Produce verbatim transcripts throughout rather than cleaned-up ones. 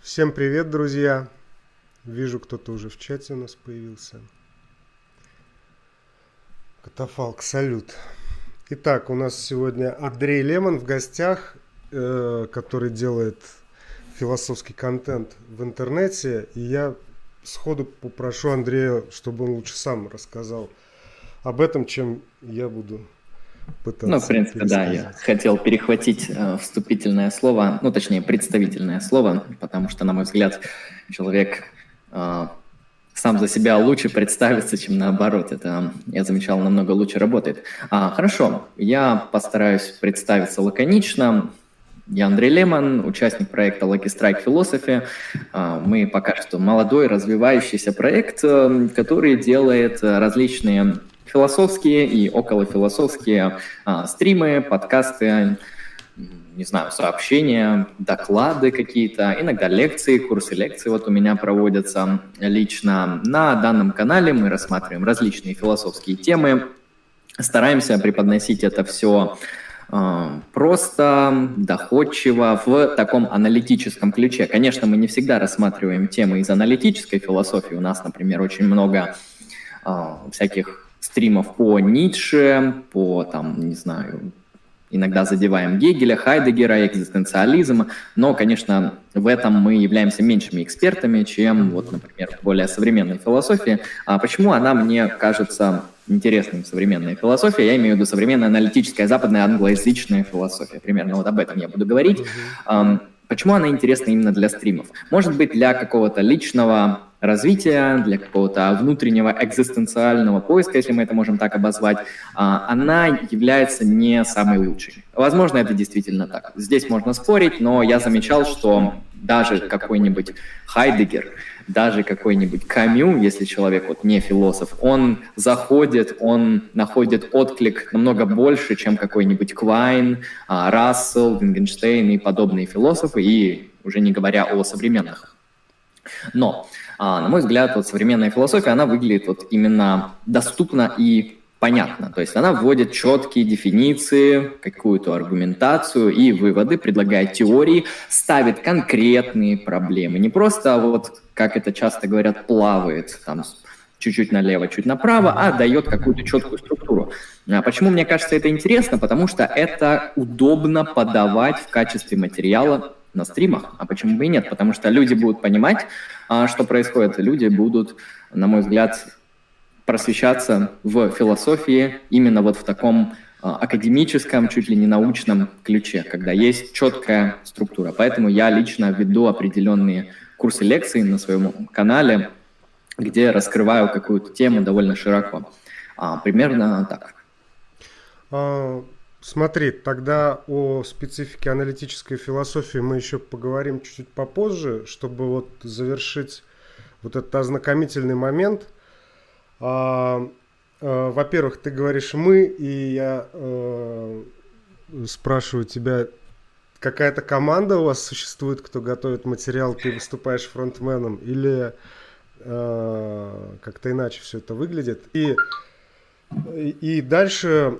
Всем привет, друзья! Вижу, кто-то уже в чате у нас появился. Катафалк, салют. Итак, у нас сегодня Андрей Лемон в гостях, э, который делает философский контент в интернете. И я сходу попрошу Андрея, чтобы он лучше сам рассказал об этом, чем я буду пытаться. Ну, в принципе, да, я хотел перехватить э, вступительное слово, ну, точнее, представительное слово, потому что, на мой взгляд, человек э, сам за себя лучше представится, чем наоборот. Это, я замечал, намного лучше работает. А, хорошо, я постараюсь представиться лаконично. Я Андрей Лемон, участник проекта Lucky Strike Philosophy. Мы пока что молодой, развивающийся проект, который делает различные философские и околофилософские а, стримы, подкасты, не знаю, сообщения, доклады какие-то, иногда лекции, курсы лекций вот у меня проводятся лично. На данном канале мы рассматриваем различные философские темы, стараемся преподносить это все просто, доходчиво, в таком аналитическом ключе. Конечно, мы не всегда рассматриваем темы из аналитической философии. У нас, например, очень много э, всяких стримов по Ницше, по, там, не знаю, иногда задеваем Гегеля, Хайдеггера, экзистенциализм, но, конечно, в этом мы являемся меньшими экспертами, чем, вот, например, в более современной философии. А почему она мне кажется интересной, современная философия? Я имею в виду современная аналитическая западная англоязычная философия. Примерно вот об этом я буду говорить. Um, почему она интересна именно для стримов? Может быть, для какого-то личного развития, для какого-то внутреннего экзистенциального поиска, если мы это можем так обозвать, она является не самой лучшей. Возможно, это действительно так. Здесь можно спорить, но я замечал, что даже какой-нибудь Хайдеггер, даже какой-нибудь Камю, если человек вот не философ, он заходит, он находит отклик намного больше, чем какой-нибудь Квайн, Рассел, Wittgenstein и подобные философы, и уже не говоря о современных. Но, на мой взгляд, вот современная философия, она выглядит вот именно доступно и понятно. То есть она вводит четкие дефиниции, какую-то аргументацию и выводы, предлагает теории, ставит конкретные проблемы. Не просто вот, как это часто говорят, плавает там чуть-чуть налево, чуть направо, а дает какую-то четкую структуру. А почему мне кажется это интересно? Потому что это удобно подавать в качестве материала на стримах. А почему бы и нет? Потому что люди будут понимать, что происходит. Люди будут, на мой взгляд, просвещаться в философии именно вот в таком а, академическом, чуть ли не научном ключе, когда есть четкая структура. Поэтому я лично веду определенные курсы лекций на своем канале, где раскрываю какую-то тему довольно широко. А, примерно так. А, смотри, тогда о специфике аналитической философии мы еще поговорим чуть-чуть попозже, чтобы вот завершить вот этот ознакомительный момент. А, а, во-первых, ты говоришь «мы», и я а, спрашиваю тебя, какая-то команда у вас существует, кто готовит материал, ты выступаешь фронтменом, или а, как-то иначе все это выглядит? И, и дальше,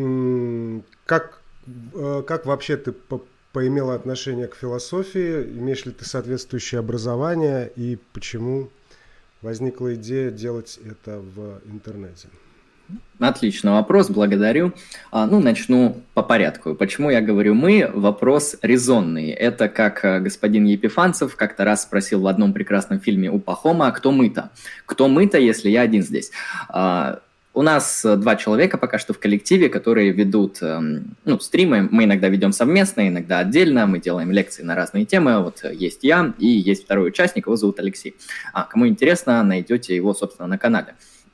как, как вообще ты по, поимела отношение к философии, имеешь ли ты соответствующее образование, и почему возникла идея делать это в интернете? Отличный вопрос, благодарю. А, ну, начну по порядку. Почему я говорю «мы»? Вопрос резонный. Это как господин Епифанцев как-то раз спросил в одном прекрасном фильме у Пахома, кто мы-то? Кто мы-то, если я один здесь? А, у нас два человека пока что в коллективе, которые ведут ну, стримы. Мы иногда ведем совместно, иногда отдельно. Мы делаем лекции на разные темы. Вот есть я и есть второй участник, его зовут Алексей. А, кому интересно, найдете его, собственно, на канале.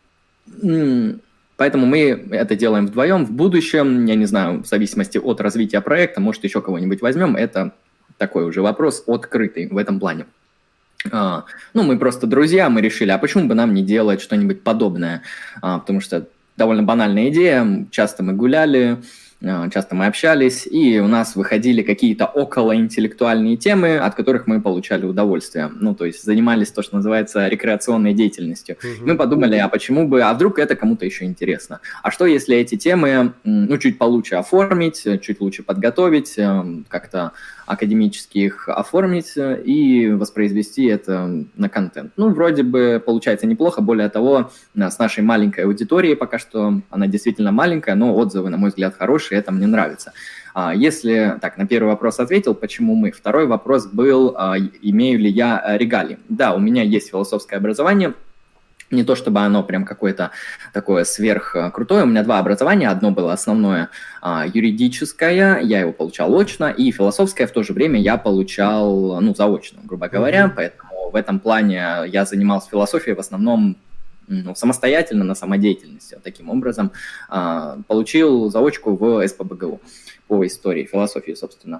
Поэтому мы это делаем вдвоем. В будущем, я не знаю, в зависимости от развития проекта, может, еще кого-нибудь возьмем. Это такой уже вопрос открытый в этом плане. А, ну, мы просто друзья, мы решили, а почему бы нам не делать что-нибудь подобное? А, потому что довольно банальная идея. Часто мы гуляли, часто мы общались, и у нас выходили какие-то околоинтеллектуальные темы, от которых мы получали удовольствие. Ну, то есть занимались то, что называется рекреационной деятельностью. Угу. Мы подумали, а почему бы, а вдруг это кому-то еще интересно? А что, если эти темы, ну, чуть получше оформить, чуть лучше подготовить, как-то академически их оформить и воспроизвести это на контент. Ну, вроде бы получается неплохо, более того, с нашей маленькой аудиторией пока что, она действительно маленькая, но отзывы, на мой взгляд, хорошие, это мне нравится. Если, так, на первый вопрос ответил, почему мы. Второй вопрос был, имею ли я регалии. Да, у меня есть философское образование. Не то чтобы оно прям какое-то такое сверхкрутое. У меня два образования. Одно было основное а, юридическое, я его получал очно, и философское в то же время я получал, ну, заочно, грубо говоря. Mm-hmm. Поэтому в этом плане я занимался философией в основном ну, самостоятельно, на самодеятельности. Таким образом, а, получил заочку в СПбГУ по истории, философии, собственно.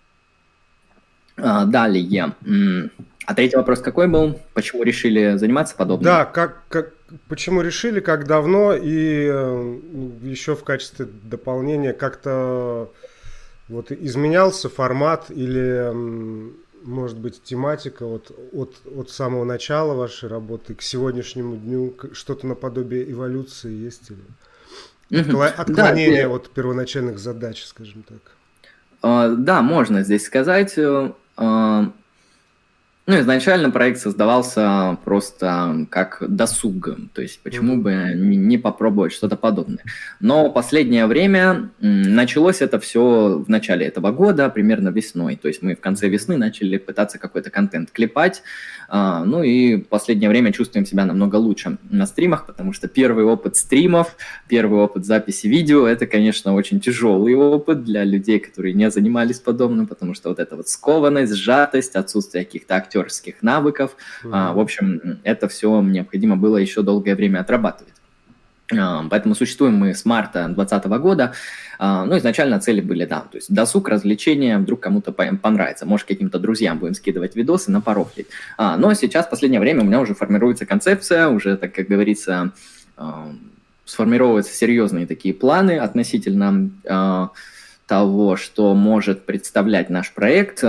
А, далее... А третий вопрос какой был? Почему решили заниматься подобным? Да, как, как, почему решили, как давно, и э, еще в качестве дополнения как-то вот изменялся формат или, может быть, тематика вот, от, от самого начала вашей работы к сегодняшнему дню, что-то наподобие эволюции есть или угу. отклонение да, от первоначальных задач, скажем так? Uh, да, можно здесь сказать... Uh, Ну, изначально проект создавался просто как досуг, то есть почему mm-hmm. бы не, не попробовать что-то подобное. Но последнее время началось это все в начале этого года, примерно весной, то есть мы в конце весны начали пытаться какой-то контент клепать, ну и в последнее время чувствуем себя намного лучше на стримах, потому что первый опыт стримов, первый опыт записи видео, это, конечно, очень тяжелый опыт для людей, которые не занимались подобным, потому что вот эта вот скованность, сжатость, отсутствие каких-то актерских навыков. Mm-hmm. В общем, это все необходимо было еще долгое время отрабатывать. Поэтому существуем мы с марта двадцатого года. Ну, изначально цели были, да, то есть досуг, развлечения, вдруг кому-то понравится. Может, каким-то друзьям будем скидывать видосы, напорофлить. Но сейчас, в последнее время, у меня уже формируется концепция, уже, так как говорится, сформировываются серьезные такие планы относительно того, что может представлять наш проект.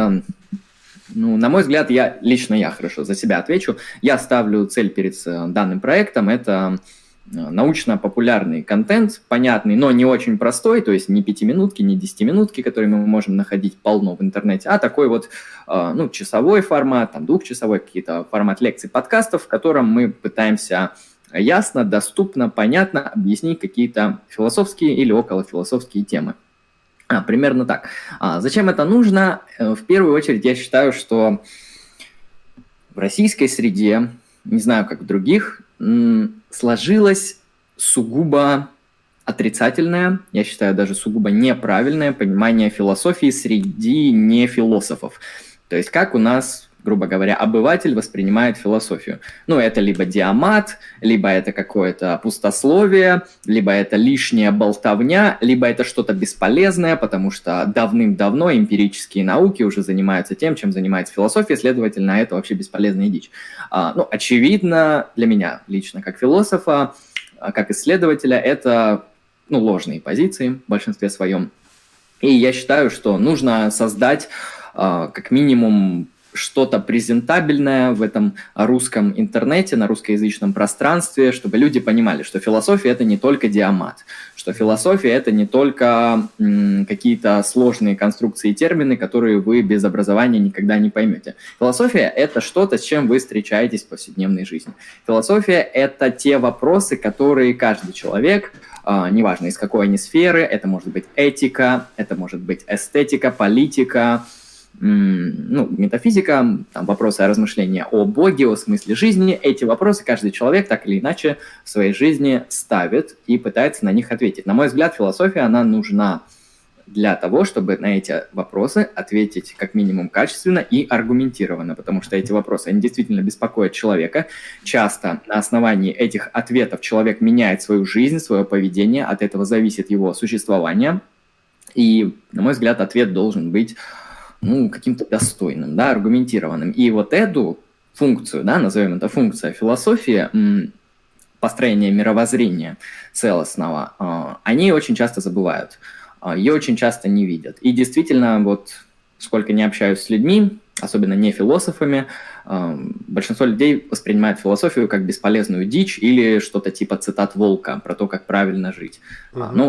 Ну, на мой взгляд, я, лично я хорошо за себя отвечу. Я ставлю цель перед данным проектом, это научно-популярный контент, понятный, но не очень простой, то есть не пятиминутки, не десятиминутки, которые мы можем находить полно в интернете, а такой вот ну, часовой формат, там, двухчасовой какие-то формат лекций, подкастов, в котором мы пытаемся ясно, доступно, понятно объяснить какие-то философские или околофилософские темы. А, примерно так. А, зачем это нужно? В первую очередь, я считаю, что в российской среде, не знаю, как в других, сложилось сугубо отрицательное, я считаю, даже сугубо неправильное понимание философии среди нефилософов. То есть как у нас, грубо говоря, обыватель воспринимает философию. Ну, это либо диамат, либо это какое-то пустословие, либо это лишняя болтовня, либо это что-то бесполезное, потому что давным-давно эмпирические науки уже занимаются тем, чем занимается философия, следовательно, это вообще бесполезная дичь. А, ну, очевидно, для меня лично, как философа, как исследователя, это ну, ложные позиции в большинстве своем. И я считаю, что нужно создать а, как минимум что-то презентабельное в этом русском интернете, на русскоязычном пространстве, чтобы люди понимали, что философия – это не только диамат, что философия – это не только м, какие-то сложные конструкции и термины, которые вы без образования никогда не поймете. Философия – это что-то, с чем вы встречаетесь в повседневной жизни. Философия – это те вопросы, которые каждый человек, э, неважно из какой они сферы, это может быть этика, это может быть эстетика, политика, ну, метафизика, там, вопросы размышления о Боге, о смысле жизни. Эти вопросы каждый человек так или иначе в своей жизни ставит и пытается на них ответить. На мой взгляд, философия, она нужна для того, чтобы на эти вопросы ответить как минимум качественно и аргументированно, потому что эти вопросы, они действительно беспокоят человека. Часто на основании этих ответов человек меняет свою жизнь, свое поведение, от этого зависит его существование. И, на мой взгляд, ответ должен быть ну, каким-то достойным, да, аргументированным. И вот эту функцию, да, назовем это функция философии, построения мировоззрения целостного, они очень часто забывают, ее очень часто не видят. И действительно, вот сколько не общаюсь с людьми, особенно не философами, большинство людей воспринимает философию как бесполезную дичь или что-то типа цитат Волка про то, как правильно жить. Uh-huh. Ну,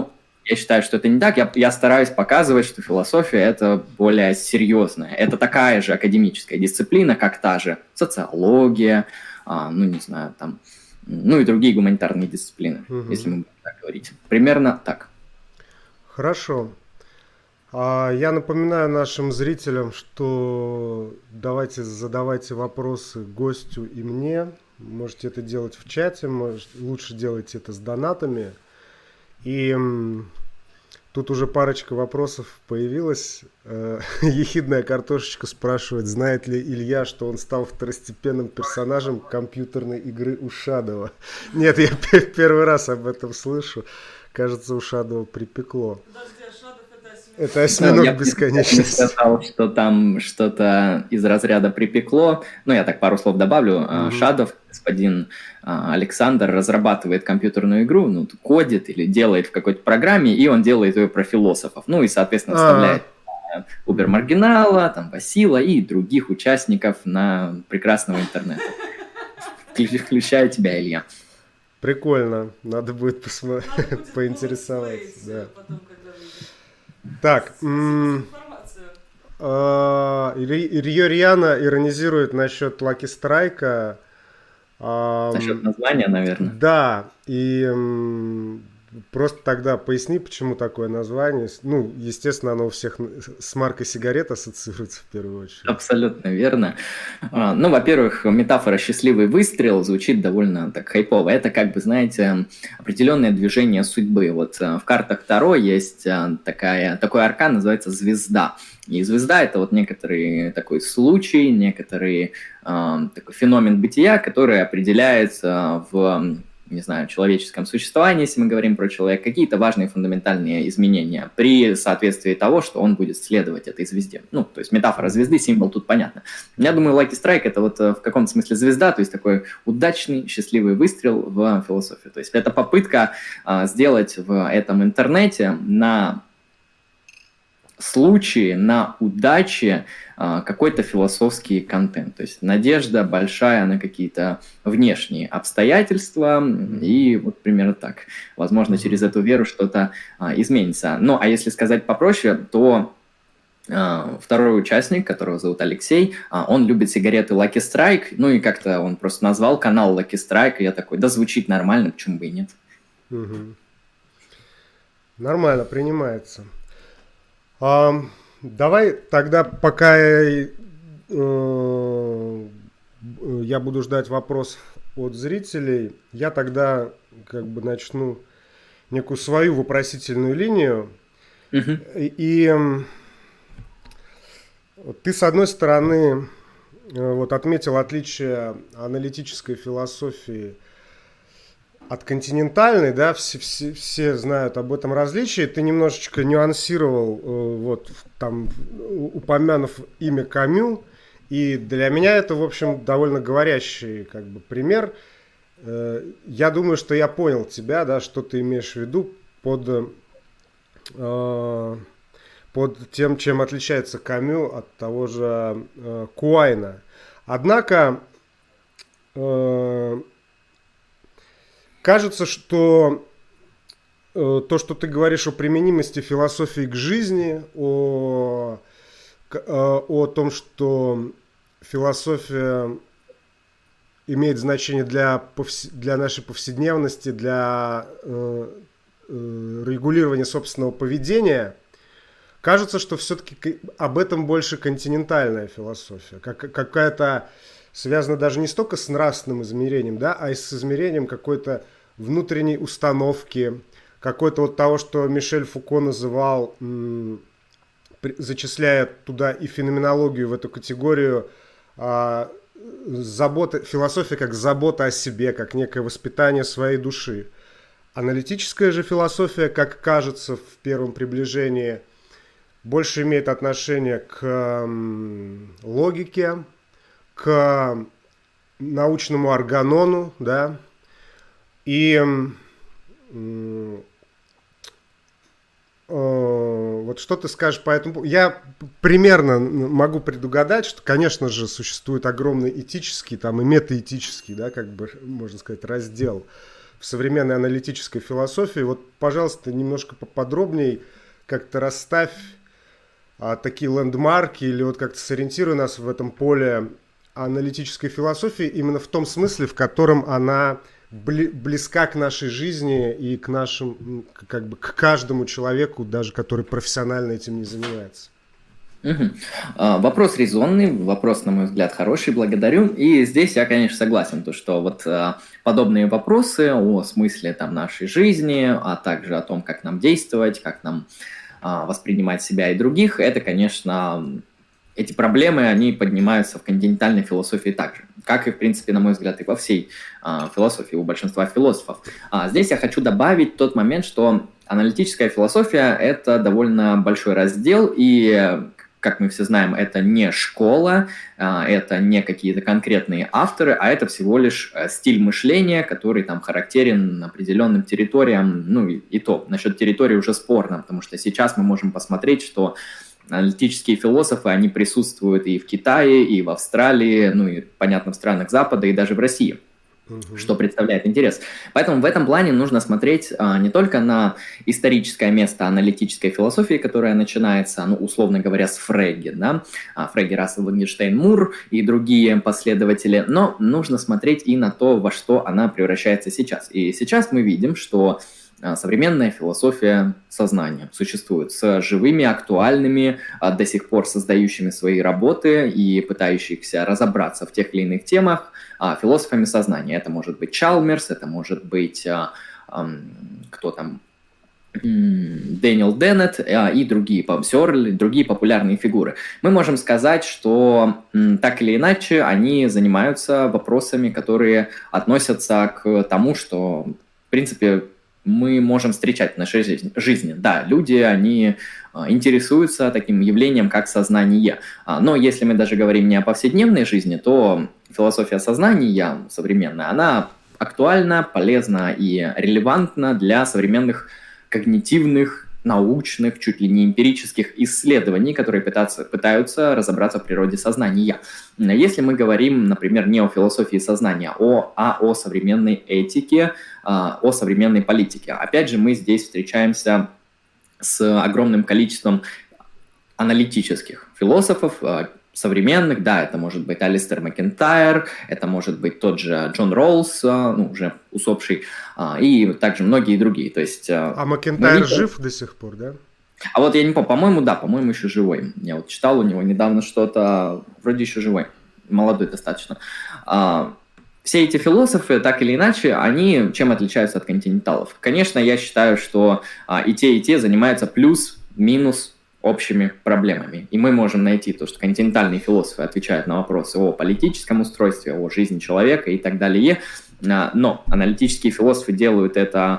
Я считаю, что это не так. Я, я стараюсь показывать, что философия – это более серьезная. Это такая же академическая дисциплина, как та же социология, а, ну, не знаю, там, ну и другие гуманитарные дисциплины, угу. если мы будем так говорить. Примерно так. Хорошо. А я напоминаю нашим зрителям, что давайте задавайте вопросы гостю и мне. Можете это делать в чате, может, лучше делайте это с донатами. И тут уже парочка вопросов появилась. Ехидная картошечка спрашивает, знает ли Илья, что он стал второстепенным персонажем компьютерной игры Ушадова. Нет, я первый раз об этом слышу. Кажется, Ушадова припекло. Это осьминог ну, я бесконечности. Я сказал, что там что-то из разряда припекло. Ну, я так пару слов добавлю. Mm-hmm. Шадов, господин Александр, разрабатывает компьютерную игру, ну, кодит или делает в какой-то программе, и он делает ее про философов. Ну, и, соответственно, вставляет А-а-а. Убер-маргинала, там, Васила и других участников на прекрасного интернета. Включая тебя, Илья. Прикольно. Надо будет посмотреть, поинтересоваться. Да. Так, м- э- Рио Риана иронизирует насчет Lucky Strike. Э- насчет названия, наверное. Да, и м- просто тогда поясни, почему такое название. Ну, естественно, оно у всех с маркой сигарет ассоциируется в первую очередь. Абсолютно верно. Ну, во-первых, метафора «счастливый выстрел» звучит довольно так хайпово. Это, как бы, знаете, определенное движение судьбы. Вот в картах Таро есть такая, такой аркан, называется «Звезда». И звезда – это вот некоторый такой случай, некоторый э, такой феномен бытия, который определяется в... не знаю, человеческом существовании, если мы говорим про человека, какие-то важные фундаментальные изменения при соответствии того, что он будет следовать этой звезде. Ну, то есть метафора звезды, символ тут понятно. Я думаю, Lucky Strike – это вот в каком-то смысле звезда, то есть такой удачный, счастливый выстрел в философию. То есть это попытка а, сделать в этом интернете на случае, на удаче какой-то философский контент. То есть надежда большая на какие-то внешние обстоятельства, и вот примерно так. Возможно, через эту веру что-то а, изменится. Ну, а если сказать попроще, то а, второй участник, которого зовут Алексей, а, он любит сигареты Lucky Strike, ну и как-то он просто назвал канал Lucky Strike, и я такой, да, звучит нормально, почему бы и нет. Угу. Нормально, принимается. Um, давай тогда, пока я, э, я буду ждать вопросов от зрителей, я тогда как бы начну некую свою вопросительную линию. Uh-huh. И, и ты, с одной стороны, вот, отметил отличие аналитической философии от континентальной, да, все, все, все знают об этом различии. Ты немножечко нюансировал, вот, там, упомянув имя Камю, и для меня это, в общем, довольно говорящий, как бы, пример. Я думаю, что я понял тебя, да, что ты имеешь в виду под, под тем, чем отличается Камю от того же Куайна. Однако кажется, что э, то, что ты говоришь о применимости философии к жизни, о, э, о том, что философия имеет значение для, повс- для нашей повседневности, для э, э, регулирования собственного поведения, кажется, что все-таки об этом больше континентальная философия, как, какая-то... связано даже не столько с нравственным измерением, да, а и с измерением какой-то внутренней установки, какой-то вот того, что Мишель Фуко называл, м- зачисляя туда и феноменологию в эту категорию, а, забота, философия как забота о себе, как некое воспитание своей души. Аналитическая же философия, как кажется в первом приближении, больше имеет отношение к м- логике, к научному органону, да, и э, э, вот что ты скажешь по этому поводу? Я примерно могу предугадать, что, конечно же, существует огромный этический, там и метаэтический, да, как бы, можно сказать, раздел в современной аналитической философии. Вот, пожалуйста, немножко поподробнее как-то расставь а, такие лендмарки или вот как-то сориентируй нас в этом поле аналитической философии именно в том смысле, в котором она близка к нашей жизни и к нашим, как бы к каждому человеку, даже который профессионально этим не занимается. Угу. А, вопрос резонный, вопрос, на мой взгляд, хороший, благодарю. И здесь я, конечно, согласен, то, что вот а, подобные вопросы о смысле там, нашей жизни, а также о том, как нам действовать, как нам а, воспринимать себя и других, это, конечно, эти проблемы, они поднимаются в континентальной философии также, как и, в принципе, на мой взгляд, и во всей а, философии у большинства философов. А, здесь я хочу добавить тот момент, что аналитическая философия – это довольно большой раздел, и как мы все знаем, это не школа, это не какие-то конкретные авторы, а это всего лишь стиль мышления, который там характерен определенным территориям. Ну и, и то, насчет территории уже спорно, потому что сейчас мы можем посмотреть, что аналитические философы, они присутствуют и в Китае, и в Австралии, ну и, понятно, в странах Запада, и даже в России. Угу. Что представляет интерес. Поэтому в этом плане нужно смотреть а, не только на историческое место аналитической философии, которая начинается, ну, условно говоря, с Фрege, да, а, Фрege, Рассел, Wittgenstein, Мур и другие последователи, но нужно смотреть и на то, во что она превращается сейчас. И сейчас мы видим, что современная философия сознания существует с живыми, актуальными, до сих пор создающими свои работы и пытающихся разобраться в тех или иных темах философами сознания. Это может быть Чалмерс, это может быть кто там, Дэниел Деннет и другие, Сёрл, другие популярные фигуры. Мы можем сказать, что так или иначе они занимаются вопросами, которые относятся к тому, что, в принципе, мы можем встречать в нашей жизни. Да, люди, они интересуются таким явлением, как сознание. Но если мы даже говорим не о повседневной жизни, то философия сознания современная, она актуальна, полезна и релевантна для современных когнитивных, научных, чуть ли не эмпирических исследований, которые пытаются, пытаются разобраться в природе сознания. Если мы говорим, например, не о философии сознания, о, а о современной этике, о современной политике. Опять же, мы здесь встречаемся с огромным количеством аналитических философов, современных, да, это может быть Алистер Макентайр, это может быть тот же Джон Роллс, ну, уже усопший, и также многие другие. То есть, а Макентайр мы... жив до сих пор, да? А вот я не помню, по-моему, да, по-моему, еще живой. Я вот читал у него недавно что-то, вроде еще живой, молодой достаточно. Все эти философы, так или иначе, они чем отличаются от континенталов? Конечно, я считаю, что и те, и те занимаются плюс-минус общими проблемами. И мы можем найти то, что континентальные философы отвечают на вопросы о политическом устройстве, о жизни человека и так далее. Но аналитические философы делают это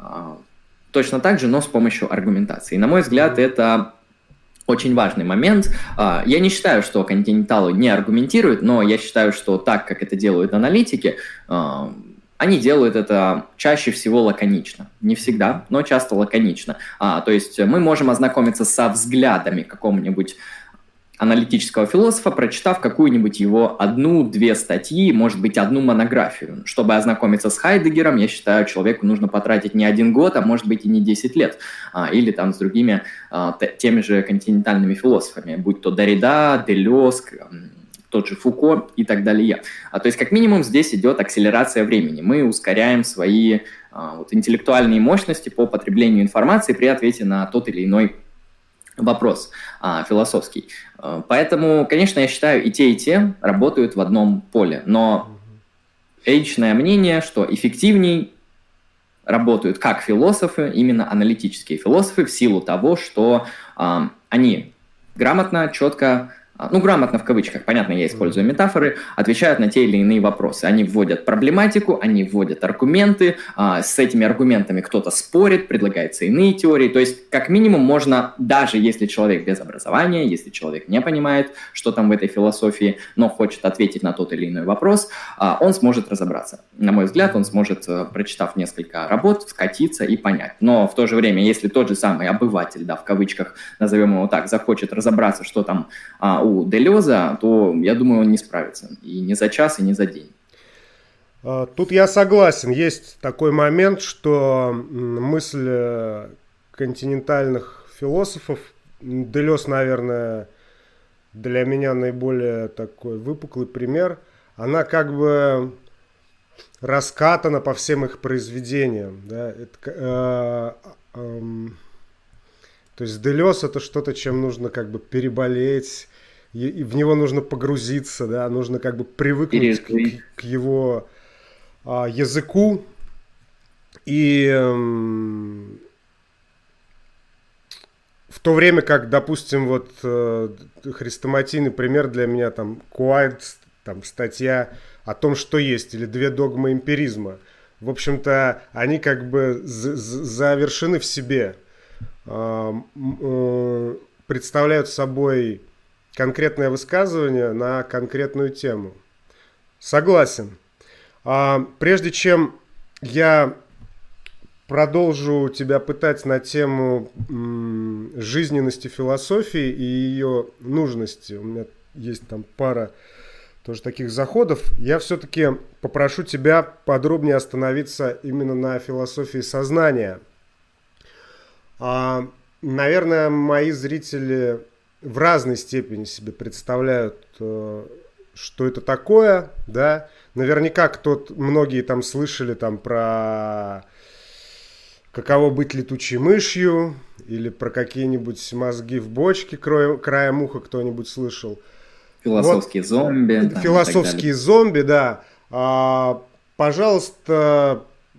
точно так же, но с помощью аргументации. И, на мой взгляд, это очень важный момент. Я не считаю, что континенталы не аргументируют, но я считаю, что так, как это делают аналитики, они делают это чаще всего лаконично. Не всегда, но часто лаконично. А, то есть мы можем ознакомиться со взглядами какого-нибудь аналитического философа, прочитав какую-нибудь его одну-две статьи, может быть, одну монографию. Чтобы ознакомиться с Хайдеггером, я считаю, человеку нужно потратить не один год, а может быть и не десять лет. А, или там с другими а, теми же континентальными философами, будь то Derrida, Делез, тот же Фуко и так далее. А, то есть, как минимум, здесь идет акселерация времени. Мы ускоряем свои а, вот, интеллектуальные мощности по потреблению информации при ответе на тот или иной вопрос а, философский. А, поэтому, конечно, я считаю, и те, и те работают в одном поле. Но личное мнение, что эффективней работают как философы, именно аналитические философы, в силу того, что а, они грамотно, четко, ну, грамотно в кавычках, понятно, я использую метафоры, отвечают на те или иные вопросы. Они вводят проблематику, они вводят аргументы, а, с этими аргументами кто-то спорит, предлагаются иные теории. То есть, как минимум, можно, даже если человек без образования, если человек не понимает, что там в этой философии, но хочет ответить на тот или иной вопрос, а, он сможет разобраться. На мой взгляд, он сможет, прочитав несколько работ, скатиться и понять. Но в то же время, если тот же самый обыватель, да, в кавычках, назовем его так, захочет разобраться, что там а, у Делеза, то, я думаю, он не справится. И не за час, и не за день. Тут я согласен. Есть такой момент, что мысль континентальных философов, Делез, наверное, для меня наиболее такой выпуклый пример, она как бы раскатана по всем их произведениям. Да? Это, э, э, э, то есть Делез — это что-то, чем нужно как бы переболеть, и, и в него нужно погрузиться, да? Нужно как бы привыкнуть к, к его э, языку. И э, в то время как, допустим, вот э, хрестоматийный пример для меня, там, Куайт, там, статья о том, что есть, или две догмы эмпиризма. В общем-то, они как бы завершены в себе, э, э, представляют собой конкретное высказывание на конкретную тему. Согласен. А, прежде чем я продолжу тебя пытать на тему м, жизненности философии и ее нужности, у меня есть там пара тоже таких заходов, я все-таки попрошу тебя подробнее остановиться именно на философии сознания. А, наверное, мои зрители в разной степени себе представляют, что это такое, да. Наверняка кто-то, многие там слышали там про каково быть летучей мышью, или про какие-нибудь мозги в бочке краем уха кто-нибудь слышал. Философские вот, зомби. Там, философские зомби, да. А, пожалуйста,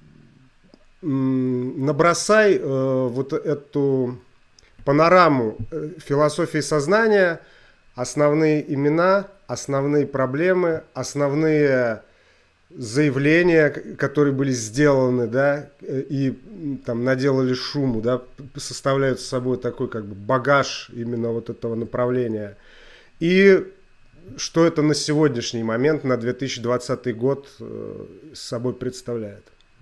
набросай а, вот эту панораму философии сознания, основные имена, основные проблемы, основные заявления, которые были сделаны, да, и там наделали шуму, да, составляют с собой такой как бы багаж именно вот этого направления. И что это на сегодняшний момент, на две тысячи двадцатый год с собой представляет?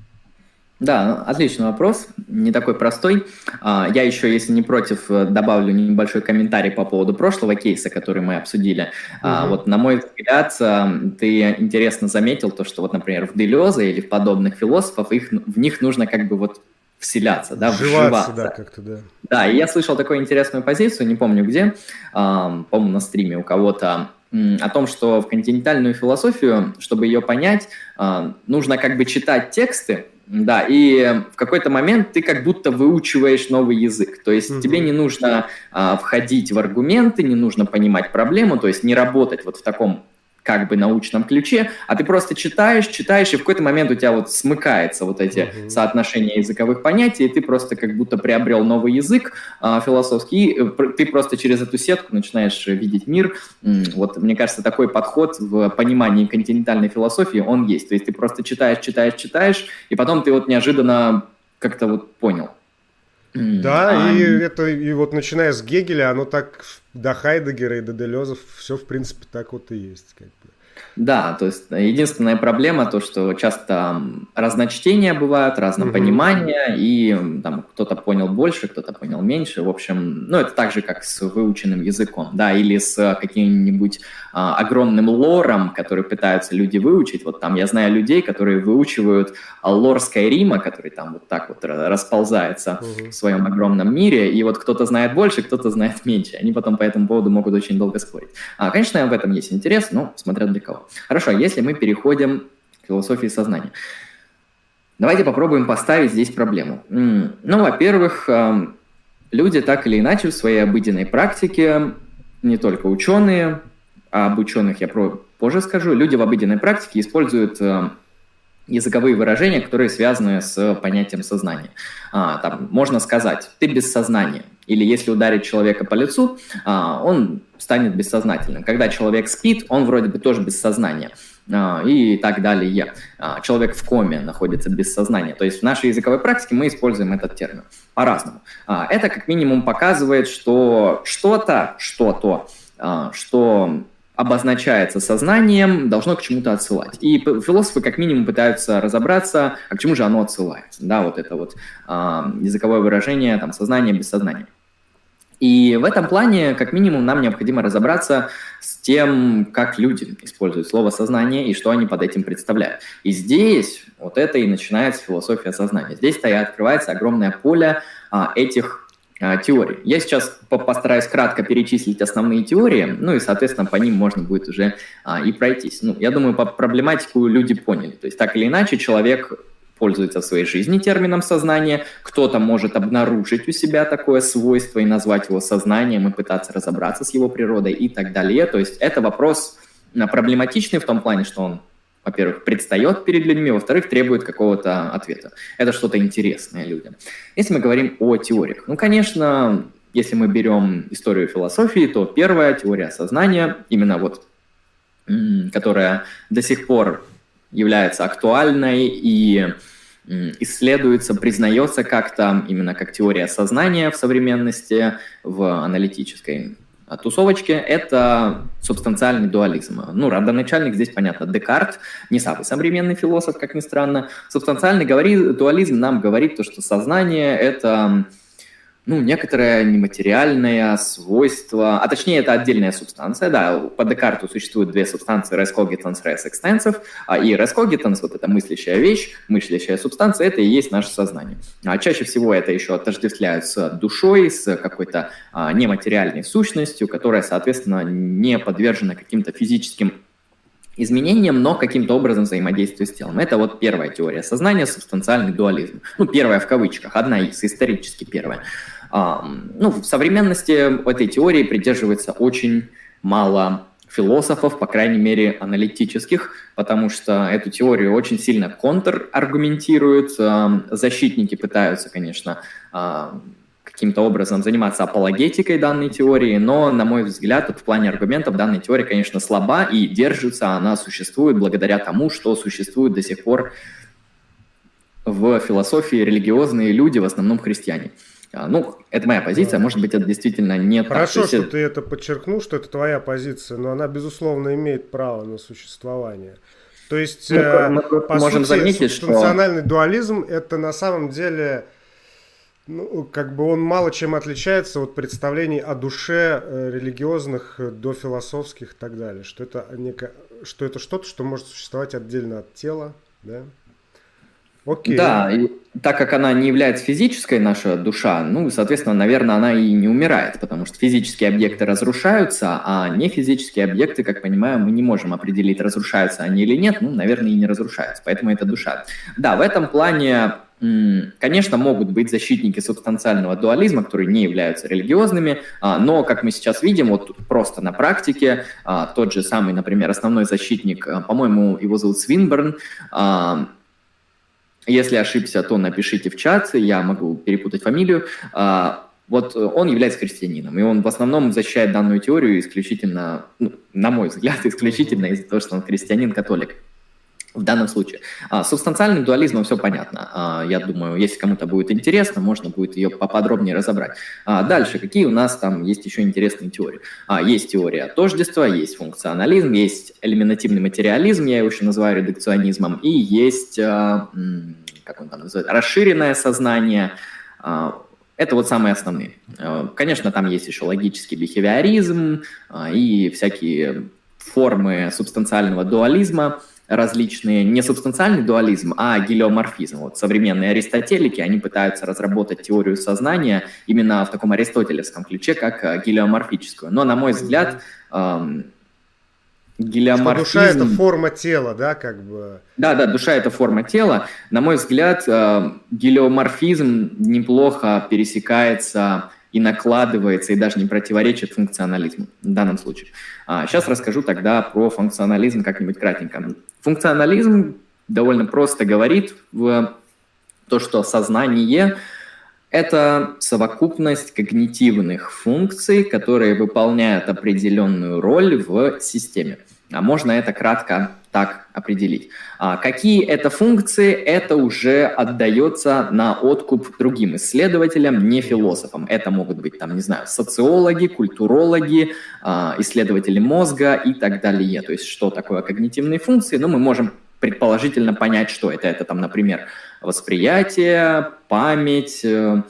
Да, отличный вопрос, не такой простой. Я еще, если не против, добавлю небольшой комментарий по поводу прошлого кейса, который мы обсудили. Угу. Вот, на мой взгляд, ты интересно заметил то, что, вот, например, в Делеза или в подобных философов, их, в них нужно как бы вот вселяться, да, вживаться. Да, как-то, да. Да, и я слышал такую интересную позицию, не помню где, по-моему, на стриме у кого-то, о том, что в континентальную философию, чтобы ее понять, нужно как бы читать тексты, да, и в какой-то момент ты как будто выучиваешь новый язык. То есть mm-hmm. тебе не нужно а, входить в аргументы, не нужно понимать проблему, то есть не работать вот в таком как бы научном ключе, а ты просто читаешь, читаешь, и в какой-то момент у тебя вот смыкаются вот эти mm-hmm. соотношения языковых понятий, и ты просто как будто приобрел новый язык а, философский, и ты просто через эту сетку начинаешь видеть мир. Вот, мне кажется, такой подход в понимании континентальной философии, он есть. То есть ты просто читаешь, читаешь, читаешь, и потом ты вот неожиданно как-то вот понял. Да, а, и это, и вот начиная с Гегеля, оно так до Хайдеггера и до Делеза все, в принципе, так вот и есть. Как бы. Да, то есть единственная проблема то, что часто разночтения бывают, разнопонимания, угу. и там кто-то понял больше, кто-то понял меньше. В общем, ну это так же, как с выученным языком, да, или с каким-нибудь а, огромным лором, который пытаются люди выучить. Вот там я знаю людей, которые выучивают лор Скайрима, который там вот так вот расползается угу. в своем огромном мире, и вот кто-то знает больше, кто-то знает меньше. Они потом по этому поводу могут очень долго спорить. А, конечно, в этом есть интерес, но смотря для кого. Хорошо, если мы переходим к философии сознания. Давайте попробуем поставить здесь проблему. Ну, во-первых, люди так или иначе в своей обыденной практике, не только ученые, а об ученых я позже скажу, люди в обыденной практике используют языковые выражения, которые связаны с понятием сознания. А, там, можно сказать, ты без сознания. Или если ударить человека по лицу, а, он станет бессознательным. Когда человек спит, он вроде бы тоже без сознания. А, и так далее. А, человек в коме находится без сознания. То есть в нашей языковой практике мы используем этот термин по-разному. А, это как минимум показывает, что что-то, что-то, а, что... обозначается сознанием, должно к чему-то отсылать. И философы как минимум пытаются разобраться, а к чему же оно отсылается. Да, вот это вот э, языковое выражение, там, сознание без сознания. И в этом плане, как минимум, нам необходимо разобраться с тем, как люди используют слово «сознание» и что они под этим представляют. И здесь вот это и начинается философия сознания. Здесь-то и открывается огромное поле а, этих а, теорий. Я сейчас постараюсь кратко перечислить основные теории, ну и, соответственно, по ним можно будет уже а, и пройтись. Ну, я думаю, по проблематику люди поняли. То есть так или иначе человек пользуется в своей жизни термином «сознание», кто-то может обнаружить у себя такое свойство и назвать его сознанием, и пытаться разобраться с его природой и так далее. То есть это вопрос проблематичный в том плане, что он, во-первых, предстает перед людьми, во-вторых, требует какого-то ответа. Это что-то интересное людям. Если мы говорим о теориях, ну, конечно, если мы берем историю философии, то первая теория сознания, именно вот, которая до сих пор является актуальной и исследуется, признается как-то именно как теория сознания в современности, в аналитической тусовочке, это субстанциальный дуализм. Ну, родоначальник здесь, понятно, Декарт, не самый современный философ, как ни странно. Субстанциальный говорит, дуализм нам говорит то, что сознание – это ну, некоторое нематериальное свойство, а точнее это отдельная субстанция, да, по Декарту существуют две субстанции, res cogitans, res extensив, и res cogitans, вот эта мыслящая вещь, мыслящая субстанция, это и есть наше сознание. А чаще всего это еще отождествляют с душой, с какой-то а, нематериальной сущностью, которая, соответственно, не подвержена каким-то физическим изменениям, но каким-то образом взаимодействует с телом. Это вот первая теория сознания, субстанциальный дуализм. Ну, первая в кавычках, одна из, исторически первая. А, ну, в современности этой теории придерживается очень мало философов, по крайней мере, аналитических, потому что эту теорию очень сильно контраргументируют. Защитники пытаются, конечно, каким-то образом заниматься апологетикой данной теории, но, на мой взгляд, в плане аргументов данная теория, конечно, слаба, и держится она, существует благодаря тому, что существуют до сих пор в философии религиозные люди, в основном христиане. Ну, это моя позиция, может быть, это действительно не так. Хорошо, есть... что ты это подчеркнул, что это твоя позиция, но она, безусловно, имеет право на существование. То есть, мы, э, мы по можем сути, заметить, субстанциональный что... дуализм – это на самом деле... Ну, как бы он мало чем отличается от представлений о душе э, религиозных до философских и так далее. Что это, неко... что это что-то, что может существовать отдельно от тела, да? Окей. Да, и так как она не является физической, наша душа, ну, соответственно, наверное, она и не умирает, потому что физические объекты разрушаются, а нефизические объекты, как понимаю, мы не можем определить, разрушаются они или нет, ну, наверное, и не разрушаются, поэтому это душа. Да, в этом плане... Конечно, могут быть защитники субстанциального дуализма, которые не являются религиозными, но, как мы сейчас видим, вот просто на практике, тот же самый, например, основной защитник, по-моему, его зовут Свинберн, если ошибся, то напишите в чат, я могу перепутать фамилию, вот он является христианином, и он в основном защищает данную теорию исключительно, ну, на мой взгляд, исключительно из-за того, что он христианин-католик. В данном случае. А, субстанциальным дуализмом все понятно. А, я думаю, если кому-то будет интересно, можно будет ее поподробнее разобрать. А, дальше, какие у нас там есть еще интересные теории? А, есть теория тождества, есть функционализм, есть элиминативный материализм, я его еще называю редукционизмом, и есть, а, как он там называется, расширенное сознание. А, это вот самые основные. А, конечно, там есть еще логический бихевиоризм а, и всякие формы субстанциального дуализма, различные, не субстанциальный дуализм, а гелиоморфизм. Вот современные аристотелики, они пытаются разработать теорию сознания именно в таком аристотелевском ключе, как гелиоморфическую. Но, на мой взгляд, эм, гелиоморфизм... Что душа – это форма тела, да, как бы? Да, да, душа – это форма тела. На мой взгляд, э, гелиоморфизм неплохо пересекается и накладывается, и даже не противоречит функционализму в данном случае. А, сейчас расскажу тогда про функционализм как-нибудь кратенько. Функционализм довольно просто говорит в то, что сознание – это совокупность когнитивных функций, которые выполняют определенную роль в системе. А можно это кратко так определить. А какие это функции, это уже отдается на откуп другим исследователям, не философам. Это могут быть, там, не знаю, социологи, культурологи, исследователи мозга и так далее. То есть, что такое когнитивные функции? Ну, мы можем предположительно понять, что это. Это, там, например, восприятие, память,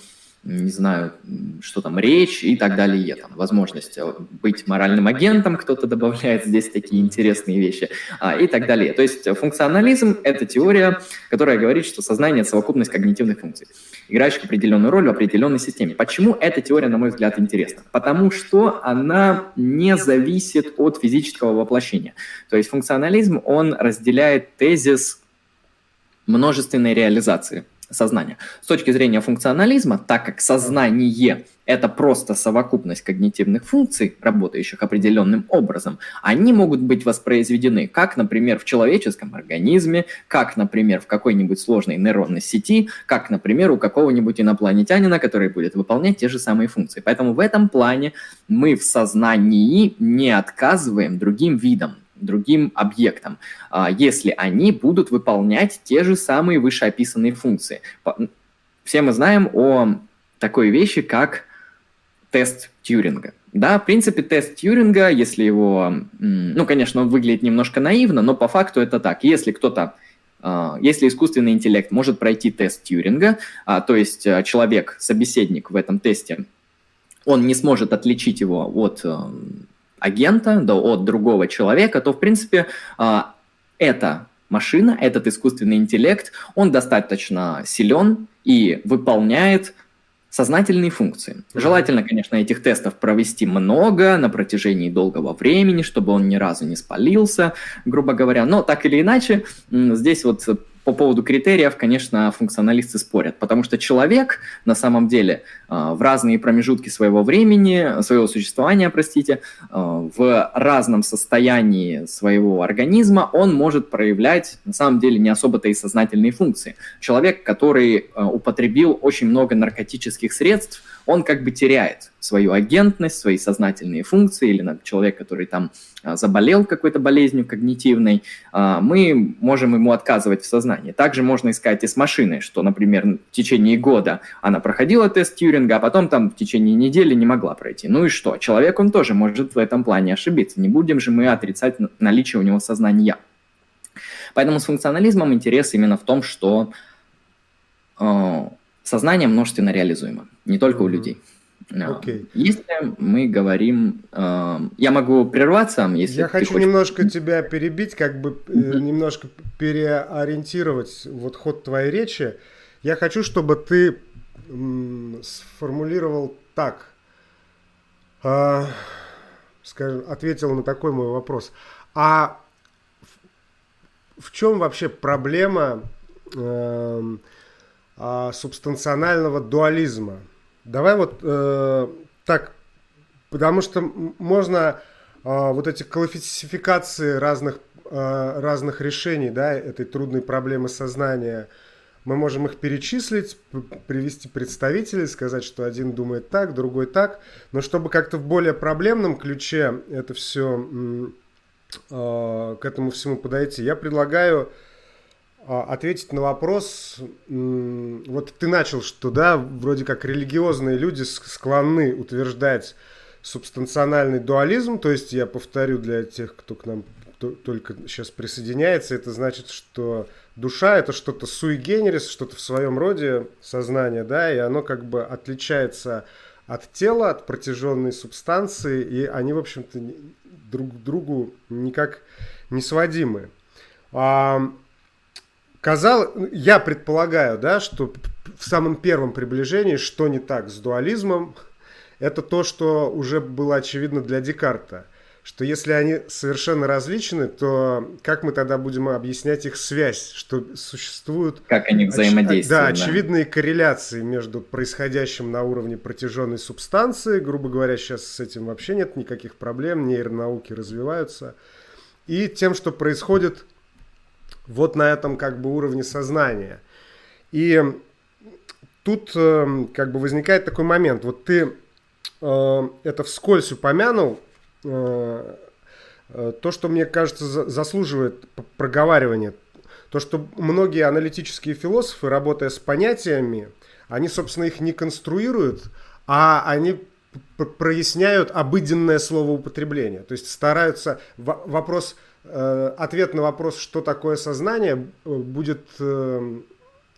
не знаю, что там, речь и так далее, там, возможность быть моральным агентом, кто-то добавляет здесь такие интересные вещи, а, и так далее. То есть функционализм – это теория, которая говорит, что сознание – это совокупность когнитивных функций, играющих определенную роль в определенной системе. Почему эта теория, на мой взгляд, интересна? Потому что она не зависит от физического воплощения. То есть функционализм, он разделяет тезис множественной реализации сознания. С точки зрения функционализма, так как сознание – это просто совокупность когнитивных функций, работающих определенным образом, они могут быть воспроизведены как, например, в человеческом организме, как, например, в какой-нибудь сложной нейронной сети, как, например, у какого-нибудь инопланетянина, который будет выполнять те же самые функции. Поэтому в этом плане мы в сознании не отказываем другим видам, другим объектам, если они будут выполнять те же самые вышеописанные функции. Все мы знаем о такой вещи, как тест Тьюринга. Да, в принципе, тест Тьюринга, если его... Ну, конечно, он выглядит немножко наивно, но по факту это так. Если кто-то... Если искусственный интеллект может пройти тест Тьюринга, то есть человек, собеседник в этом тесте, он не сможет отличить его от агента, да, от другого человека, то, в принципе, эта машина, этот искусственный интеллект, он достаточно силен и выполняет сознательные функции. Желательно, конечно, этих тестов провести много на протяжении долгого времени, чтобы он ни разу не спалился, грубо говоря. Но так или иначе, здесь вот по поводу критериев, конечно, функционалисты спорят, потому что человек на самом деле в разные промежутки своего времени, своего существования, простите, в разном состоянии своего организма он может проявлять на самом деле не особо-то и сознательные функции. Человек, который употребил очень много наркотических средств, он как бы теряет свою агентность, свои сознательные функции, или человек, который там заболел какой-то болезнью когнитивной, мы можем ему отказывать в сознании. Также можно искать и с машиной, что, например, в течение года она проходила тест Тьюринга, а потом там в течение недели не могла пройти. Ну и что? Человек, он тоже может в этом плане ошибиться. Не будем же мы отрицать наличие у него сознания. Поэтому с функционализмом интерес именно в том, что э, сознание множественно реализуемо, не только у людей. Okay. Если мы говорим... Э, я могу прерваться, если Я ты хочу хочешь... немножко тебя перебить, как бы mm-hmm. э, немножко переориентировать вот ход твоей речи. Я хочу, чтобы ты м, сформулировал так, э, скажем, ответил на такой мой вопрос. А в, в чем вообще проблема э, э, субстанционального дуализма? Давай вот э, так, потому что можно э, вот эти классификации разных, э, разных решений, да, этой трудной проблемы сознания, мы можем их перечислить, привести представителей, сказать, что один думает так, другой так, но чтобы как-то в более проблемном ключе это все, э, к этому всему подойти, я предлагаю ответить на вопрос. Вот ты начал, что да, вроде как религиозные люди склонны утверждать субстанциональный дуализм, то есть я повторю для тех, кто к нам только сейчас присоединяется, это значит, что душа это что-то sui generis, что-то в своем роде сознание, да, и оно как бы отличается от тела, от протяженной субстанции, и они, в общем-то, друг к другу никак не сводимы. Казалось, я предполагаю, да, что в самом первом приближении, что не так с дуализмом, это то, что уже было очевидно для Декарта, что если они совершенно различны, то как мы тогда будем объяснять их связь, что существуют как они взаимодействуют, оч... да, очевидные да. корреляции между происходящим на уровне протяженной субстанции, грубо говоря, сейчас с этим вообще нет никаких проблем, нейронауки развиваются, и тем, что происходит вот на этом как бы уровне сознания. И тут э, как бы возникает такой момент. Вот ты э, это вскользь упомянул, э, э, то, что, мне кажется, за, заслуживает проговаривания. То, что многие аналитические философы, работая с понятиями, они, собственно, их не конструируют, а они проясняют обыденное словоупотребление. То есть стараются... В- вопрос... Ответ на вопрос, что такое сознание, будет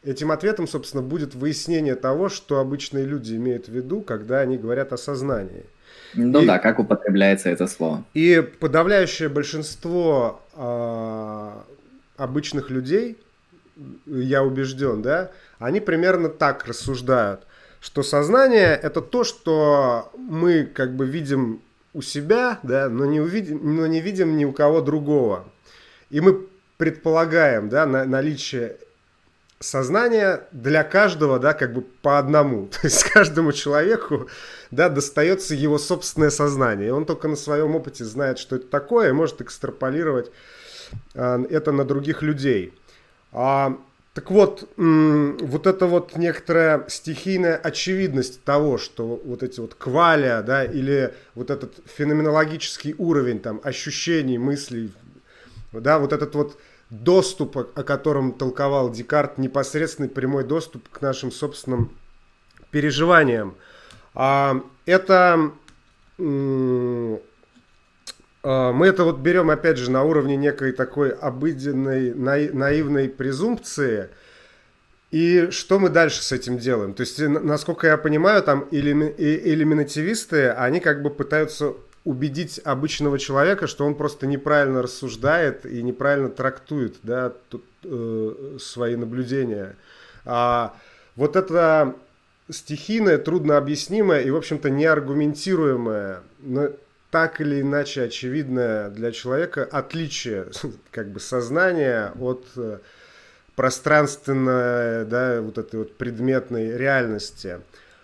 этим ответом, собственно, будет выяснение того, что обычные люди имеют в виду, когда они говорят о сознании. Ну и, да, как употребляется это слово. И подавляющее большинство э, обычных людей, я убежден, да, они примерно так рассуждают, что сознание – это то, что мы как бы видим у себя, да, но не увидим, но не видим ни у кого другого. И мы предполагаем, да, на, наличие сознания для каждого, да, как бы по одному. То есть каждому человеку, да, достается его собственное сознание. И он только на своем опыте знает, что это такое, и может экстраполировать э, это на других людей. А, так вот, м- вот эта вот некоторая стихийная очевидность того, что вот эти вот квалия, да, или вот этот феноменологический уровень там ощущений, мыслей, да, вот этот вот доступ, о котором толковал Декарт, непосредственный прямой доступ к нашим собственным переживаниям. Это мы это вот берем, опять же, на уровне некой такой обыденной, наивной презумпции. И что мы дальше с этим делаем? То есть, насколько я понимаю, там элиминативисты, они как бы пытаются убедить обычного человека, что он просто неправильно рассуждает и неправильно трактует, да, тут, э, свои наблюдения. А вот это стихийное, труднообъяснимое и, в общем-то, неаргументируемое, но так или иначе очевидное для человека отличие как бы сознания от пространственной, да, вот этой вот предметной реальности.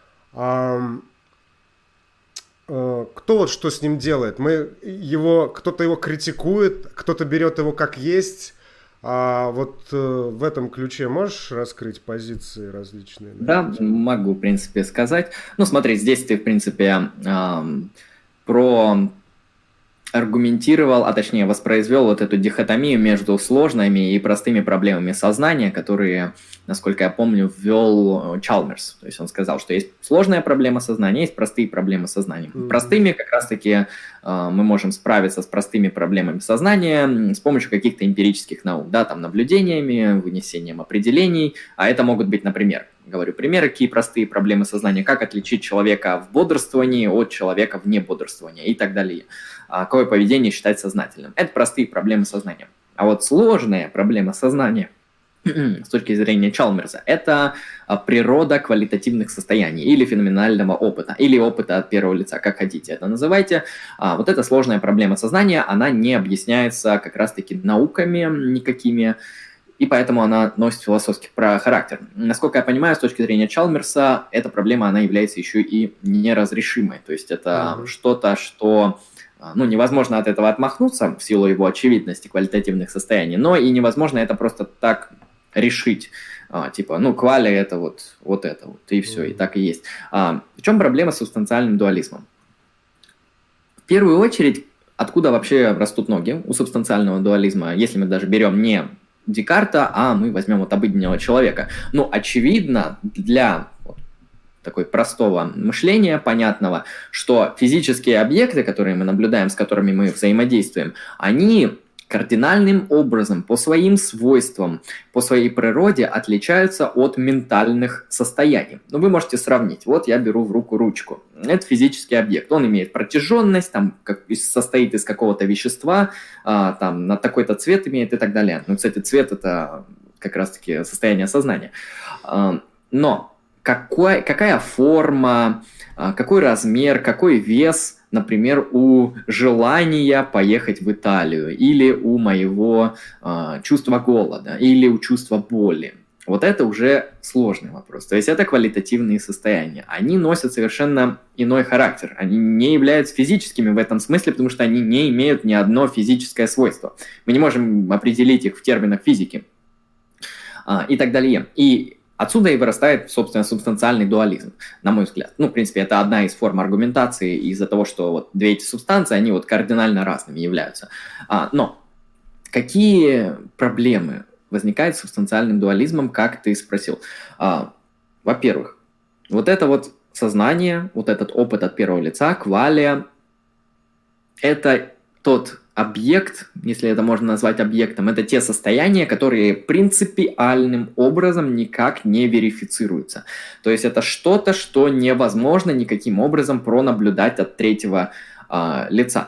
Кто вот что с ним делает? Мы его, кто-то его критикует, кто-то берет его как есть. А вот э, в этом ключе можешь раскрыть позиции различные? Да, могу, в принципе, сказать. Ну, смотри, здесь ты, в принципе, э, про... аргументировал, а точнее воспроизвел вот эту дихотомию между сложными и простыми проблемами сознания, которые, насколько я помню, ввел Чалмерс. То есть он сказал, что есть сложная проблема сознания, есть простые проблемы сознания. Mm-hmm. Простыми как раз-таки э, мы можем справиться с простыми проблемами сознания с помощью каких-то эмпирических наук, да, там наблюдениями, вынесением определений, а это могут быть, например, говорю примеры, какие простые проблемы сознания, как отличить человека в бодрствовании от человека в небодрствовании и так далее. Какое поведение считать сознательным. Это простые проблемы сознания. А вот сложная проблема сознания с точки зрения Чалмерса – это природа квалитативных состояний или феноменального опыта, или опыта от первого лица, как хотите это называйте. Вот эта сложная проблема сознания, она не объясняется как раз-таки науками никакими, и поэтому она носит философский характер. Насколько я понимаю, с точки зрения Чалмерса, эта проблема, она является еще и неразрешимой. То есть это mm-hmm. что-то, что... Ну, невозможно от этого отмахнуться в силу его очевидности квалитативных состояний, но и невозможно это просто так решить. А, типа, ну, квали это вот, вот это вот, и все, mm-hmm. и так и есть. А, в чем проблема с субстанциальным дуализмом? В первую очередь, откуда вообще растут ноги у субстанциального дуализма, если мы даже берем не Декарта, а мы возьмем вот обыденного человека. Ну, очевидно, для... такой простого мышления, понятного, что физические объекты, которые мы наблюдаем, с которыми мы взаимодействуем, они кардинальным образом по своим свойствам, по своей природе отличаются от ментальных состояний. Ну, вы можете сравнить. Вот я беру в руку ручку. Это физический объект. Он имеет протяженность, там, как, состоит из какого-то вещества, а, там, на такой-то цвет имеет и так далее. Ну, кстати, цвет – это как раз-таки состояние сознания. А, но Какой, какая форма, какой размер, какой вес, например, у желания поехать в Италию, или у моего э, чувства голода, или у чувства боли. Вот это уже сложный вопрос. То есть это квалитативные состояния. Они носят совершенно иной характер. Они не являются физическими в этом смысле, потому что они не имеют ни одно физическое свойство. Мы не можем определить их в терминах физики э, и так далее. И отсюда и вырастает, собственно, субстанциальный дуализм, на мой взгляд. Ну, в принципе, это одна из форм аргументации из-за того, что вот две эти субстанции, они вот кардинально разными являются. А, но какие проблемы возникают с субстанциальным дуализмом, как ты спросил? А, во-первых, вот это вот сознание, вот этот опыт от первого лица, квалия, это тот объект, если это можно назвать объектом, это те состояния, которые принципиальным образом никак не верифицируются. То есть это что-то, что невозможно никаким образом пронаблюдать от третьего э, лица.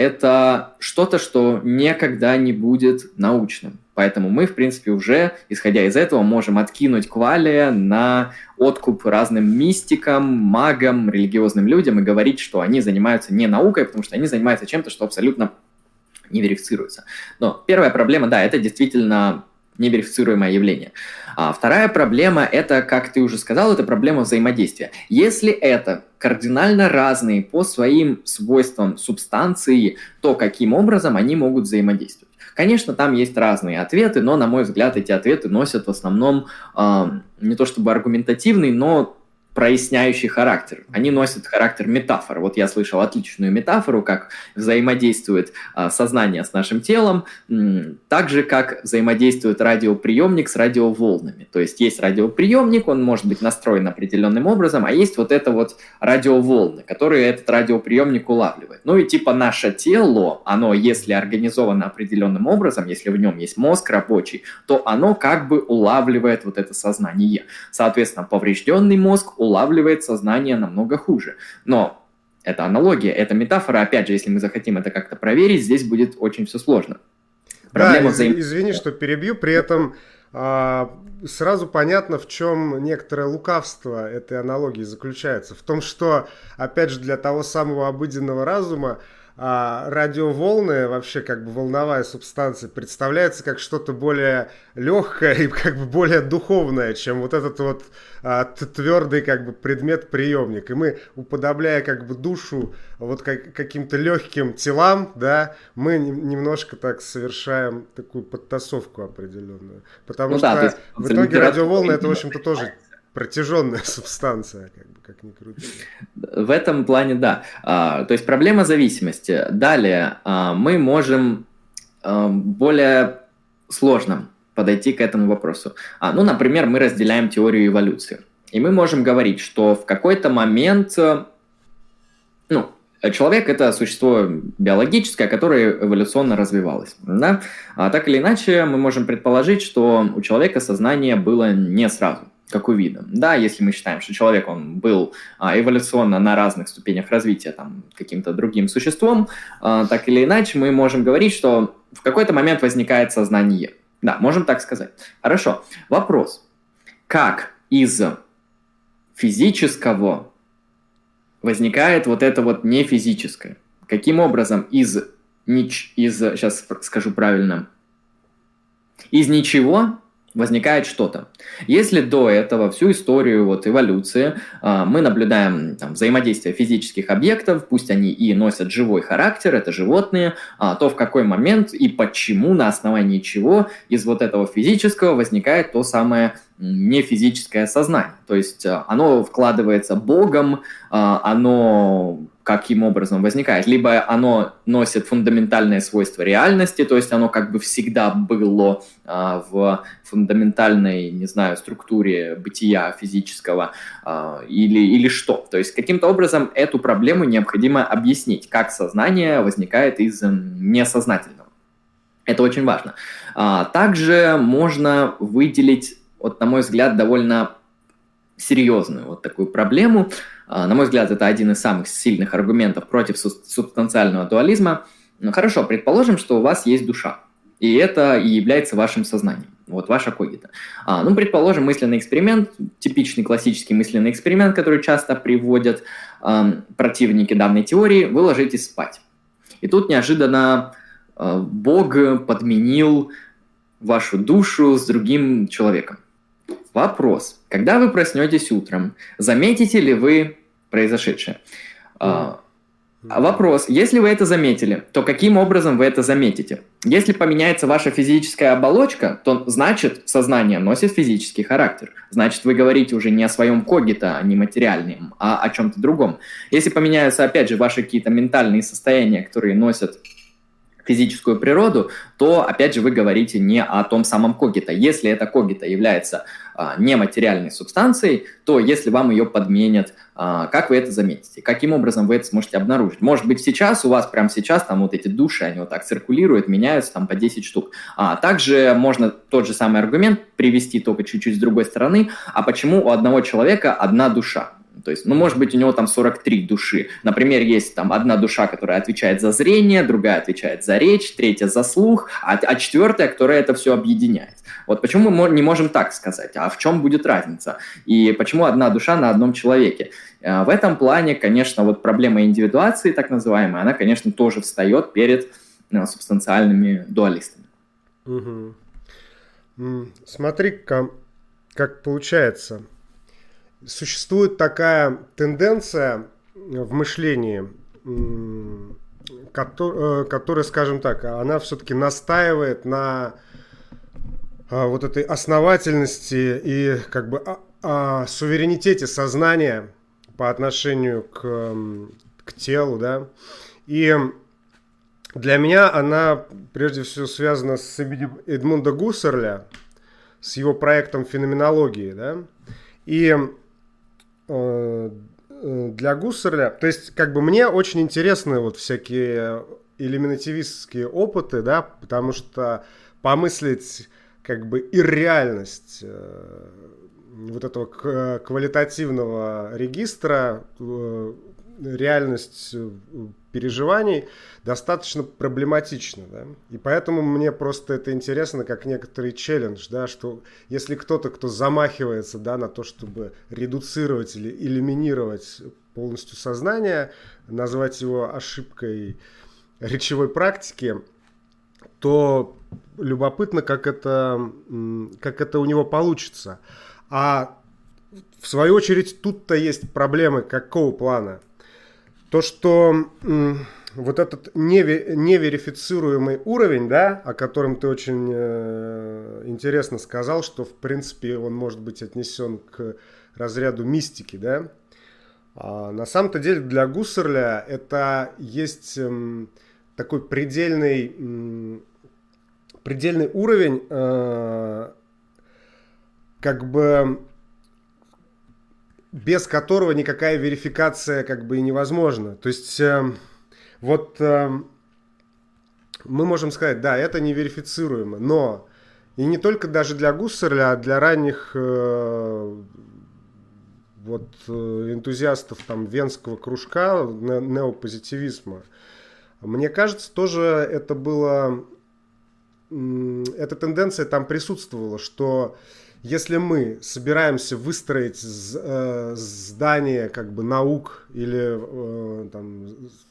Это что-то, что никогда не будет научным. Поэтому мы, в принципе, уже, исходя из этого, можем откинуть квалия на откуп разным мистикам, магам, религиозным людям и говорить, что они занимаются не наукой, потому что они занимаются чем-то, что абсолютно не верифицируется. Но первая проблема, да, это действительно неверифицируемое явление. А вторая проблема, это, как ты уже сказал, это проблема взаимодействия. Если это кардинально разные по своим свойствам субстанции, то каким образом они могут взаимодействовать? Конечно, там есть разные ответы, но, на мой взгляд, эти ответы носят в основном э, не то чтобы аргументативный, но проясняющий характер. Они носят характер метафор. Вот я слышал отличную метафору, как взаимодействует а, сознание с нашим телом, м- так же, как взаимодействует радиоприемник с радиоволнами. То есть есть радиоприемник, он может быть настроен определенным образом, а есть вот это вот радиоволны, которые этот радиоприемник улавливает. Ну и типа наше тело, оно, если организовано определенным образом, если в нем есть мозг рабочий, то оно как бы улавливает вот это сознание. Соответственно, поврежденный мозг улавливает сознание намного хуже. Но это аналогия, это метафора. Опять же, если мы захотим это как-то проверить, здесь будет очень все сложно. Проблема да, взаим... извини, что перебью. При этом а, сразу понятно, в чем некоторое лукавство этой аналогии заключается. В том, что, опять же, для того самого обыденного разума а радиоволны, вообще как бы волновая субстанция, представляется как что-то более легкое и как бы более духовное, чем вот этот вот а, твердый как бы предмет-приемник. И мы, уподобляя как бы душу вот как, каким-то легким телам, да, мы немножко так совершаем такую подтасовку определенную. Потому ну, что да, в итоге радиоволны это, в общем-то, тоже протяженная субстанция, как бы, как ни крути. В этом плане, да. А, то есть проблема зависимости. Далее а, мы можем а, более сложно подойти к этому вопросу. А, ну, например, мы разделяем теорию эволюции. И мы можем говорить, что в какой-то момент, ну, человек – это существо биологическое, которое эволюционно развивалось. Да? А так или иначе, мы можем предположить, что у человека сознание было не сразу, как у вида. Да, если мы считаем, что человек он был а, эволюционно на разных ступенях развития там, каким-то другим существом, а, так или иначе мы можем говорить, что в какой-то момент возникает сознание. Да, можем так сказать. Хорошо. Вопрос. Как из физического возникает вот это вот нефизическое? Каким образом из, нич- из сейчас скажу правильно, из ничего возникает что-то. Если до этого всю историю вот, эволюции э, мы наблюдаем там, взаимодействие физических объектов, пусть они и носят живой характер, это животные, э, то в какой момент и почему, на основании чего из вот этого физического возникает то самое нефизическое сознание. То есть э, оно вкладывается Богом, э, оно каким образом возникает. Либо оно носит фундаментальные свойства реальности, то есть оно как бы всегда было а, в фундаментальной, не знаю, структуре бытия физического а, или, или что. То есть каким-то образом эту проблему необходимо объяснить, как сознание возникает из несознательного. Это очень важно. А, также можно выделить, вот, на мой взгляд, довольно серьезную вот такую проблему. На мой взгляд, это один из самых сильных аргументов против субстанциального дуализма. Ну, хорошо, предположим, что у вас есть душа, и это и является вашим сознанием, вот ваша когита. А, ну, предположим, мысленный эксперимент, типичный классический мысленный эксперимент, который часто приводят э, противники данной теории, вы ложитесь спать. И тут неожиданно э, Бог подменил вашу душу с другим человеком. Вопрос. Когда вы проснетесь утром, заметите ли вы произошедшее? Mm. А вопрос. Если вы это заметили, то каким образом вы это заметите? Если поменяется ваша физическая оболочка, то значит сознание носит физический характер. Значит, вы говорите уже не о своем когито, а не материальном, а о чем-то другом. Если поменяются, опять же, ваши какие-то ментальные состояния, которые носят физическую природу, то, опять же, вы говорите не о том самом когито. Если эта когито является а, нематериальной субстанцией, то если вам ее подменят, а, как вы это заметите? Каким образом вы это сможете обнаружить? Может быть, сейчас у вас, прямо сейчас, там вот эти души, они вот так циркулируют, меняются там по десять штук. А также можно тот же самый аргумент привести только чуть-чуть с другой стороны. А почему у одного человека одна душа? То есть, ну, может быть, у него там сорок три души. Например, есть там одна душа, которая отвечает за зрение, другая отвечает за речь, третья за слух, а, а четвертая, которая это все объединяет. Вот почему мы не можем так сказать? А в чем будет разница? И почему одна душа на одном человеке? В этом плане, конечно, вот проблема индивидуации, так называемая, она, конечно, тоже встает перед субстанциальными дуалистами. Угу. Смотри-ка, как получается. Существует такая тенденция в мышлении, которая, скажем так, она все-таки настаивает на вот этой основательности и как бы о, о суверенитете сознания по отношению к, к телу, да. И для меня она прежде всего связана с именем Эдмунда Гуссерля, с его проектом феноменологии, да. И для Гуссерля, то есть как бы мне очень интересны вот всякие иллюминативистские опыты, да, потому что помыслить как бы ирреальность вот этого квалитативного регистра, реальность переживаний достаточно проблематично, да? И поэтому мне просто это интересно как некоторый челлендж, да, что если кто-то, кто замахивается, да, на то, чтобы редуцировать или элиминировать полностью сознание, назвать его ошибкой речевой практики, то любопытно, как это, как это у него получится. А в свою очередь тут-то есть проблемы какого плана? То, что м, вот этот неве, неверифицируемый уровень, да, о котором ты очень э, интересно сказал, что в принципе он может быть отнесен к разряду мистики, да, а на самом-то деле для Гуссерля это есть э, такой предельный, э, предельный уровень, э, как бы без которого никакая верификация как бы и невозможна. То есть э, вот э, мы можем сказать, да, это неверифицируемо, но и не только даже для Гуссерля, а для ранних э, вот э, энтузиастов там венского кружка не, неопозитивизма, мне кажется, тоже это было, э, эта тенденция там присутствовала, что если мы собираемся выстроить э, здание как бы наук или э, там,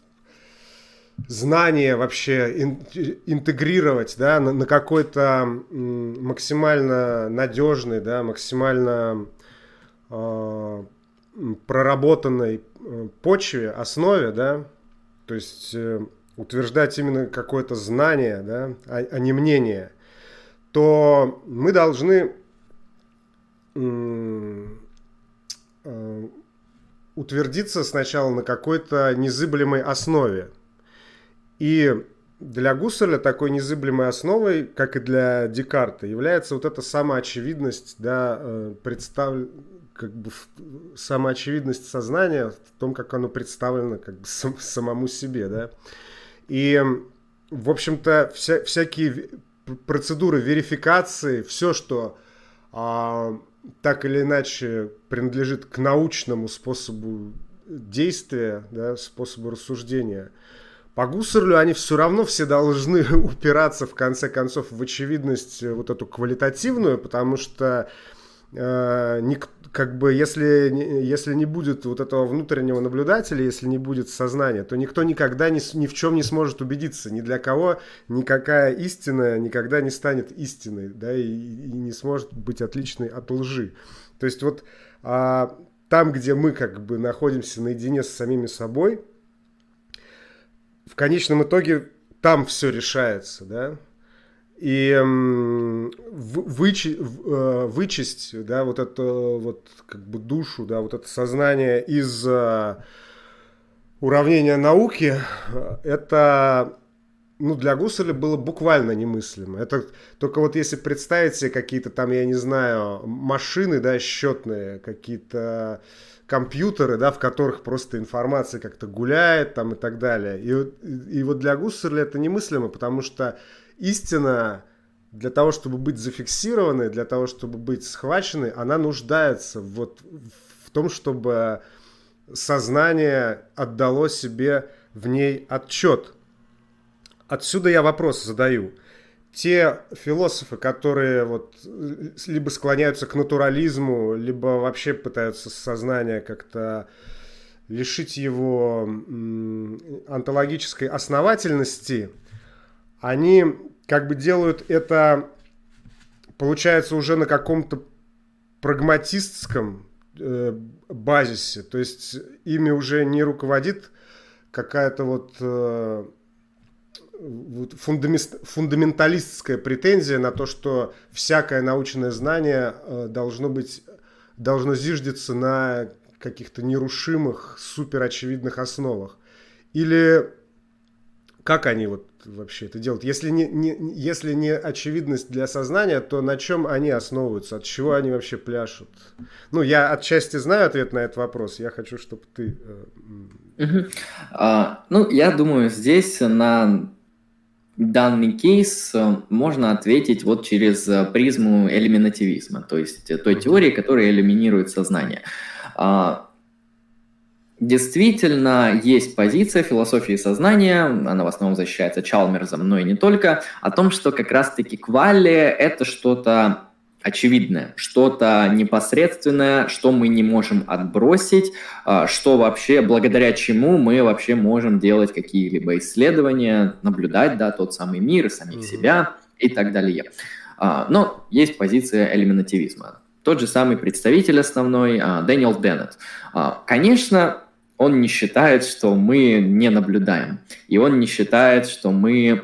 знания вообще ин, интегрировать, да, на, на какой-то максимально надежной, да, максимально э, проработанной почве, основе, да, то есть э, утверждать именно какое-то знание, да, а, а не мнение, то мы должны утвердиться сначала на какой-то незыблемой основе. И для Гусserля такой незыблемой основой, как и для Декарта, является вот эта самоочевидность, да, представ... как бы самоочевидность сознания в том, как оно представлено как бы сам, самому себе, да. И, в общем-то, вся, всякие процедуры верификации, все, что а, так или иначе принадлежит к научному способу действия, да, способу рассуждения, по Гуссерлю они все равно все должны упираться в конце концов в очевидность вот эту квалитативную, потому что э, ник, как бы если, если не будет вот этого внутреннего наблюдателя, если не будет сознания, то никто никогда ни, ни в чем не сможет убедиться, ни для кого никакая истина никогда не станет истиной, да, и, и не сможет быть отличной от лжи. То есть вот а, там, где мы как бы находимся наедине с самими собой, в конечном итоге там все решается, да, и м, вычесть, вычесть, да, вот это вот как бы душу, да, вот это сознание из а, уравнения науки, это ну, для Гусserля было буквально немыслимо. Это только вот если представить себе какие-то там, я не знаю, машины, да, счетные, какие-то компьютеры, да, в которых просто информация как-то гуляет там и так далее. И, и вот для Гуссерля это немыслимо, потому что истина для того, чтобы быть зафиксированной, для того, чтобы быть схваченной, она нуждается вот в том, чтобы сознание отдало себе в ней отчет. Отсюда я вопрос задаю. Те философы, которые вот либо склоняются к натурализму, либо вообще пытаются сознание как-то лишить его онтологической основательности, они как бы делают это, получается, уже на каком-то прагматистском э, базисе. То есть ими уже не руководит какая-то вот... Э, фундаменталистская претензия на то, что всякое научное знание должно быть, должно зиждиться на каких-то нерушимых, суперочевидных основах. Или как они вот вообще это делают? Если не, не, если не очевидность для сознания, то на чем они основываются? От чего они вообще пляшут? Ну, я отчасти знаю ответ на этот вопрос. Я хочу, чтобы ты... Угу. А, ну, я думаю, здесь на... данный кейс можно ответить вот через призму элиминативизма, то есть той теории, которая элиминирует сознание. Действительно, есть позиция философии сознания, она в основном защищается Чалмерсом, но и не только, о том, что как раз-таки квалия – это что-то очевидное, что-то непосредственное, что мы не можем отбросить, что вообще, благодаря чему мы вообще можем делать какие-либо исследования, наблюдать, да, тот самый мир, самих mm-hmm. себя и так далее. Но есть позиция элиминативизма. Тот же самый представитель основной, Дэниел Деннет. Конечно, он не считает, что мы не наблюдаем, и он не считает, что мы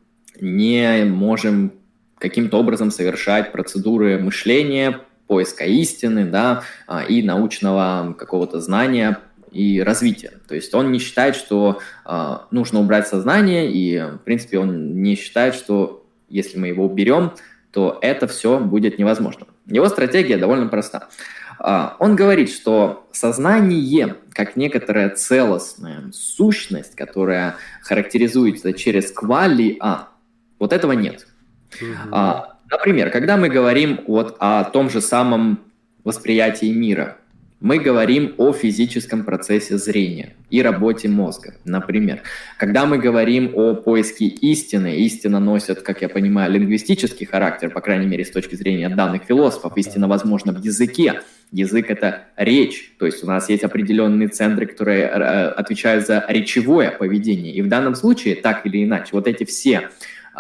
не можем каким-то образом совершать процедуры мышления, поиска истины, да, и научного какого-то знания и развития. То есть он не считает, что э, нужно убрать сознание, и, в принципе, он не считает, что если мы его уберем, то это все будет невозможно. Его стратегия довольно проста. Э, он говорит, что сознание, как некоторая целостная сущность, которая характеризуется через квалия, вот этого нет. Mm-hmm. А, например, когда мы говорим вот о том же самом восприятии мира, мы говорим о физическом процессе зрения и работе мозга. Например, когда мы говорим о поиске истины, истина носит, как я понимаю, лингвистический характер, по крайней мере, с точки зрения данных философов. Истина возможна в языке. Язык – это речь, то есть у нас есть определенные центры, которые э, отвечают за речевое поведение. И в данном случае, так или иначе, вот эти все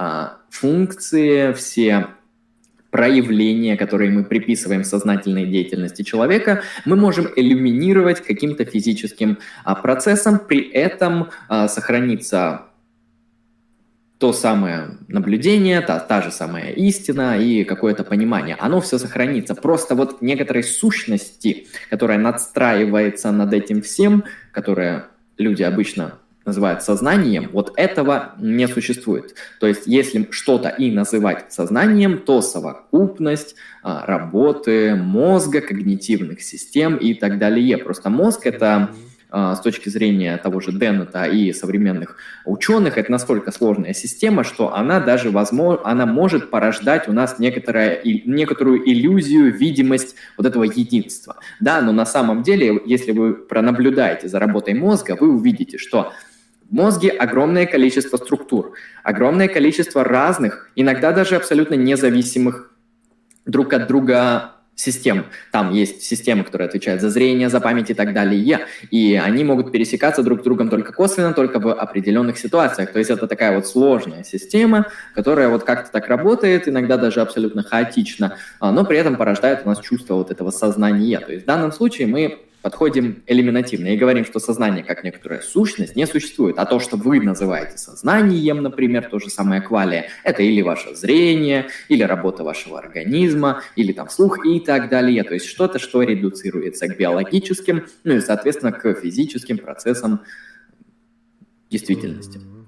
функции, все проявления, которые мы приписываем сознательной деятельности человека, мы можем элиминировать каким-то физическим а, процессом, при этом а, сохранится то самое наблюдение, та, та же самая истина и какое-то понимание. Оно все сохранится. Просто вот некоторой сущности, которая надстраивается над этим всем, которая люди обычно называют сознанием, вот этого не существует. То есть если что-то и называть сознанием, то совокупность а, работы мозга, когнитивных систем и так далее. Просто мозг — это а, с точки зрения того же Деннета и современных ученых, это настолько сложная система, что она даже возможно, она может порождать у нас некоторое, и, некоторую иллюзию, видимость вот этого единства. Да, но на самом деле, если вы пронаблюдаете за работой мозга, вы увидите, что в мозге огромное количество структур, огромное количество разных, иногда даже абсолютно независимых друг от друга систем. Там есть системы, которые отвечают за зрение, за память и так далее. И они могут пересекаться друг с другом только косвенно, только в определенных ситуациях. То есть это такая вот сложная система, которая вот как-то так работает, иногда даже абсолютно хаотично, но при этом порождает у нас чувство вот этого сознания. То есть в данном случае мы подходим элиминативно и говорим, что сознание как некоторая сущность не существует, а то, что вы называете сознанием, например, то же самое квалия, это или ваше зрение, или работа вашего организма, или там слух и так далее. То есть что-то, что редуцируется к биологическим, ну и, соответственно, к физическим процессам действительности.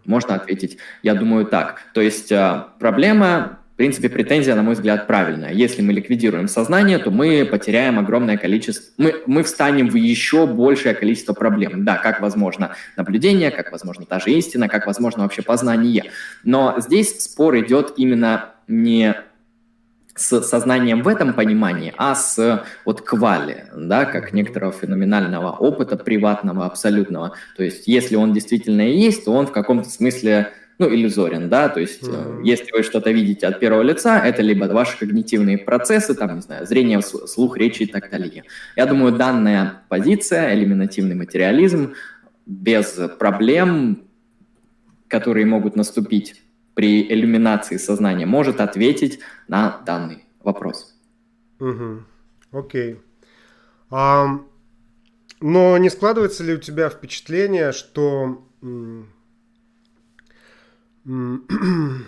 Можно ответить, я думаю, так. То есть проблема, в принципе, претензия, на мой взгляд, правильная. Если мы ликвидируем сознание, то мы потеряем огромное количество, мы, мы встанем в еще большее количество проблем. Да, как возможно наблюдение, как возможно та же истина, как возможно вообще познание. Но здесь спор идет именно не с сознанием в этом понимании, а с вот квали, да, как некоторого феноменального опыта приватного, абсолютного. То есть если он действительно и есть, то он в каком-то смысле, ну, иллюзорен, да, то есть mm-hmm. если вы что-то видите от первого лица, это либо ваши когнитивные процессы, там, не знаю, зрение, слух, речь и так далее. Я думаю, данная позиция, элиминативный материализм, без проблем, которые могут наступить при иллюминации сознания, может ответить на данный вопрос. Угу. Окей. А, но не складывается ли у тебя впечатление, что м- м-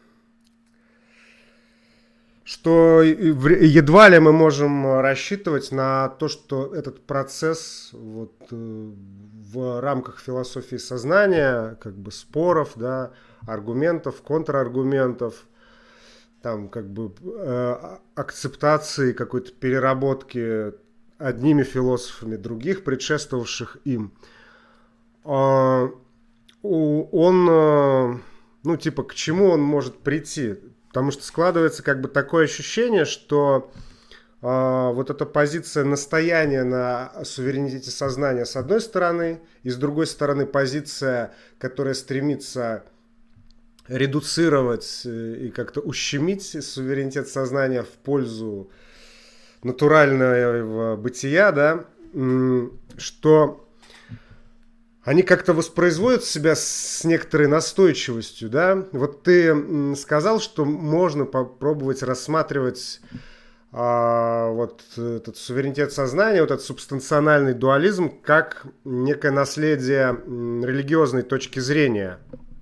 что едва ли мы можем рассчитывать на то, что этот процесс вот, в рамках философии сознания, как бы споров, да, аргументов, контраргументов, там как бы э, акцептации какой-то переработки одними философами других, предшествовавших им, э, он, э, ну типа, к чему он может прийти? Потому что складывается как бы такое ощущение, что э, вот эта позиция настояния на суверенитете сознания с одной стороны, и с другой стороны позиция, которая стремится редуцировать и как-то ущемить суверенитет сознания в пользу натурального бытия, да, что они как-то воспроизводят себя с некоторой настойчивостью, да. Вот ты сказал, что можно попробовать рассматривать а, вот этот суверенитет сознания, вот этот субстанциональный дуализм как некое наследие религиозной точки зрения.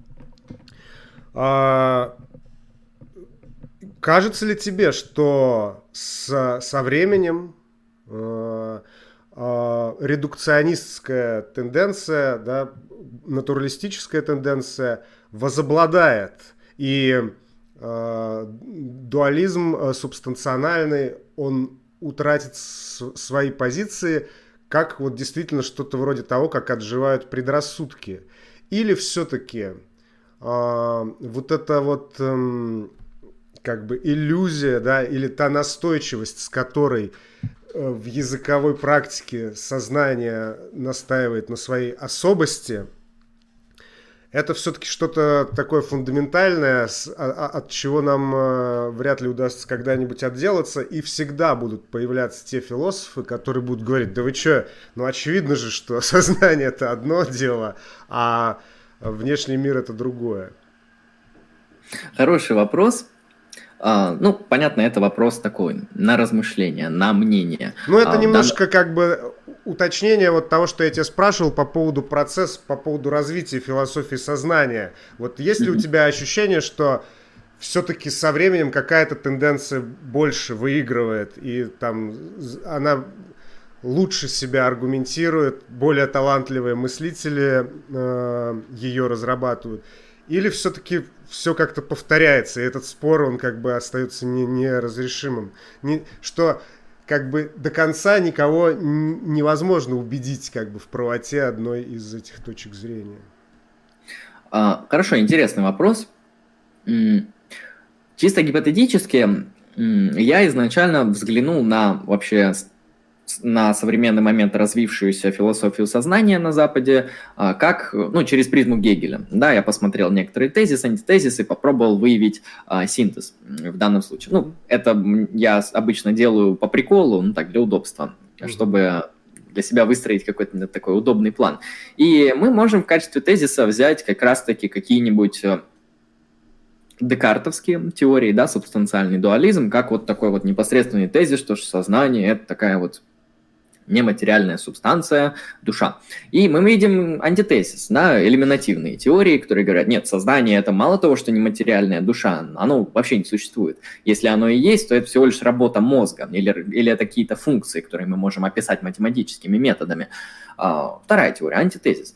А, кажется ли тебе, что с, со временем а, а, редукционистская тенденция, да, натуралистическая тенденция возобладает, и а, дуализм субстанциональный, он утратит с, свои позиции, как вот действительно что-то вроде того, как отживают предрассудки? Или все-таки Uh, вот эта вот um, как бы иллюзия, да, или та настойчивость, с которой uh, в языковой практике сознание настаивает на своей особости, это все-таки что-то такое фундаментальное, с, а, от чего нам uh, вряд ли удастся когда-нибудь отделаться, и всегда будут появляться те философы, которые будут говорить: да вы что, ну очевидно же, что сознание это одно дело, а внешний мир это другое. Хороший вопрос. А, ну, понятно, это вопрос такой, на размышление, на мнение. Ну, это а, немножко дан... как бы уточнение вот того, что я тебя спрашивал по поводу процесса, по поводу развития философии сознания. Вот есть ли mm-hmm. у тебя ощущение, что все-таки со временем какая-то тенденция больше выигрывает, и там она лучше себя аргументирует, более талантливые мыслители э, ее разрабатывают? Или все-таки все как-то повторяется, и этот спор, он как бы остается не, неразрешимым? Не, что как бы до конца никого невозможно убедить как бы в правоте одной из этих точек зрения. Хорошо, интересный вопрос. Чисто гипотетически я изначально взглянул на вообще на современный момент развившуюся философию сознания на Западе, как, ну, через призму Гегеля. Да, я посмотрел некоторые тезисы, антитезисы, попробовал выявить а, синтез в данном случае. Ну, это я обычно делаю по приколу, ну, так, для удобства, чтобы для себя выстроить какой-то такой удобный план. И мы можем в качестве тезиса взять как раз-таки какие-нибудь декартовские теории, да, субстанциальный дуализм, как вот такой вот непосредственный тезис, что сознание – это такая вот нематериальная субстанция, душа. И мы видим антитезис, да, элиминативные теории, которые говорят: нет, сознание – это мало того, что нематериальная душа, оно вообще не существует. Если оно и есть, то это всего лишь работа мозга, или, или это какие-то функции, которые мы можем описать математическими методами. Вторая теория – антитезис.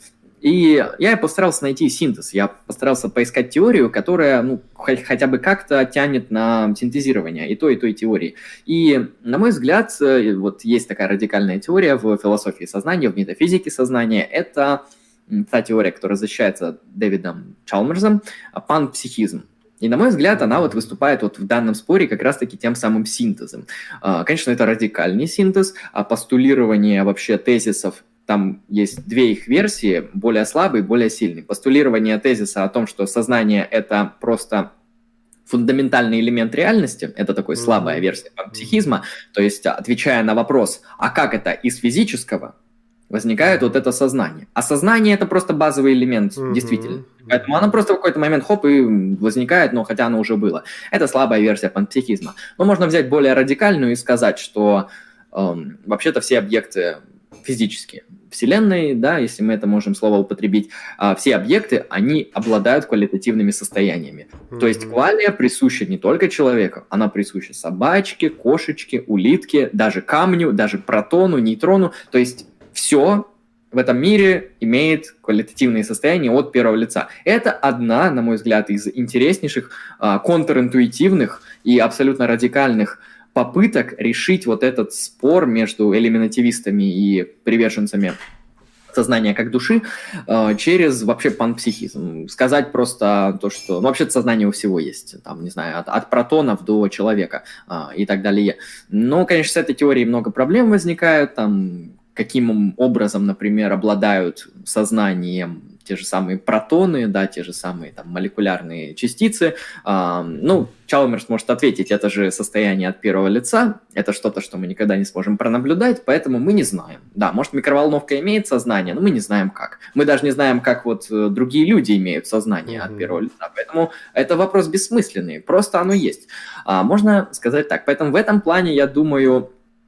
И я постарался найти синтез, я постарался поискать теорию, которая ну, хотя бы как-то тянет на синтезирование и той, и той теории. И, на мой взгляд, вот есть такая радикальная теория в философии сознания, в метафизике сознания. Это та теория, которая защищается Дэвидом Чалмерсом, панпсихизм. И, на мой взгляд, она вот выступает вот в данном споре как раз-таки тем самым синтезом. Конечно, это радикальный синтез, а постулирование вообще тезисов. Там есть две их версии, более слабый, более сильный. Постулирование тезиса о том, что сознание – это просто фундаментальный элемент реальности, это такой слабая версия психизма, то есть отвечая на вопрос, а как это из физического, возникает вот это сознание. А сознание – это просто базовый элемент, действительно. Поэтому оно просто в какой-то момент хоп и возникает, но хотя оно уже было. Это слабая версия панпсихизма. Но можно взять более радикальную и сказать, что эм, вообще-то все объекты физические. Вселенной, да, если мы это можем слово употребить, а, все объекты, они обладают квалитативными состояниями. Mm-hmm. То есть квалия присуща не только человеку, она присуща собачке, кошечке, улитке, даже камню, даже протону, нейтрону. То есть все в этом мире имеет квалитативные состояния от первого лица. Это одна, на мой взгляд, из интереснейших а, контринтуитивных и абсолютно радикальных попыток решить вот этот спор между элиминативистами и приверженцами сознания как души э, через вообще панпсихизм. Сказать просто то, что... Ну, вообще-то сознание у всего есть. Там, не знаю, от, от протонов до человека э, и так далее. Но, конечно, с этой теорией много проблем возникает. Там, каким образом, например, обладают сознанием те же самые протоны, да, те же самые там молекулярные частицы. А, ну, Чалмерс может ответить, это же состояние от первого лица, это что-то, что мы никогда не сможем пронаблюдать, поэтому мы не знаем. Да, может, микроволновка имеет сознание, но мы не знаем как. Мы даже не знаем, как вот другие люди имеют сознание mm-hmm. от первого лица, поэтому это вопрос бессмысленный, просто оно есть. А, можно сказать так, поэтому в этом плане, я думаю,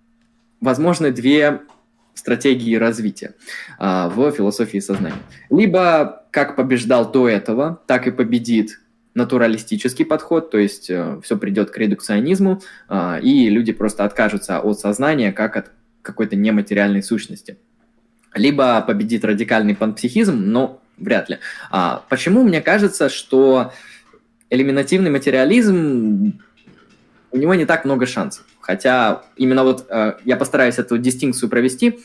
возможны две стратегии развития а, в философии сознания. Либо, как побеждал до этого, так и победит натуралистический подход, то есть э, все придет к редукционизму, э, и люди просто откажутся от сознания как от какой-то нематериальной сущности. Либо победит радикальный панпсихизм, но вряд ли. А, почему мне кажется, что элиминативный материализм, у него не так много шансов? Хотя именно вот э, я постараюсь эту дистинкцию провести.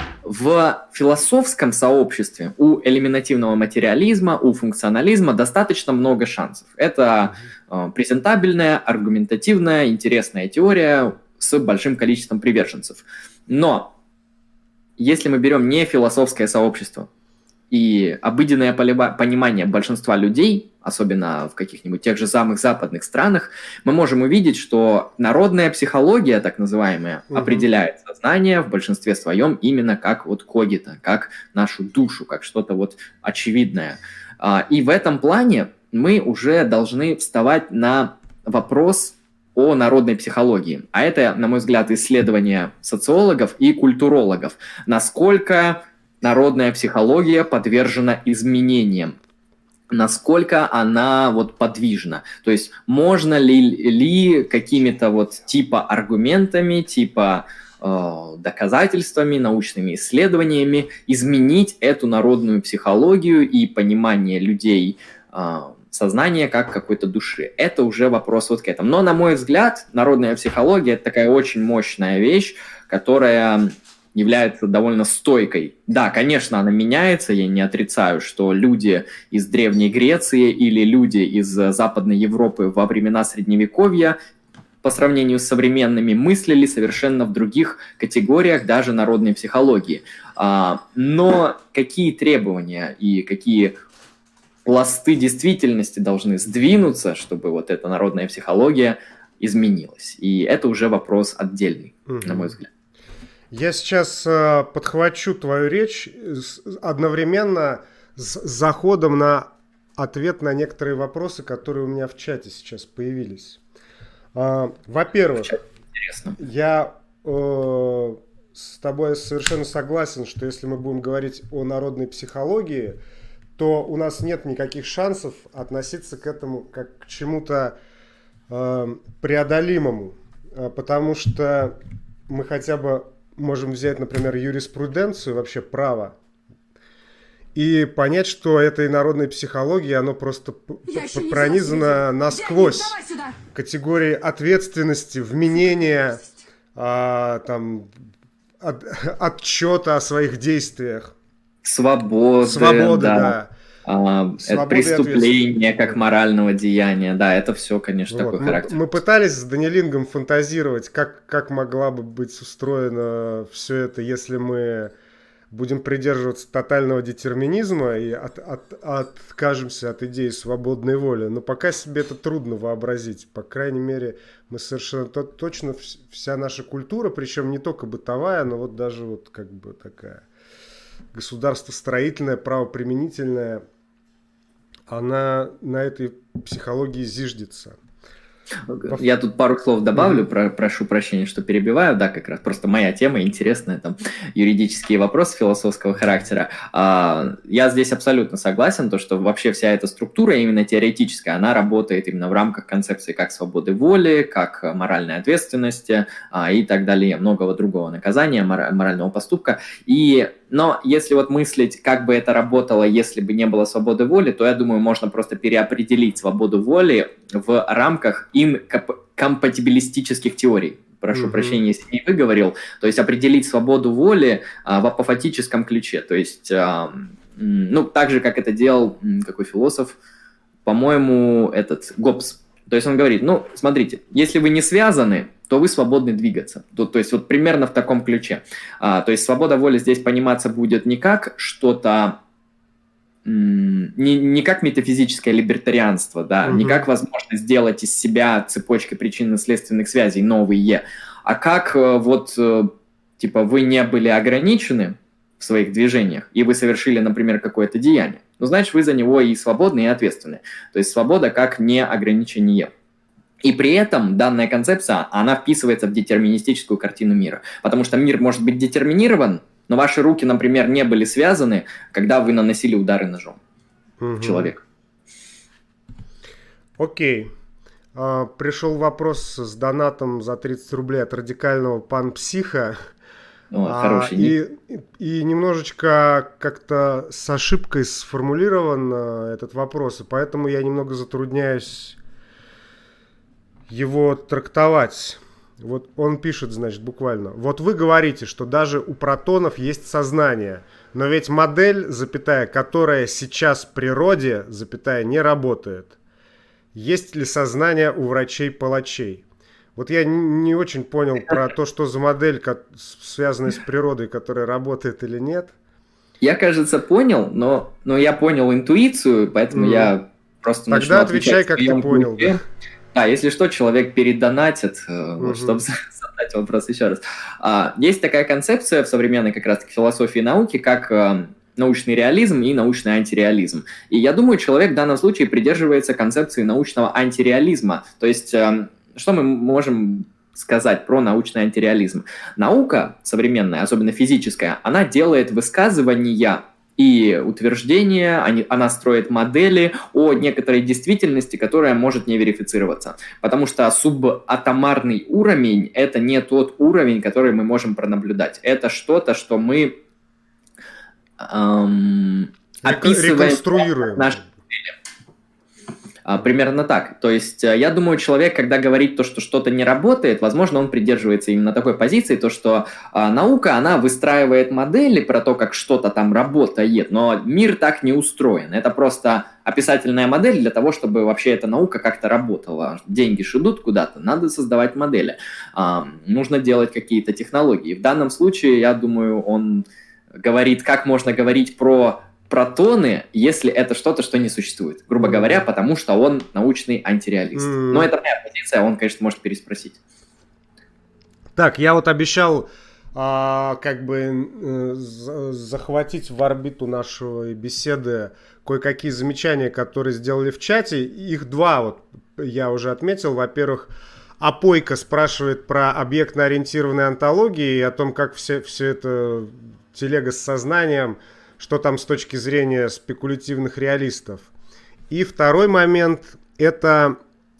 В философском сообществе у элиминативного материализма, у функционализма достаточно много шансов. Это э, презентабельная, аргументативная, интересная теория с большим количеством приверженцев. Но если мы берем не философское сообщество и обыденное понимание большинства людей, особенно в каких-нибудь тех же самых западных странах, мы можем увидеть, что народная психология, так называемая, угу. определяет сознание в большинстве своем именно как вот когито, как нашу душу, как что-то вот очевидное. И в этом плане мы уже должны вставать на вопрос о народной психологии. А это, на мой взгляд, исследование социологов и культурологов. Насколько народная психология подвержена изменениям, насколько она вот подвижна. То есть можно ли, ли какими-то вот типа аргументами, типа э, доказательствами, научными исследованиями изменить эту народную психологию и понимание людей э, сознания как какой-то души. Это уже вопрос вот к этому. Но, на мой взгляд, народная психология – это такая очень мощная вещь, которая является довольно стойкой. Да, конечно, она меняется, я не отрицаю, что люди из Древней Греции или люди из Западной Европы во времена Средневековья по сравнению с современными мыслили совершенно в других категориях даже народной психологии. Но какие требования и какие пласты действительности должны сдвинуться, чтобы вот эта народная психология изменилась? И это уже вопрос отдельный, угу. на мой взгляд. Я сейчас э, подхвачу твою речь с, одновременно с заходом на ответ на некоторые вопросы, которые у меня в чате сейчас появились. Э, во-первых, я э, с тобой совершенно согласен, что если мы будем говорить о народной психологии, то у нас нет никаких шансов относиться к этому как к чему-то э, преодолимому, э, потому что мы хотя бы можем взять, например, юриспруденцию, вообще право, и понять, что этой народной психологии оно просто пронизано насквозь категории ответственности, вменения, а, там, от, отчета о своих действиях. Свободы, Свободы, да. да. А, преступление как морального деяния, да, это все, конечно, вот. такой мы, характер. Мы пытались с Данилингом фантазировать, как, как могла бы быть устроено все это, если мы будем придерживаться тотального детерминизма и от, от, откажемся от идеи свободной воли. Но пока себе это трудно вообразить. По крайней мере, мы совершенно то, точно вся наша культура, причем не только бытовая, но вот даже вот как бы такая государствостроительная, правоприменительная, она на этой психологии зиждется. Я тут пару слов добавлю, про, прошу прощения, что перебиваю, да, как раз просто моя тема интересная, там, юридические вопросы философского характера. А, я здесь абсолютно согласен, то, что вообще вся эта структура, именно теоретическая, она работает именно в рамках концепции как свободы воли, как моральной ответственности а, и так далее, многого другого наказания, морального поступка. И Но если вот мыслить, как бы это работало, если бы не было свободы воли, то, я думаю, можно просто переопределить свободу воли в рамках им компатибилистических теорий. Прошу mm-hmm. прощения, если не выговорил. То есть определить свободу воли а, в апофатическом ключе. То есть, а, ну, так же, как это делал какой философ, по-моему, этот Гоббс. То есть он говорит, ну, смотрите, если вы не связаны, то вы свободны двигаться. То, то есть вот примерно в таком ключе. А, то есть свобода воли здесь пониматься будет не как что-то, м- не, не как метафизическое либертарианство, да, угу. не как возможность сделать из себя цепочкой причинно-следственных связей новые, а как вот, типа, вы не были ограничены в своих движениях, и вы совершили, например, какое-то деяние. Ну, значит, вы за него и свободны, и ответственны. То есть свобода как неограничение. И при этом данная концепция, она вписывается в детерминистическую картину мира. Потому что мир может быть детерминирован, но ваши руки, например, не были связаны, когда вы наносили удары ножом угу. человеку. Окей. А, пришел вопрос с донатом за тридцать рублей от радикального панпсиха. О, а, и, и немножечко как-то с ошибкой сформулирован этот вопрос, и поэтому я немного затрудняюсь его трактовать. Вот он пишет, значит, буквально. Вот вы говорите, что даже у протонов есть сознание, но ведь модель, запятая, которая сейчас в природе, запятая, не работает. Есть ли сознание у врачей-палачей? Вот я не очень понял про то, что за модель, связанная с природой, которая работает или нет. Я, кажется, понял, но, но я понял интуицию, поэтому mm. я просто Тогда начну отвечай, как ты понял. Да. Да, если что, человек передонатит, uh-huh. вот, чтобы задать вопрос еще раз. А, есть такая концепция в современной как раз-таки философии науки, как а, научный реализм и научный антиреализм. И я думаю, человек в данном случае придерживается концепции научного антиреализма. То есть, а, что мы можем сказать про научный антиреализм? Наука современная, особенно физическая, она делает высказывания и утверждения, они, она строит модели о некоторой действительности, которая может не верифицироваться. Потому что субатомарный уровень – это не тот уровень, который мы можем пронаблюдать. Это что-то, что мы эм, описываем реконструируем. Наши модели. Примерно так. То есть, я думаю, человек, когда говорит то, что что-то не работает, возможно, он придерживается именно такой позиции, то, что а, наука, она выстраивает модели про то, как что-то там работает, но мир так не устроен. Это просто описательная модель для того, чтобы вообще эта наука как-то работала. Деньги ж идут куда-то, надо создавать модели. А, нужно делать какие-то технологии. В данном случае, я думаю, он говорит, как можно говорить про протоны, если это что-то, что не существует. Грубо говоря, потому что он научный антиреалист. Mm. Но это моя позиция, он, конечно, может переспросить. Так, я вот обещал а, как бы э, захватить в орбиту нашей беседы кое-какие замечания, которые сделали в чате. Их два вот я уже отметил. Во-первых, Апойка спрашивает про объектно-ориентированные онтологии и о том, как все, все это телега с сознанием, что там с точки зрения спекулятивных реалистов. И второй момент – это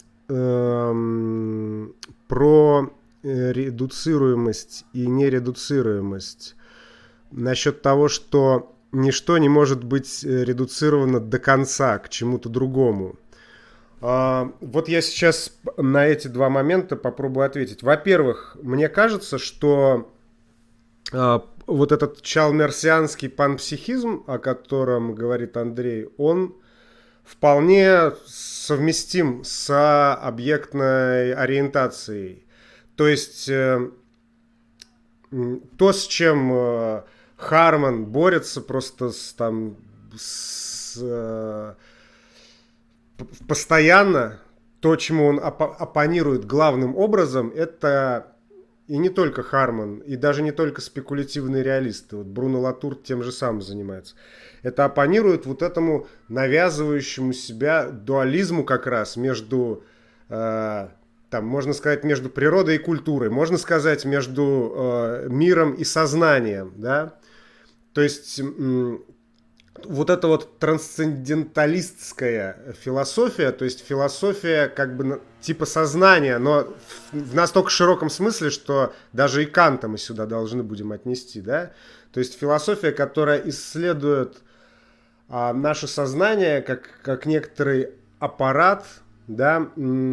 э, про редуцируемость и нередуцируемость. Насчет того, что ничто не может быть редуцировано до конца к чему-то другому. Вот я сейчас на эти два момента попробую ответить. Во-первых, мне кажется, что вот этот чалмерсианский панпсихизм, о котором говорит Андрей, он вполне совместим с объектной ориентацией. То есть то, с чем Харман борется просто с, там, с, постоянно, то, чему он оп- оппонирует главным образом, это и не только Харман, и даже не только спекулятивные реалисты. Вот Бруно Латур тем же самым занимается. Это оппонирует вот этому навязывающему себя дуализму как раз между, э, там, можно сказать, между природой и культурой, можно сказать, между э, миром и сознанием, да. То есть э, вот эта вот трансценденталистская философия, то есть философия как бы типа сознания, но в настолько широком смысле, что даже и Канта мы сюда должны будем отнести, да. То есть философия, которая исследует а, наше сознание как, как некоторый аппарат, да,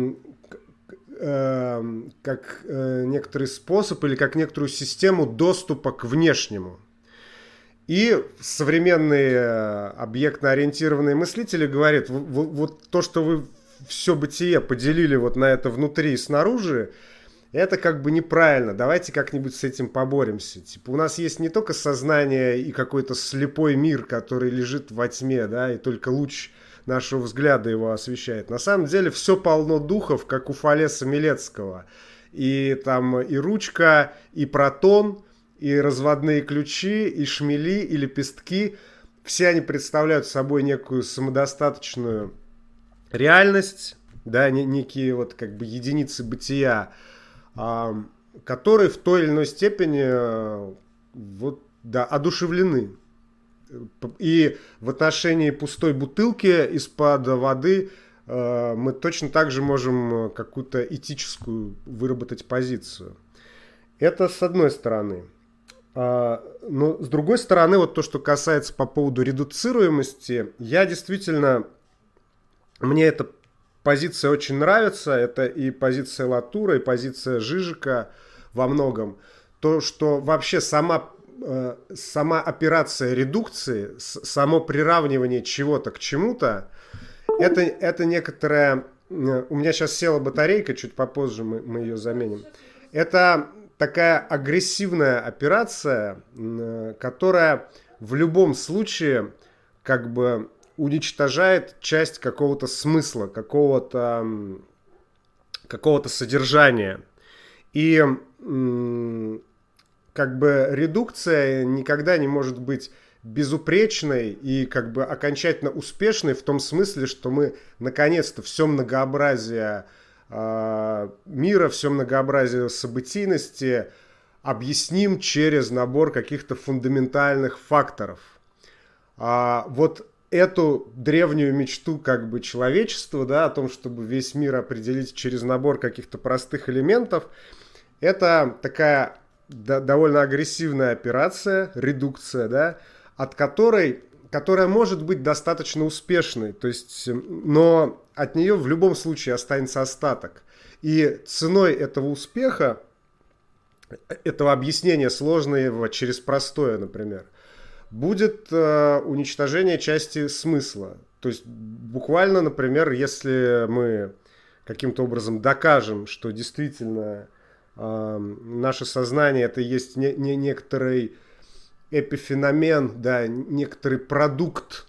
э, как э, некоторый способ или как некоторую систему доступа к внешнему. И современные объектно-ориентированные мыслители говорят, вот, вот то, что вы все бытие поделили вот на это внутри и снаружи, это как бы неправильно, давайте как-нибудь с этим поборемся. Типа у нас есть не только сознание и какой-то слепой мир, который лежит во тьме, да, и только луч нашего взгляда его освещает. На самом деле все полно духов, как у Фалеса Милецкого. И там и ручка, и протон, и разводные ключи, и шмели, и лепестки. Все они представляют собой некую самодостаточную реальность, да, некие вот как бы единицы бытия, а, которые в той или иной степени вот, да, одушевлены. И в отношении пустой бутылки из-под воды а, мы точно так же можем какую-то этическую выработать позицию. Это с одной стороны. А, но с другой стороны, вот то, что касается по поводу редуцируемости, я действительно, мне эта позиция очень нравится, это и позиция Латура, и позиция Жижика во многом. То, что вообще сама, э, сама операция редукции, само приравнивание чего-то к чему-то, это, это некоторая, у меня сейчас села батарейка, чуть попозже мы, мы ее заменим, это такая агрессивная операция, которая в любом случае как бы уничтожает часть какого-то смысла, какого-то, какого-то содержания. И как бы редукция никогда не может быть безупречной и как бы окончательно успешной в том смысле, что мы наконец-то все многообразие мира, все многообразие событийности объясним через набор каких-то фундаментальных факторов. А вот эту древнюю мечту как бы человечества, да, о том, чтобы весь мир определить через набор каких-то простых элементов, это такая да, довольно агрессивная операция, редукция, да, от которой, которая может быть достаточно успешной, то есть, но от нее в любом случае останется остаток. И ценой этого успеха, этого объяснения сложного через простое, например, будет э, уничтожение части смысла. То есть буквально, например, если мы каким-то образом докажем, что действительно э, наше сознание это есть не, не некоторый эпифеномен, да, некоторый продукт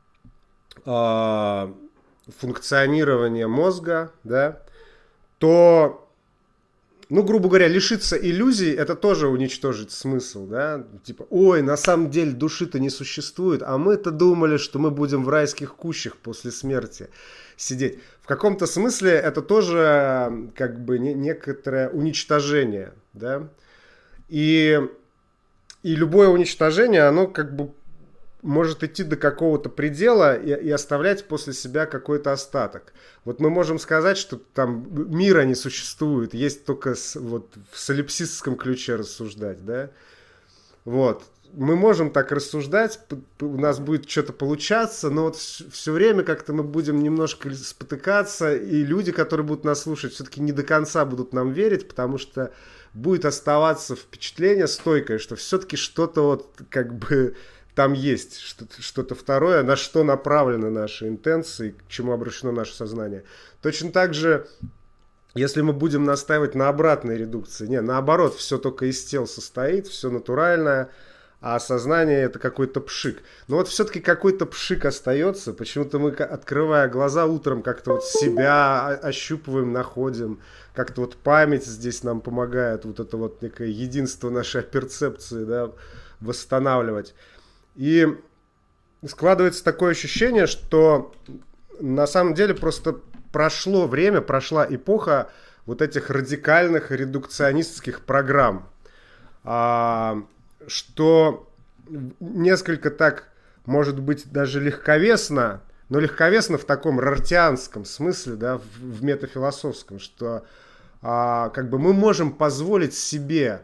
э, функционирования мозга, да, то, ну, грубо говоря, лишиться иллюзий, это тоже уничтожить смысл, да, типа, ой, на самом деле души-то не существует, а мы-то думали, что мы будем в райских кущах после смерти сидеть. В каком-то смысле это тоже как бы не, некоторое уничтожение, да, и, и любое уничтожение, оно как бы может идти до какого-то предела и, и оставлять после себя какой-то остаток. Вот мы можем сказать, что там мира не существует, есть только с, вот, в солипсистском ключе рассуждать, да. Вот. мы можем так рассуждать, у нас будет что-то получаться, но вот все время как-то мы будем немножко спотыкаться, и люди, которые будут нас слушать, все-таки не до конца будут нам верить, потому что будет оставаться впечатление стойкое, что все-таки что-то вот как бы там есть, что-то, что-то второе, на что направлены наши интенции, к чему обращено наше сознание. Точно так же, если мы будем настаивать на обратной редукции, не, наоборот, все только из тел состоит, все натуральное, а сознание это какой-то пшик. Но вот все-таки какой-то пшик остается, почему-то мы, открывая глаза утром, как-то вот себя ощупываем, находим, как-то вот память здесь нам помогает, вот это вот некое единство нашей перцепции, да, восстанавливать. И складывается такое ощущение, что на самом деле просто прошло время, прошла эпоха вот этих радикальных редукционистских программ, а, что несколько так, может быть, даже легковесно, но легковесно в таком рартианском смысле, да, в, в метафилософском, что а, как бы мы можем позволить себе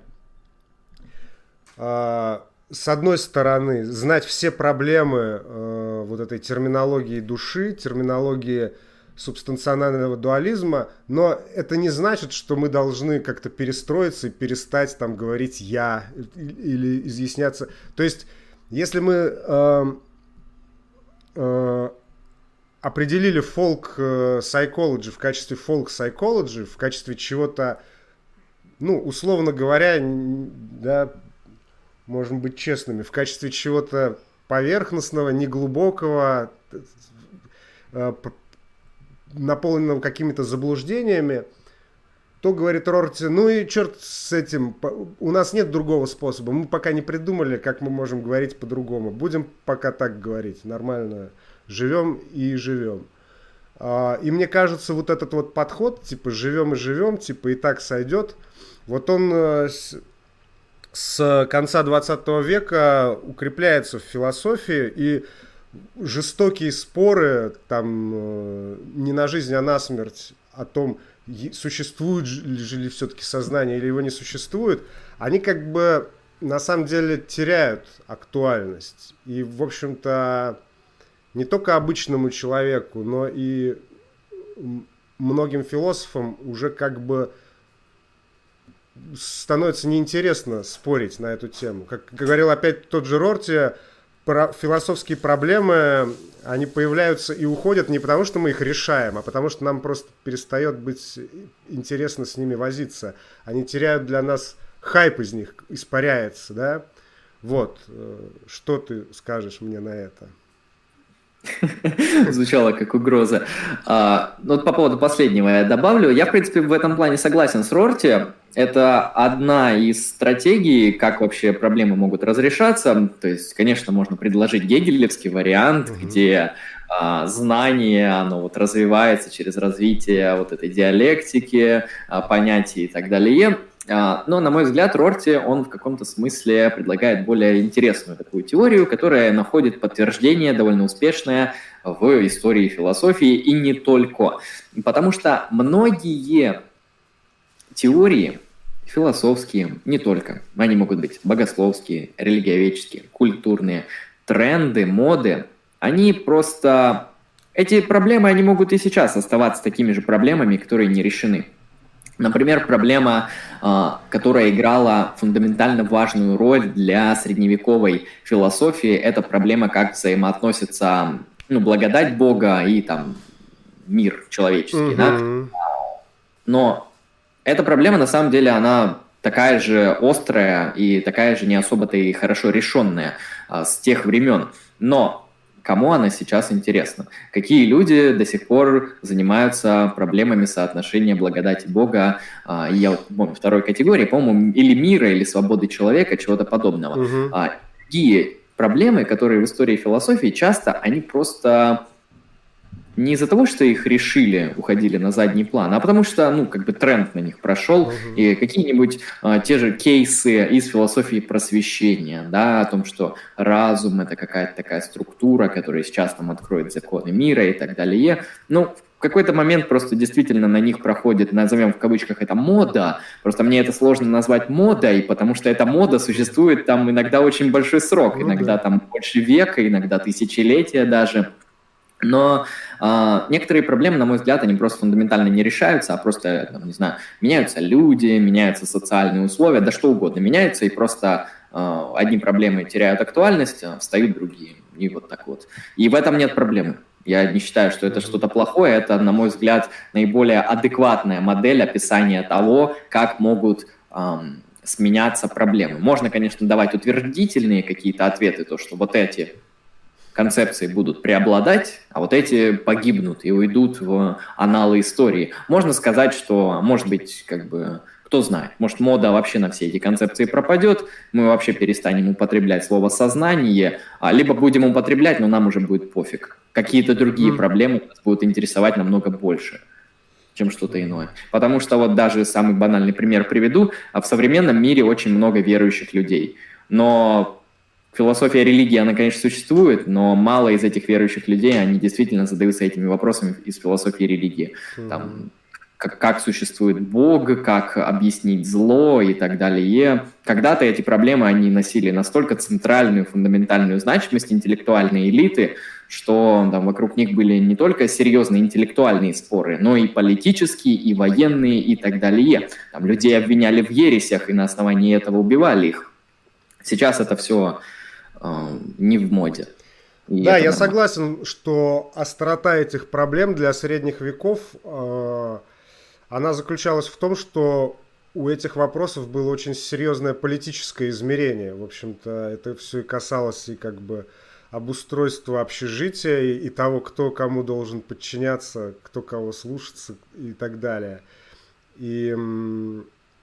а, с одной стороны знать все проблемы а, вот этой терминологии души, терминологии субстанционального дуализма, но это не значит, что мы должны как-то перестроиться и перестать там говорить «я» или изъясняться. То есть, если мы э, э, определили folk-psychology в качестве folk-psychology, в качестве чего-то, ну, условно говоря, да, можем быть честными, в качестве чего-то поверхностного, неглубокого, э, наполненного какими-то заблуждениями, то, говорит Рорти, ну и черт с этим, у нас нет другого способа, мы пока не придумали, как мы можем говорить по-другому, будем пока так говорить, нормально, живем и живем. И мне кажется, вот этот вот подход, типа живем и живем, типа и так сойдет, вот он с, с конца двадцатого века укрепляется в философии, и жестокие споры, там, не на жизнь, а на смерть, о том, существует ли все-таки сознание или его не существует, они как бы на самом деле теряют актуальность. И, в общем-то, не только обычному человеку, но и многим философам уже как бы становится неинтересно спорить на эту тему. Как говорил опять тот же Рорти, философские проблемы, они появляются и уходят не потому, что мы их решаем, а потому, что нам просто перестает быть интересно с ними возиться. Они теряют для нас, хайп из них испаряется, да? Вот, что ты скажешь мне на это? Звучало как угроза. А, ну, вот по поводу последнего я добавлю. Я, в принципе, в этом плане согласен с Рорти. Это одна из стратегий, как вообще проблемы могут разрешаться. То есть, конечно, можно предложить гегелевский вариант, угу. где а, знание, оно вот развивается через развитие вот этой диалектики, а, понятий и так далее. А, но, на мой взгляд, Рорти, он в каком-то смысле предлагает более интересную такую теорию, которая находит подтверждение довольно успешное в истории философии и не только. Потому что многие теории философские, не только, они могут быть богословские, религиоведческие, культурные, тренды, моды, они просто... Эти проблемы, они могут и сейчас оставаться такими же проблемами, которые не решены. Например, проблема, которая играла фундаментально важную роль для средневековой философии, это проблема, как взаимоотносится, ну, благодать Бога и там мир человеческий, mm-hmm. да? Но эта проблема, на самом деле, она такая же острая и такая же не особо-то и хорошо решенная а, с тех времен. Но кому она сейчас интересна? Какие люди до сих пор занимаются проблемами соотношения благодати Бога, а, я вот помню, второй категории, по-моему, или мира, или свободы человека, чего-то подобного. Угу. А, такие проблемы, которые в истории философии часто, они просто... Не из-за того, что их решили, уходили на задний план, а потому что, ну, как бы тренд на них прошел, uh-huh. и какие-нибудь а, те же кейсы из философии просвещения, да, о том, что разум — это какая-то такая структура, которая сейчас там откроет законы мира и так далее. Ну, в какой-то момент просто действительно на них проходит, назовем в кавычках это мода, просто мне это сложно назвать модой, потому что эта мода существует там иногда очень большой срок, ну, иногда да. там больше века, иногда тысячелетия даже. Но э, некоторые проблемы, на мой взгляд, они просто фундаментально не решаются, а просто, там, не знаю, меняются люди, меняются социальные условия, да что угодно меняются, и просто э, одни проблемы теряют актуальность, а встают другие, и вот так вот. И в этом нет проблемы. Я не считаю, что это что-то плохое, это, на мой взгляд, наиболее адекватная модель описания того, как могут эм, сменяться проблемы. Можно, конечно, давать утвердительные какие-то ответы, то, что вот эти концепции будут преобладать, а вот эти погибнут и уйдут в аналы истории. Можно сказать, что, может быть, как бы, кто знает, может, мода вообще на все эти концепции пропадет, мы вообще перестанем употреблять слово «сознание», либо будем употреблять, но нам уже будет пофиг. Какие-то другие mm. проблемы нас будут интересовать намного больше, чем что-то иное. Потому что вот даже самый банальный пример приведу. В современном мире очень много верующих людей, но философия религии, она, конечно, существует, но мало из этих верующих людей, они действительно задаются этими вопросами из философии религии. Там, как, как существует Бог, как объяснить зло и так далее. Когда-то эти проблемы, они носили настолько центральную, фундаментальную значимость интеллектуальной элиты, что там, вокруг них были не только серьезные интеллектуальные споры, но и политические, и военные, и так далее. Там, людей обвиняли в ересях, и на основании этого убивали их. Сейчас это все не в моде. И да, я нормально. Согласен, что острота этих проблем для средних веков, э, она заключалась в том, что у этих вопросов было очень серьезное политическое измерение. В общем-то, это все и касалось и как бы обустройства общежития, и, и того, кто кому должен подчиняться, кто кого слушаться и так далее. И э,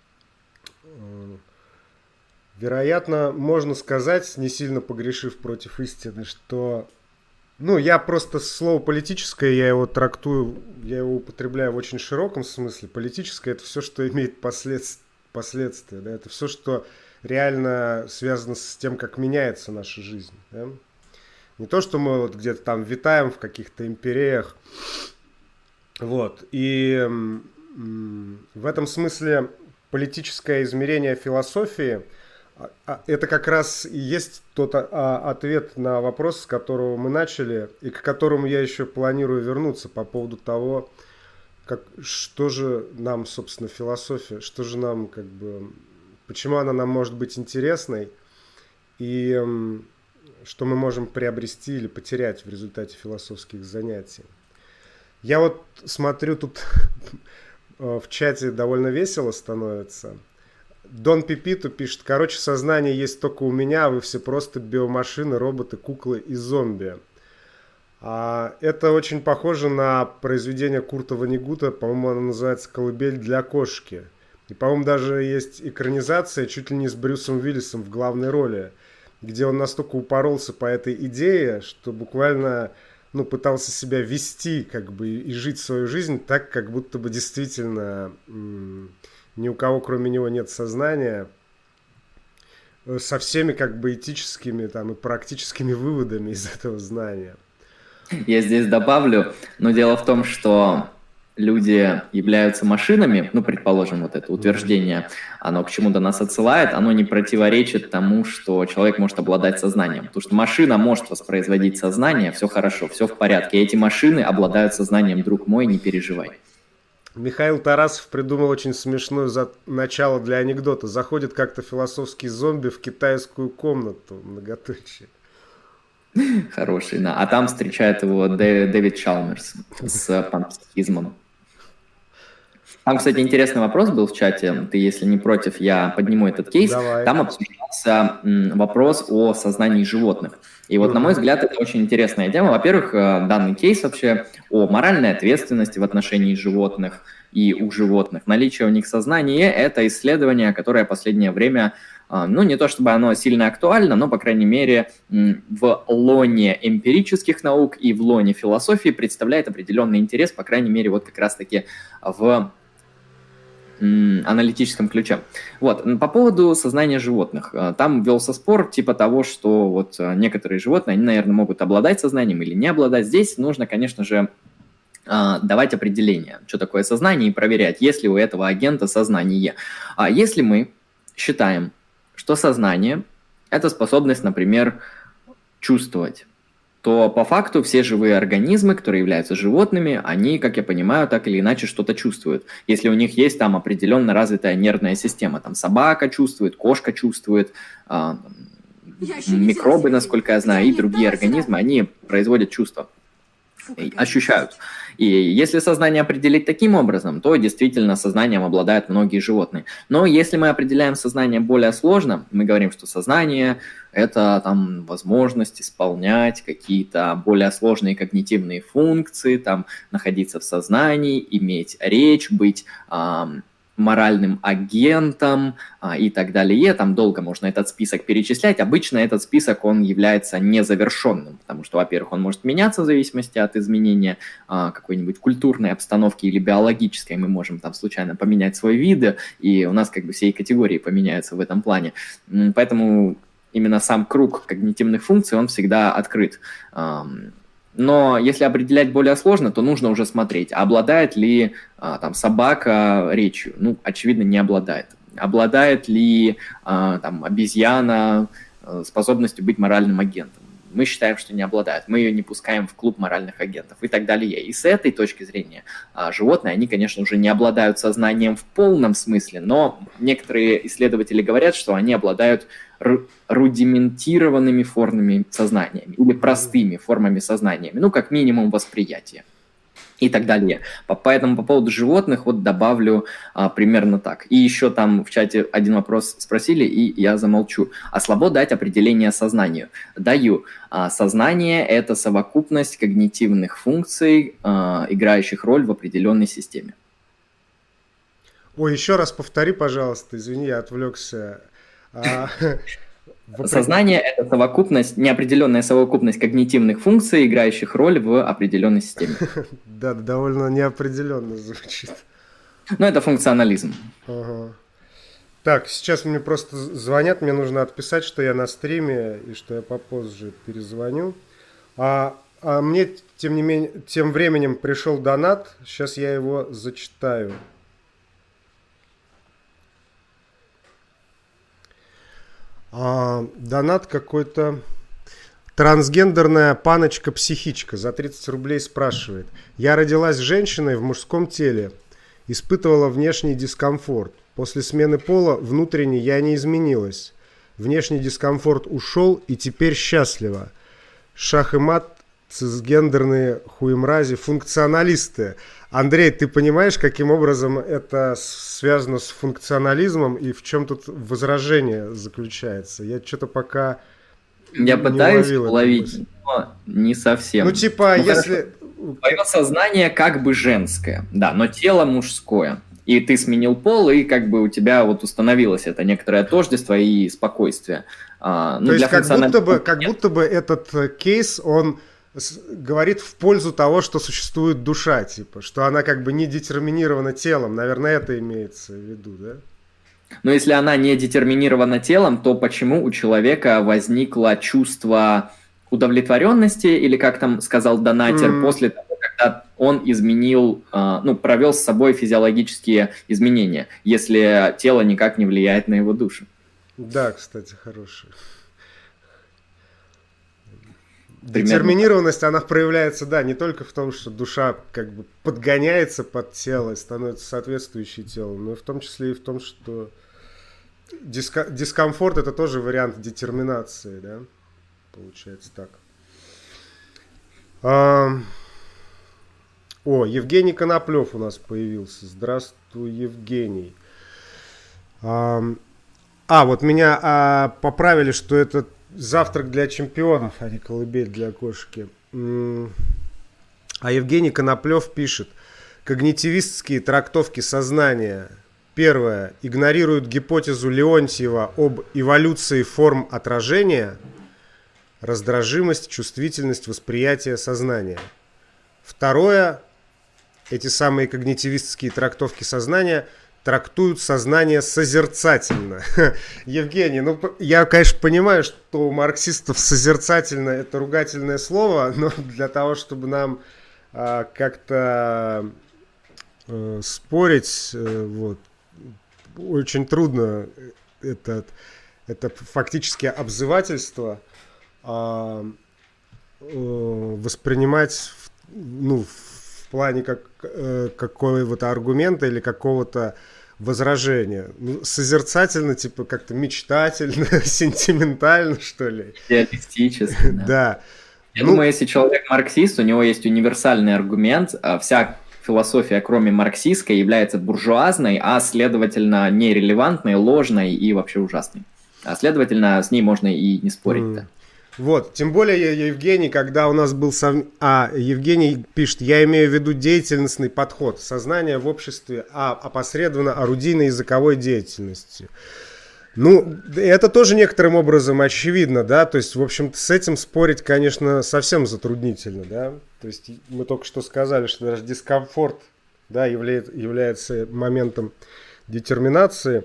вероятно, можно сказать, не сильно погрешив против истины, что, ну, я просто слово политическое, я его трактую, я его употребляю в очень широком смысле. Политическое — это все, что имеет последствия, последствия, да? Это все, что реально связано с тем, как меняется наша жизнь, да? Не то, что мы вот где-то там витаем в каких-то империях, вот. И м- в этом смысле политическое измерение философии — это как раз и есть тот а, ответ на вопрос, с которого мы начали, и к которому я еще планирую вернуться по поводу того, как, что же нам, собственно, философия, что же нам, как бы, почему она нам может быть интересной, и м, что мы можем приобрести или потерять в результате философских занятий. Я вот смотрю, тут в чате довольно весело становится. Дон Пипиту пишет: короче, сознание есть только у меня, а вы все просто биомашины, роботы, куклы и зомби. А это очень похоже на произведение Курта Воннегута, по-моему, оно называется «Колыбель для кошки». И, по-моему, даже есть экранизация чуть ли не с Брюсом Уиллисом в главной роли, где он настолько упоролся по этой идее, что буквально, ну, пытался себя вести, как бы, и жить свою жизнь так, как будто бы действительно м- ни у кого, кроме него, нет сознания, со всеми как бы этическими там, и практическими выводами из этого знания. Я здесь добавлю, но дело в том, что люди являются машинами, ну, предположим, вот это утверждение, оно к чему-то нас отсылает, оно не противоречит тому, что человек может обладать сознанием. Потому что машина может воспроизводить сознание, все хорошо, все в порядке. И эти машины обладают сознанием, друг мой, не переживай. Михаил Тарасов придумал очень смешное за... начало для анекдота. Заходит как-то философский зомби в китайскую комнату, многоточие. Хороший, да. А там встречает его Дэ... Дэвид Чалмерс с панпсихизмом. Там, кстати, интересный вопрос был в чате. Ты, если не против, я подниму этот кейс. Давай. Там обсуждался вопрос о сознании животных. И вот, mm-hmm. на мой взгляд, это очень интересная тема. Во-первых, данный кейс вообще о моральной ответственности в отношении животных и у животных. Наличие у них сознания – это исследование, которое в последнее время, ну, не то чтобы оно сильно актуально, но, по крайней мере, в лоне эмпирических наук и в лоне философии представляет определенный интерес, по крайней мере, вот как раз-таки в аналитическом ключе. Вот. По поводу сознания животных. Там велся спор типа того, что вот некоторые животные, они, наверное, могут обладать сознанием или не обладать. Здесь нужно, конечно же, давать определение, что такое сознание, и проверять, есть ли у этого агента сознание. А если мы считаем, что сознание – это способность, например, чувствовать, то по факту все живые организмы, которые являются животными, они, как я понимаю, так или иначе что-то чувствуют. Если у них есть там определенно развитая нервная система, там собака чувствует, кошка чувствует, микробы, насколько я знаю, и другие организмы, они производят чувства, ощущают. И если сознание определить таким образом, то действительно сознанием обладают многие животные. Но если мы определяем сознание более сложно, мы говорим, что сознание – это там возможность исполнять какие-то более сложные когнитивные функции, там, находиться в сознании, иметь речь, быть эм, моральным агентом а, и так далее. Там долго можно этот список перечислять. Обычно этот список, он является незавершенным, потому что, во-первых, он может меняться в зависимости от изменения а, какой-нибудь культурной обстановки или биологической. Мы можем там случайно поменять свой вид, и у нас как бы все категории поменяются в этом плане. Поэтому именно сам круг когнитивных функций, он всегда открыт. Но если определять более сложно, то нужно уже смотреть, обладает ли а, там, собака речью. Ну, очевидно, не обладает. Обладает ли а, там, обезьяна способностью быть моральным агентом. Мы считаем, что не обладает. Мы ее не пускаем в клуб моральных агентов и так далее. И с этой точки зрения а, животные, они, конечно, уже не обладают сознанием в полном смысле, но некоторые исследователи говорят, что они обладают рудиментированными формами сознания или простыми формами сознания, ну, как минимум восприятия и так далее. Поэтому по поводу животных вот добавлю а, примерно так. И еще там в чате один вопрос спросили, и я замолчу. А слабо дать определение сознанию? Даю. А, сознание – это совокупность когнитивных функций, а, играющих роль в определенной системе. Ой, еще раз повтори, пожалуйста, извини, я отвлекся. А... Сознание – это совокупность, неопределенная совокупность когнитивных функций, играющих роль в определенной системе. Да, довольно неопределенно звучит. Но это функционализм. Ага. Так, сейчас мне просто звонят, мне нужно отписать, что я на стриме и что я попозже перезвоню. А, а мне, тем не менее, тем временем пришел донат, сейчас я его зачитаю. А, донат какой-то. Трансгендерная паночка-психичка за тридцать рублей спрашивает. Я родилась женщиной в мужском теле. Испытывала внешний дискомфорт. После смены пола внутренне я не изменилась. Внешний дискомфорт ушел и теперь счастлива. Шах и мат, цисгендерные хуемрази, функционалисты. Андрей, ты понимаешь, каким образом это связано с функционализмом и в чем тут возражение заключается? Я что-то пока Я не пытаюсь уловил эту уловить, мысль. но не совсем. Ну, типа, Ну, если... Твое сознание как бы женское, да, но тело мужское. И ты сменил пол, и как бы у тебя вот установилось это некоторое тождество и спокойствие. А, ну, То для есть как функционального- будто, бы, как будто бы этот э, кейс, он с- говорит в пользу того, что существует душа, типа, что она как бы не детерминирована телом. Наверное, это имеется в виду, да? Но если она не детерминирована телом, то почему у человека возникло чувство удовлетворенности, или как там сказал донатер, М. после того, когда он изменил, а, ну, провел с собой физиологические изменения, если тело никак не влияет на его душу? Да, кстати, хорошая. Примерно Детерминированность, она проявляется, да, не только в том, что душа как бы подгоняется под тело и становится соответствующей телу, но и в том числе и в том, что диска- дискомфорт – это тоже вариант детерминации, да? Получается так. А, О, Евгений Коноплев у нас появился. Здравствуй, Евгений. А, а, вот меня а, поправили, что это завтрак для чемпионов, а не колыбель для кошки. М, А Евгений Коноплев пишет. Когнитивистские трактовки сознания. Первое. Игнорируют гипотезу Леонтьева об эволюции форм отражения. Раздражимость, чувствительность, восприятие сознания. Второе. Эти самые когнитивистские трактовки сознания трактуют сознание созерцательно. Евгений, ну я, конечно, понимаю, что у марксистов созерцательно это ругательное слово, но для того, чтобы нам а, как-то а, спорить, а, вот, очень трудно это, это фактически обзывательство а, а, воспринимать, ну, в плане как, а, какого-то аргумента или какого-то возражение. Ну, созерцательно, типа как-то мечтательно, сентиментально, что ли. Реалистически, да. Да. Я ну, думаю, если человек марксист, у него есть универсальный аргумент. Вся философия, кроме марксистской, является буржуазной, а следовательно нерелевантной, ложной и вообще ужасной. А следовательно, с ней можно и не спорить. Mm. Да. Вот, тем более, Евгений, когда у нас был... Сов... А, Евгений пишет, я имею в виду деятельностный подход, сознание в обществе, а опосредованно орудийной языковой деятельностью. Ну, это тоже некоторым образом очевидно, да, то есть, в общем-то, с этим спорить, конечно, совсем затруднительно, да, то есть мы только что сказали, что даже дискомфорт, да, является, является моментом детерминации.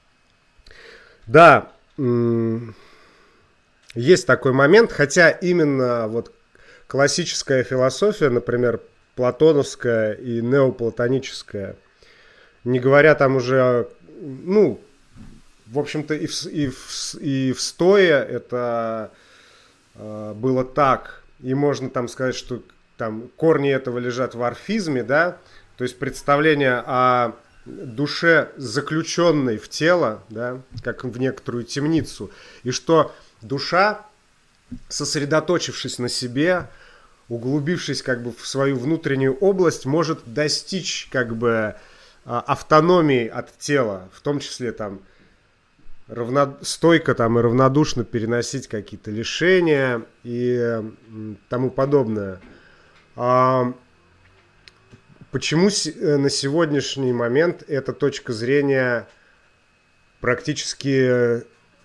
Да, м- есть такой момент, хотя именно вот классическая философия, например, платоновская и неоплатоническая, не говоря там уже, ну, в общем-то и в, и в, и в стое это э, было так, и можно там сказать, что там корни этого лежат в орфизме, да, то есть представление о душе, заключенной в тело, да, как в некоторую темницу, и что душа, сосредоточившись на себе, углубившись как бы в свою внутреннюю область, может достичь как бы автономии от тела, в том числе там равно, стойко там и равнодушно переносить какие-то лишения и тому подобное. А почему на сегодняшний момент эта точка зрения практически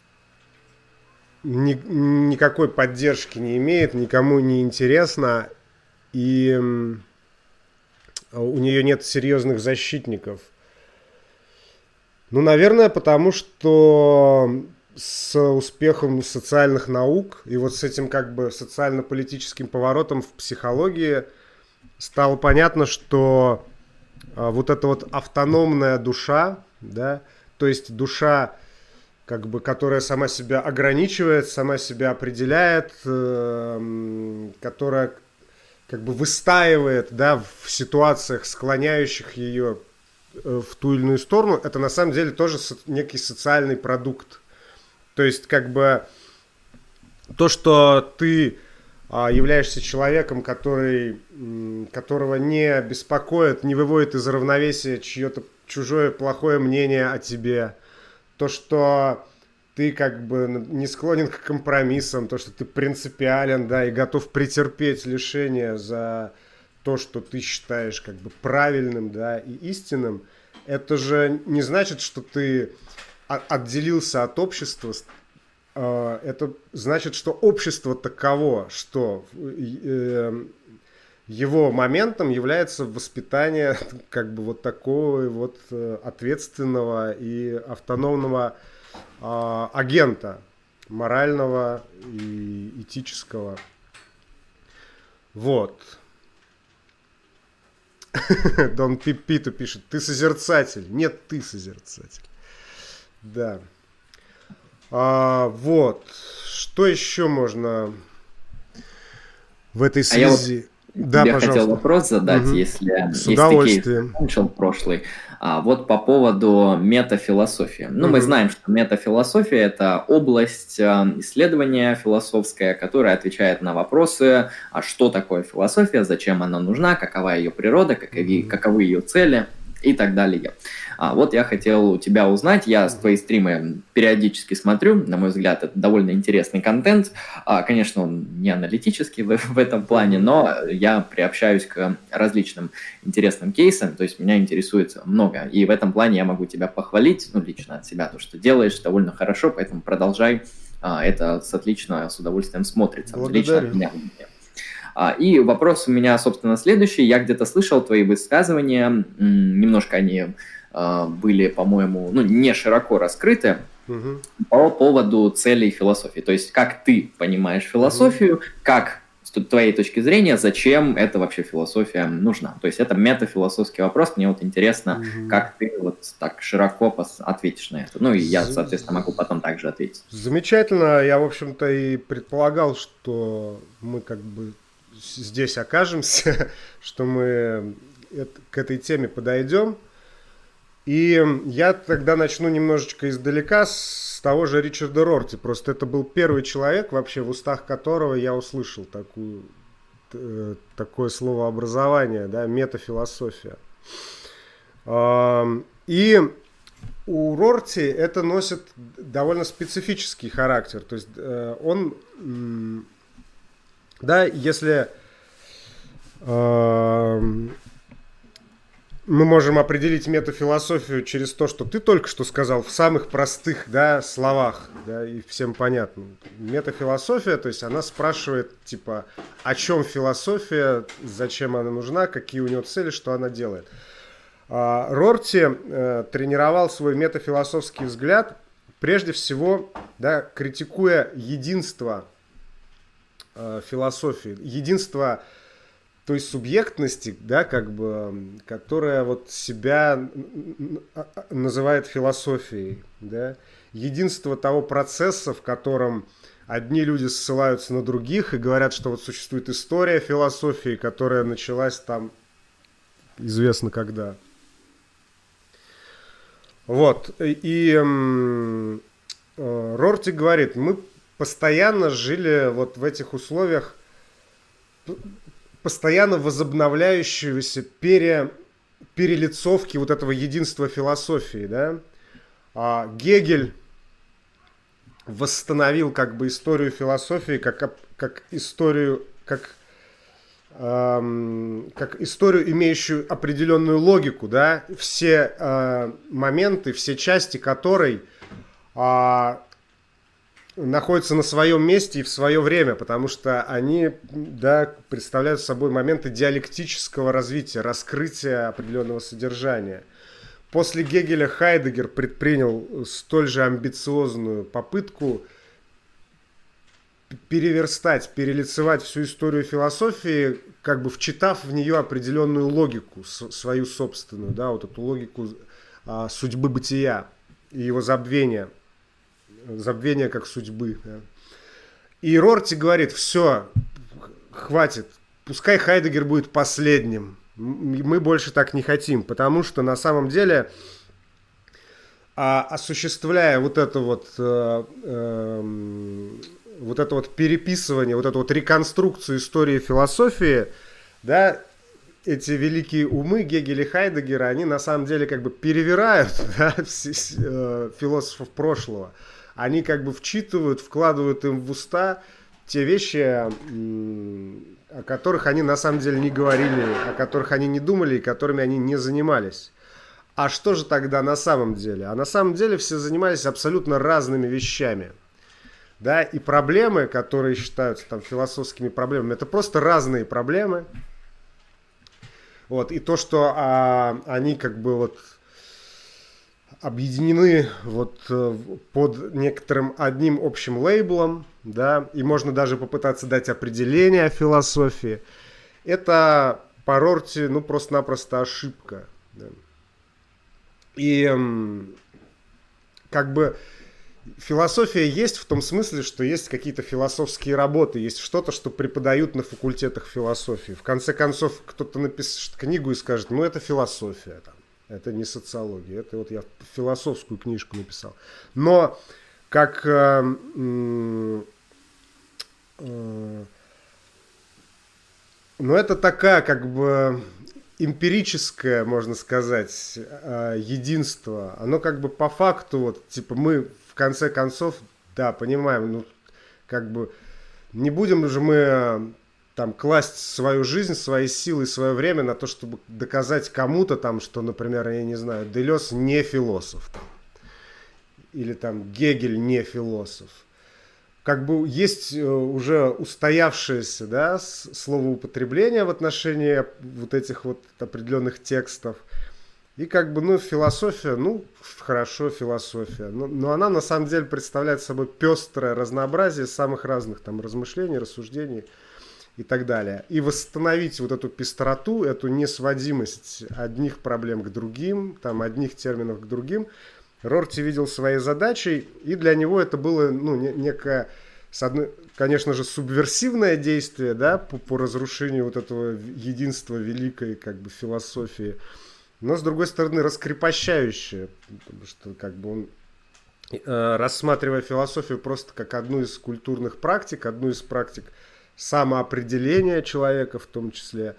Ни, никакой поддержки не имеет, никому не интересно, и у нее нет серьезных защитников? Ну, наверное, потому что с успехом социальных наук и вот с этим как бы социально-политическим поворотом в психологии стало понятно, что вот эта вот автономная душа, да, то есть душа, как бы, которая сама себя ограничивает, сама себя определяет, э, которая как бы выстаивает, да, в ситуациях, склоняющих ее э, в ту или иную сторону, это на самом деле тоже со- некий социальный продукт. То есть как бы то, что ты э, являешься человеком, который, э, которого не беспокоит, не выводит из равновесия чье-то чужое плохое мнение о тебе, то, что ты как бы не склонен к компромиссам, то, что ты принципиален, да, и готов претерпеть лишения за то, что ты считаешь как бы правильным, да, и истинным, это же не значит, что ты отделился от общества. Это значит, что общество таково, что его моментом является воспитание как бы вот такого вот ответственного и автономного э, агента, морального и этического. Вот. Дон Пипито пишет, ты созерцатель. Нет, ты созерцатель. Да. А, вот. Что еще можно в этой связи... Да, я пожалуйста. Хотел вопрос задать, угу. если, С удовольствием. Если ты слушал прошлый. А, вот по поводу метафилософии. Ну, угу. Мы знаем, что метафилософия – это область исследования философская, которая отвечает на вопросы, а что такое философия, зачем она нужна, какова ее природа, каковы, каковы ее цели и так далее. А, вот я хотел у тебя узнать, я с твои стримы периодически смотрю, на мой взгляд, это довольно интересный контент. А, конечно, он не аналитический в, в этом плане, но я приобщаюсь к различным интересным кейсам, то есть меня интересует много. И в этом плане я могу тебя похвалить, ну, лично от себя, то, что делаешь довольно хорошо, поэтому продолжай. А, это с отлично, с удовольствием смотрится. Лично от меня. И вопрос у меня, собственно, следующий. Я где-то слышал твои высказывания, немножко они были, по-моему, ну, не широко раскрыты угу. по поводу целей философии. То есть, как ты понимаешь философию, угу. как с твоей точки зрения, зачем эта вообще философия нужна? То есть это метафилософский вопрос, мне вот интересно, mm-hmm. как ты вот так широко ответишь на это. Ну и я, соответственно, могу потом также ответить. Замечательно. Я, в общем-то, и предполагал, что мы как бы здесь окажемся, что мы к этой теме подойдем. И я тогда начну немножечко издалека, с того же Ричарда Рорти. Просто это был первый человек, вообще в устах которого я услышал такую, э, такое словообразование, да, метафилософия. Э, и у Рорти это носит довольно специфический характер. То есть э, он, э, да, если... Э, мы можем определить метафилософию через то, что ты только что сказал в самых простых, да, словах, да, и всем понятно. Метафилософия, то есть она спрашивает, типа, о чем философия, зачем она нужна, какие у нее цели, что она делает. А Рорти э, тренировал свой метафилософский взгляд, прежде всего, да, критикуя единство э, философии, единство той субъектности, да, как бы, которая вот себя называет философией, да, единство того процесса, в котором одни люди ссылаются на других и говорят, что вот существует история философии, которая началась там известно когда. Вот, и э, Рорти говорит, мы постоянно жили вот в этих условиях постоянно возобновляющегося пере, перелицовки вот этого единства философии, да. А Гегель восстановил как бы историю философии как, как историю, как, эм, как историю, имеющую определенную логику, да, все э, моменты, все части которой э, находятся на своем месте и в свое время, потому что они, да, представляют собой моменты диалектического развития, раскрытия определенного содержания. После Гегеля Хайдеггер предпринял столь же амбициозную попытку переверстать, перелицевать всю историю философии, как бы вчитав в нее определенную логику, свою собственную, да, вот эту логику а, судьбы бытия и его забвения. Забвение как судьбы. Да. И Рорти говорит, все, хватит, пускай Хайдеггер будет последним. Мы больше так не хотим, потому что на самом деле, а, осуществляя вот это вот, э, э, вот это вот переписывание, вот эту вот реконструкцию истории философии, да, эти великие умы Гегеля и Хайдеггера, они на самом деле как бы перевирают, да, философов прошлого. Они как бы вчитывают, вкладывают им в уста те вещи, о которых они на самом деле не говорили, о которых они не думали и которыми они не занимались. А что же тогда на самом деле? А на самом деле все занимались абсолютно разными вещами. Да? И проблемы, которые считаются там философскими проблемами, это просто разные проблемы. Вот. И то, что а, они как бы вот объединены вот под некоторым одним общим лейблом, да, и можно даже попытаться дать определение философии. Это по Рорти, ну, просто-напросто ошибка. Да. И как бы философия есть в том смысле, что есть какие-то философские работы, есть что-то, что преподают на факультетах философии. В конце концов, кто-то напишет книгу и скажет, ну, это философия, там. Это не социология, это вот я философскую книжку написал. Но как э, э, э, ну это такая как бы эмпирическое, можно сказать, э, единство. Оно как бы по факту, вот, типа мы в конце концов, да, понимаем, ну как бы не будем же мы там класть свою жизнь, свои силы, свое время на то, чтобы доказать кому-то там, что, например, я не знаю, Делез не философ. Там, или там Гегель не философ. Как бы есть уже устоявшееся, да, словоупотребление в отношении вот этих вот определенных текстов. И как бы, ну, философия, ну, хорошо, философия. Но, но она на самом деле представляет собой пестрое разнообразие самых разных там размышлений, рассуждений. и так далее. И восстановить вот эту пестроту, эту несводимость одних проблем к другим, там, одних терминов к другим, Рорти видел своей задачей, и для него это было, ну, некое, с одной, конечно же, субверсивное действие, да, по, по разрушению вот этого единства великой, как бы, философии, но, с другой стороны, раскрепощающее, потому что, как бы, он, э, рассматривая философию просто как одну из культурных практик, одну из практик самоопределения человека в том числе,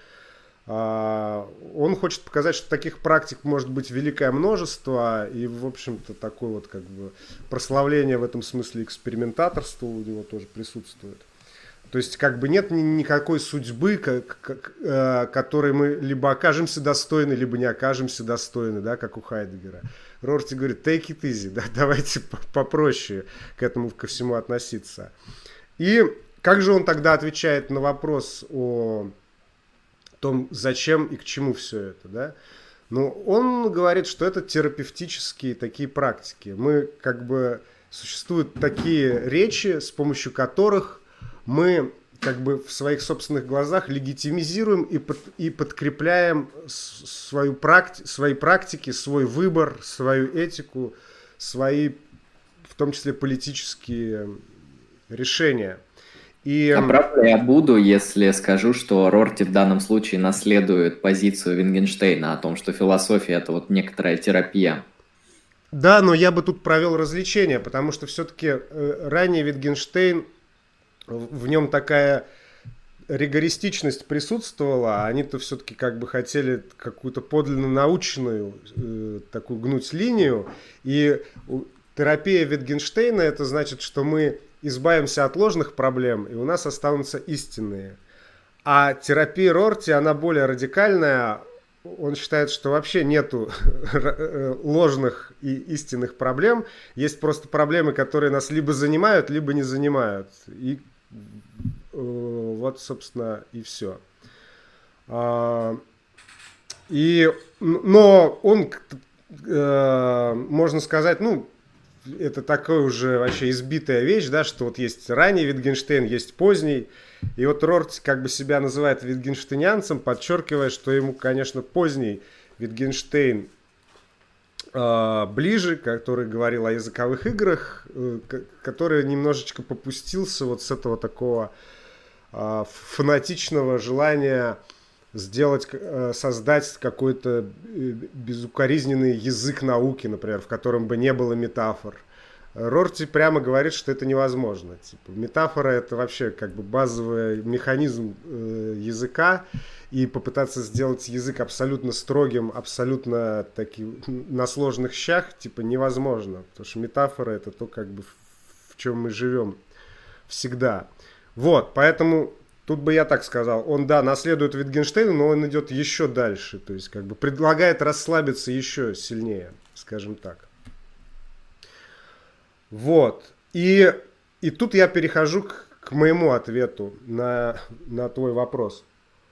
он хочет показать, что таких практик может быть великое множество, и, в общем-то, такое вот, как бы, прославление в этом смысле экспериментаторства у него тоже присутствует. То есть, как бы, нет никакой судьбы, как, как, которой мы либо окажемся достойны, либо не окажемся достойны, да, как у Хайдеггера. Рорти говорит, take it easy, да, давайте попроще к этому ко всему относиться. И как же он тогда отвечает на вопрос о том, зачем и к чему все это, да? Ну, он говорит, что это терапевтические такие практики. Мы, как бы, существуют такие речи, с помощью которых мы, как бы, в своих собственных глазах легитимизируем и, под, и подкрепляем свою практи, свои практики, свой выбор, свою этику, свои, в том числе, политические решения. И... А правда я буду, если скажу, что Рорти в данном случае наследует позицию Wittgensteina о том, что философия – это вот некоторая терапия? Да, но я бы тут провел развлечение, потому что все-таки ранее Wittgenstein, в нем такая ригористичность присутствовала, а они-то все-таки как бы хотели какую-то подлинно научную э, такую гнуть линию, и терапия Wittgensteina – это значит, что мы избавимся от ложных проблем, и у нас останутся истинные. А терапия Рорти, она более радикальная. Он считает, что вообще нету ложных и истинных проблем. Есть просто проблемы, которые нас либо занимают, либо не занимают. И вот, собственно, и все. И, но он, можно сказать, ну, это такая уже вообще избитая вещь, да, что вот есть ранний Wittgenstein, есть поздний. И вот Рорти как бы себя называет витгенштейнянцем, подчеркивая, что ему, конечно, поздний Wittgenstein э, ближе, который говорил о языковых играх, э, который немножечко попустился вот с этого такого э, фанатичного желания сделать, создать какой-то безукоризненный язык науки, например, в котором бы не было метафор. Рорти прямо говорит, что это невозможно. Типа, метафора – это вообще как бы базовый механизм э, языка, и попытаться сделать язык абсолютно строгим, абсолютно таким, на сложных щах, типа, невозможно. Потому что метафора – это то, как бы, в чем мы живем всегда. Вот, поэтому... Тут бы я так сказал, он, да, наследует Wittgensteina, но он идет еще дальше, то есть как бы предлагает расслабиться еще сильнее, скажем так. Вот, и, и тут я перехожу к, к моему ответу на, на твой вопрос.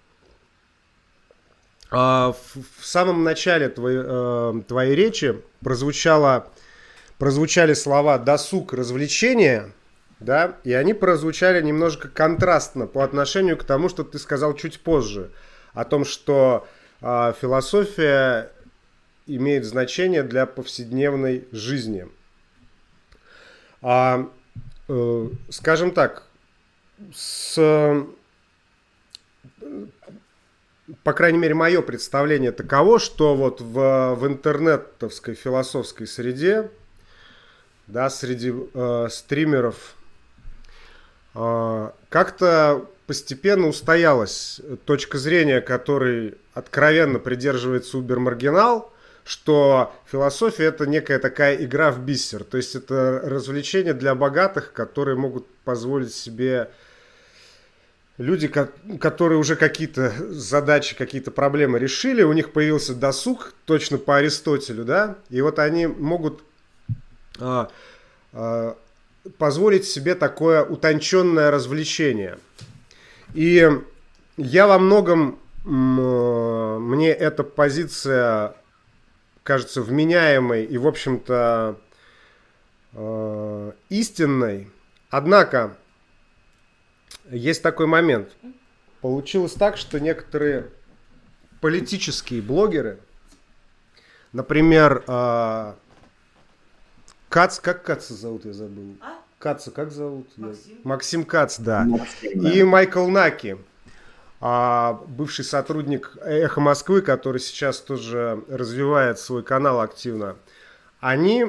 А, в, в самом начале твоей, э, твоей речи прозвучало, прозвучали слова «досуг», «развлечение». Да, и они прозвучали немножко контрастно по отношению к тому, что ты сказал чуть позже, о том, что э, философия имеет значение для повседневной жизни. А, э, скажем так, с, по крайней мере, мое представление таково, что вот в, в интернетовской философской среде, да, среди э, стримеров, как-то постепенно устоялась точка зрения, которой откровенно придерживается убер-маргинал, что философия – это некая такая игра в бисер. То есть это развлечение для богатых, которые могут позволить себе люди, которые уже какие-то задачи, какие-то проблемы решили, у них появился досуг, точно по Аристотелю, да, и вот они могут а, а, позволить себе такое утонченное развлечение. И я во многом, мне эта позиция кажется вменяемой и, в общем-то, истинной. Однако, есть такой момент. получилось так, что некоторые политические блогеры, например, э, Кац, как Каца зовут, я забыл. А? Каца, как зовут? Максим, Максим Кац, да. Максим, да. И Майкл Наки, а, бывший сотрудник «Эхо Москвы», который сейчас тоже развивает свой канал активно. Они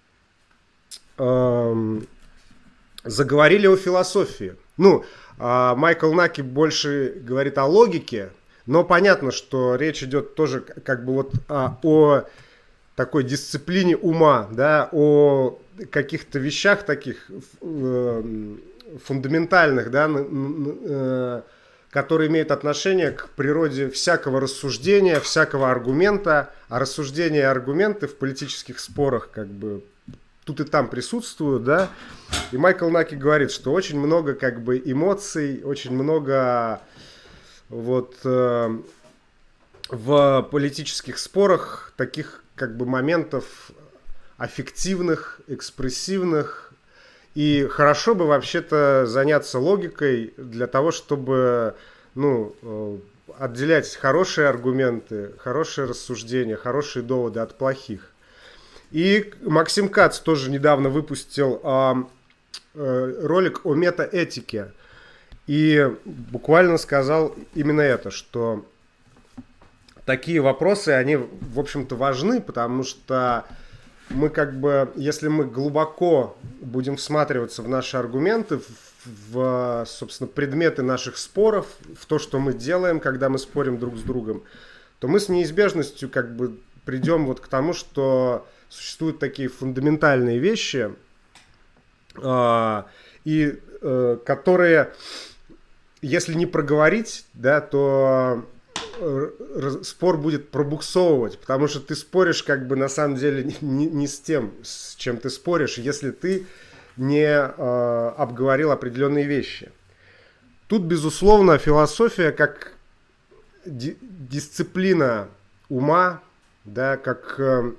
эм, заговорили о философии. Ну, э, Майкл Наки больше говорит о логике, но понятно, что речь идет тоже как бы вот а, о такой дисциплине ума, да, о каких-то вещах таких э, фундаментальных, да, э, которые имеют отношение к природе всякого рассуждения, всякого аргумента. А рассуждения и аргументы в политических спорах как бы тут и там присутствуют, да. И Майкл Наки говорит, что очень много как бы эмоций, очень много вот э, в политических спорах таких как бы моментов аффективных, экспрессивных. И хорошо бы вообще-то заняться логикой для того, чтобы ну, отделять хорошие аргументы, хорошие рассуждения, хорошие доводы от плохих. И Максим Кац тоже недавно выпустил а, а, ролик о метаэтике. И буквально сказал именно это, что такие вопросы, они, в общем-то, важны, потому что мы как бы, если мы глубоко будем всматриваться в наши аргументы, в, собственно, предметы наших споров, в то, что мы делаем, когда мы спорим друг с другом, то мы с неизбежностью как бы придем вот к тому, что существуют такие фундаментальные вещи, э, и э, которые, если не проговорить, да, то спор будет пробуксовывать, потому что ты споришь как бы на самом деле не, не с тем, с чем ты споришь, если ты не э, обговорил определенные вещи. Тут, безусловно, философия как ди- дисциплина ума, да, как, э,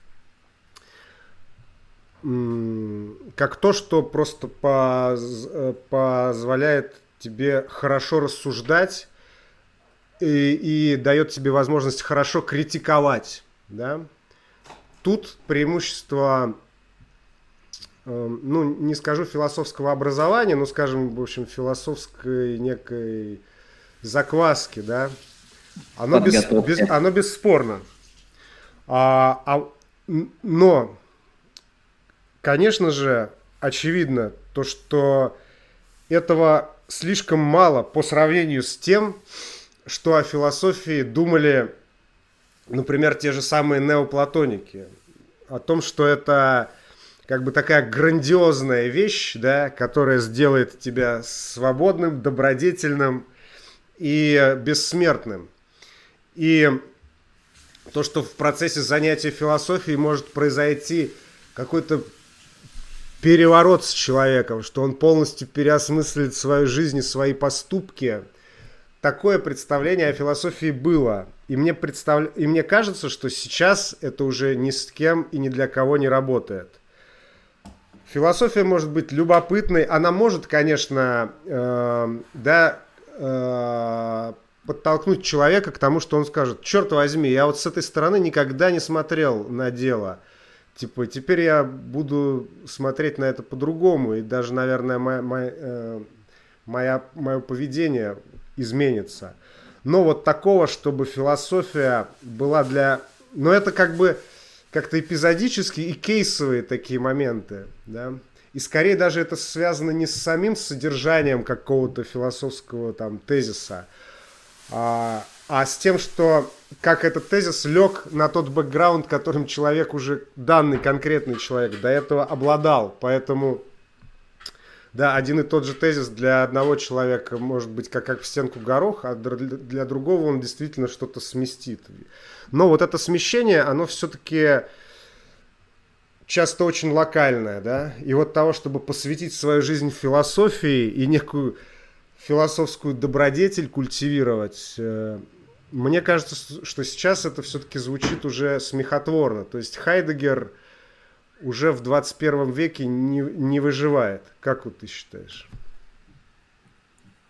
м- как то, что просто поз- позволяет тебе хорошо рассуждать, И, и дает тебе возможность хорошо критиковать, да? Тут преимущество, э, ну, не скажу философского образования, но, скажем, в общем, философской некой закваски, да? Оно, без, без, оно бесспорно. А, а, но, конечно же, очевидно то, что этого слишком мало по сравнению с тем, что о философии думали, например, те же самые неоплатоники. О том, что это как бы такая грандиозная вещь, да, которая сделает тебя свободным, добродетельным и бессмертным. И то, что в процессе занятия философией может произойти какой-то переворот с человеком, что он полностью переосмыслит свою жизнь и свои поступки. Такое представление о философии было. И мне, представ... и мне кажется, что сейчас это уже ни с кем и ни для кого не работает. Философия может быть любопытной. Она может, конечно, э, да, э, подтолкнуть человека к тому, что он скажет: черт возьми, я вот с этой стороны никогда не смотрел на дело. Типа, теперь я буду смотреть на это по-другому. И даже, наверное, моя, моя, э, моя, мое поведение изменится. Но вот такого, чтобы философия была для... Но это как бы как-то эпизодические и кейсовые такие моменты, да? И скорее даже это связано не с самим содержанием какого-то философского там тезиса, а, а с тем, что как этот тезис лег на тот бэкграунд, которым человек уже, данный конкретный человек, до этого обладал. Поэтому... Да, один и тот же тезис для одного человека может быть как, как в стенку горох, а для другого он действительно что-то сместит. Но вот это смещение, оно все-таки часто очень локальное, да. И вот того, чтобы посвятить свою жизнь философии и некую философскую добродетель культивировать, мне кажется, что сейчас это все-таки звучит уже смехотворно. То есть Хайдеггер уже в двадцать первом веке не, не выживает. Как вот ты считаешь?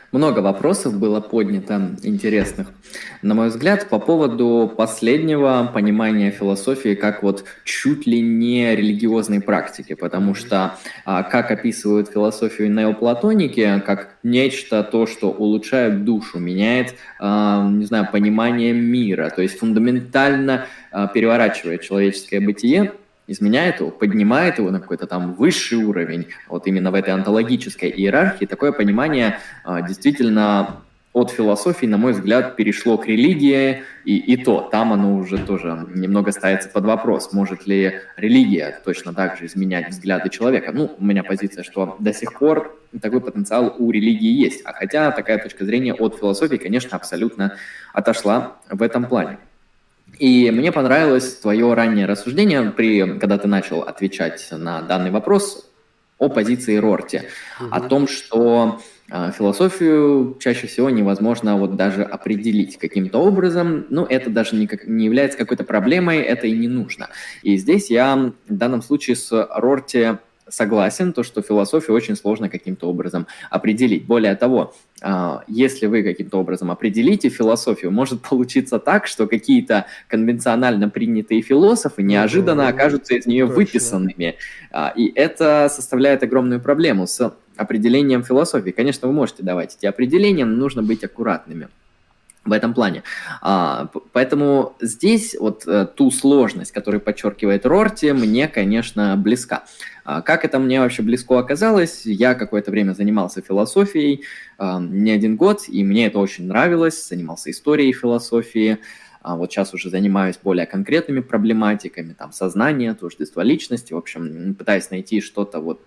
Много вопросов было поднято интересных, на мой взгляд, по поводу последнего понимания философии как вот чуть ли не религиозной практики, потому что а, как описывают философию неоплатоники, как нечто то, что улучшает душу, меняет, а, не знаю, понимание мира, то есть фундаментально а, переворачивает человеческое бытие, изменяет его, поднимает его на какой-то там высший уровень. Вот именно в этой онтологической иерархии такое понимание а, действительно от философии, на мой взгляд, перешло к религии, и, и то, там оно уже тоже немного ставится под вопрос, может ли религия точно так же изменять взгляды человека. Ну, у меня позиция, что до сих пор такой потенциал у религии есть, а хотя такая точка зрения от философии, конечно, абсолютно отошла в этом плане. И мне понравилось твое раннее рассуждение, при, когда ты начал отвечать на данный вопрос о позиции Рорти, угу. О том, что э, философию чаще всего невозможно вот даже определить каким-то образом, ну, это даже не, как, не является какой-то проблемой, это и не нужно. И здесь я в данном случае с Рорти согласен, то, что философию очень сложно каким-то образом определить. Более того, если вы каким-то образом определите философию, может получиться так, что какие-то конвенционально принятые философы неожиданно mm-hmm. окажутся из нее Точно. выписанными. И это составляет огромную проблему с определением философии. Конечно, вы можете давать эти определения, но нужно быть аккуратными в этом плане. Поэтому здесь вот ту сложность, которую подчеркивает Рорти, мне, конечно, близка. Как это мне вообще близко оказалось? Я какое-то время занимался философией, не один год, и мне это очень нравилось, занимался историей философии. Вот сейчас уже занимаюсь более конкретными проблематиками, там, сознания, тождества личности, в общем, пытаюсь найти что-то вот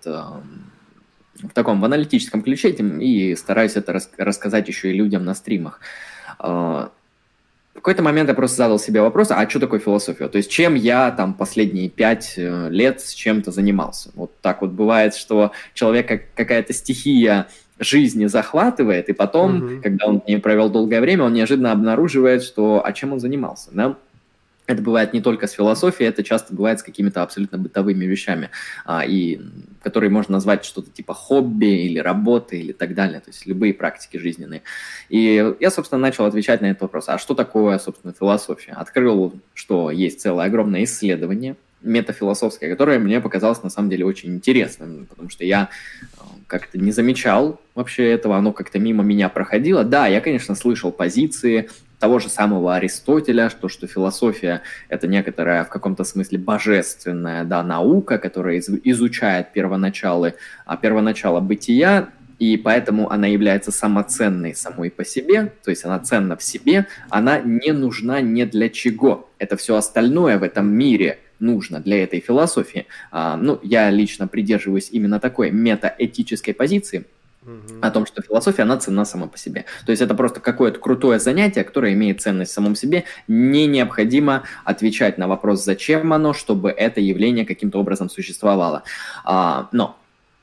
в таком, в аналитическом ключе, и стараюсь это рас- рассказать еще и людям на стримах. В какой-то момент я просто задал себе вопрос, а что такое философия? То есть чем я там последние пять лет с чем-то занимался? Вот так вот бывает, что человека какая-то стихия жизни захватывает, и потом, угу. когда он в ней провел долгое время, он неожиданно обнаруживает, что а чем он занимался, да? Это бывает не только с философией, это часто бывает с какими-то абсолютно бытовыми вещами, а, и, которые можно назвать что-то типа хобби или работы или так далее, то есть любые практики жизненные. И я, собственно, начал отвечать на этот вопрос, а что такое, собственно, философия? Открыл, что есть целое огромное исследование метафилософское, которое мне показалось на самом деле очень интересным, потому что я как-то не замечал вообще этого, оно как-то мимо меня проходило. Да, я, конечно, слышал позиции того же самого Аристотеля, что, что философия – это некоторая в каком-то смысле божественная, да, наука, которая из, изучает первоначалы, а, первоначало бытия, и поэтому она является самоценной самой по себе, то есть она ценна в себе, она не нужна ни для чего. Это все остальное в этом мире нужно для этой философии. А, ну, я лично придерживаюсь именно такой метаэтической позиции, о том, что философия, она ценна сама по себе. То есть это просто какое-то крутое занятие, которое имеет ценность в самом себе. Не необходимо отвечать на вопрос, зачем оно, чтобы это явление каким-то образом существовало. А, но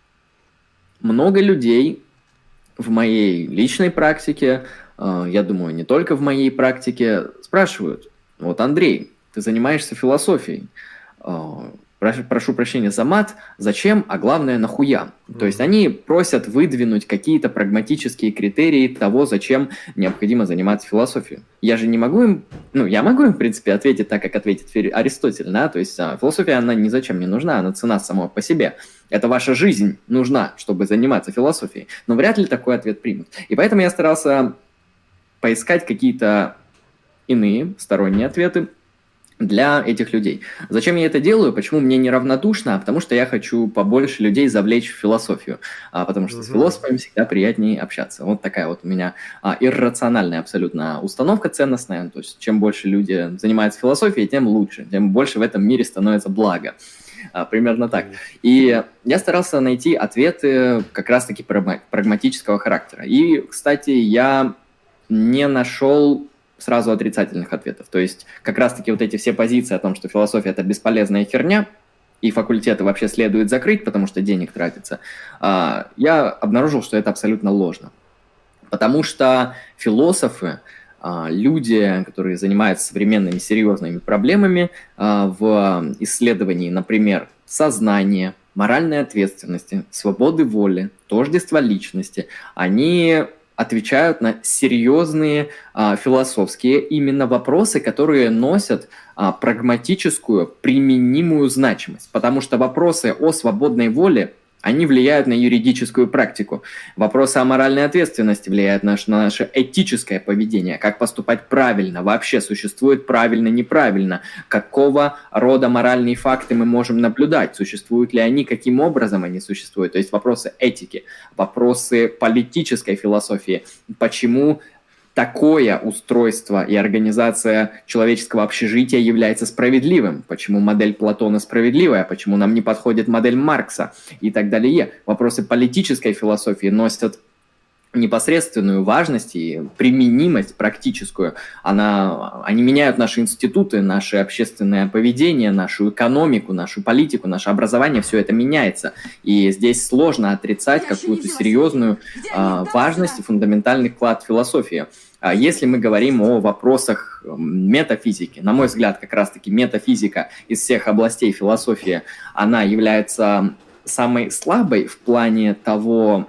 много людей в моей личной практике, а, я думаю, не только в моей практике, спрашивают, вот, Андрей, ты занимаешься философией, а, прошу прощения за мат, зачем, а главное, нахуя. Mm-hmm. То есть они просят выдвинуть какие-то прагматические критерии того, зачем необходимо заниматься философией. Я же не могу им, ну, я могу им, в принципе, ответить так, как ответит Аристотель, да, то есть а, философия, она ни зачем не нужна, она цена сама по себе. Это ваша жизнь нужна, чтобы заниматься философией. Но вряд ли такой ответ примут. И поэтому я старался поискать какие-то иные сторонние ответы для этих людей. Зачем я это делаю? Почему мне неравнодушно? Потому что я хочу побольше людей завлечь в философию, а, потому что угу. с философами всегда приятнее общаться. Вот такая вот у меня а, иррациональная абсолютно установка ценностная. То есть чем больше люди занимаются философией, тем лучше, тем больше в этом мире становится благо. А, примерно так. И я старался найти ответы как раз-таки прагматического характера. И, кстати, я не нашел сразу отрицательных ответов. То есть как раз-таки вот эти все позиции о том, что философия – это бесполезная херня, и факультеты вообще следует закрыть, потому что денег тратится, я обнаружил, что это абсолютно ложно. Потому что философы, люди, которые занимаются современными серьезными проблемами в исследовании, например, сознания, моральной ответственности, свободы воли, тождества личности, они отвечают на серьезные а, философские именно вопросы, которые носят а, прагматическую, применимую значимость. Потому что вопросы о свободной воле, они влияют на юридическую практику. Вопросы о моральной ответственности влияют на наше, на наше этическое поведение. Как поступать правильно? Вообще существует правильно, неправильно? Какого рода моральные факты мы можем наблюдать? Существуют ли они? Каким образом они существуют? То есть вопросы этики, вопросы политической философии. Почему такое устройство и организация человеческого общежития является справедливым? Почему модель Платона справедливая? Почему нам не подходит модель Маркса? И так далее. Вопросы политической философии носят непосредственную важность и применимость практическую. Она, они меняют наши институты, наше общественное поведение, нашу экономику, нашу политику, наше образование. Все это меняется. И здесь сложно отрицать какую-то серьезную э, важность и фундаментальный вклад философии. Если мы говорим о вопросах метафизики, на мой взгляд, как раз-таки метафизика из всех областей философии, она является самой слабой в плане того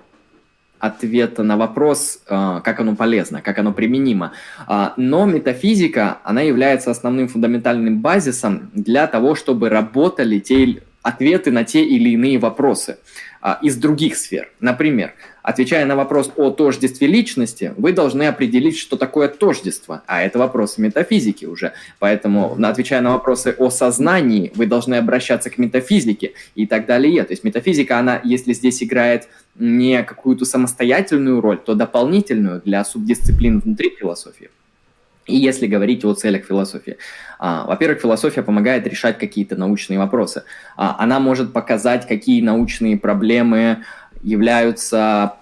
ответа на вопрос, как оно полезно, как оно применимо. Но метафизика, она является основным фундаментальным базисом для того, чтобы работали те ответы на те или иные вопросы из других сфер. Например, отвечая на вопрос о тождестве личности, вы должны определить, что такое тождество, а это вопросы метафизики уже. Поэтому, отвечая на вопросы о сознании, вы должны обращаться к метафизике и так далее. То есть метафизика, она, если здесь играет не какую-то самостоятельную роль, то дополнительную для субдисциплин внутри философии. И если говорить о целях философии. А, во-первых, философия помогает решать какие-то научные вопросы. А, она может показать, какие научные проблемы являются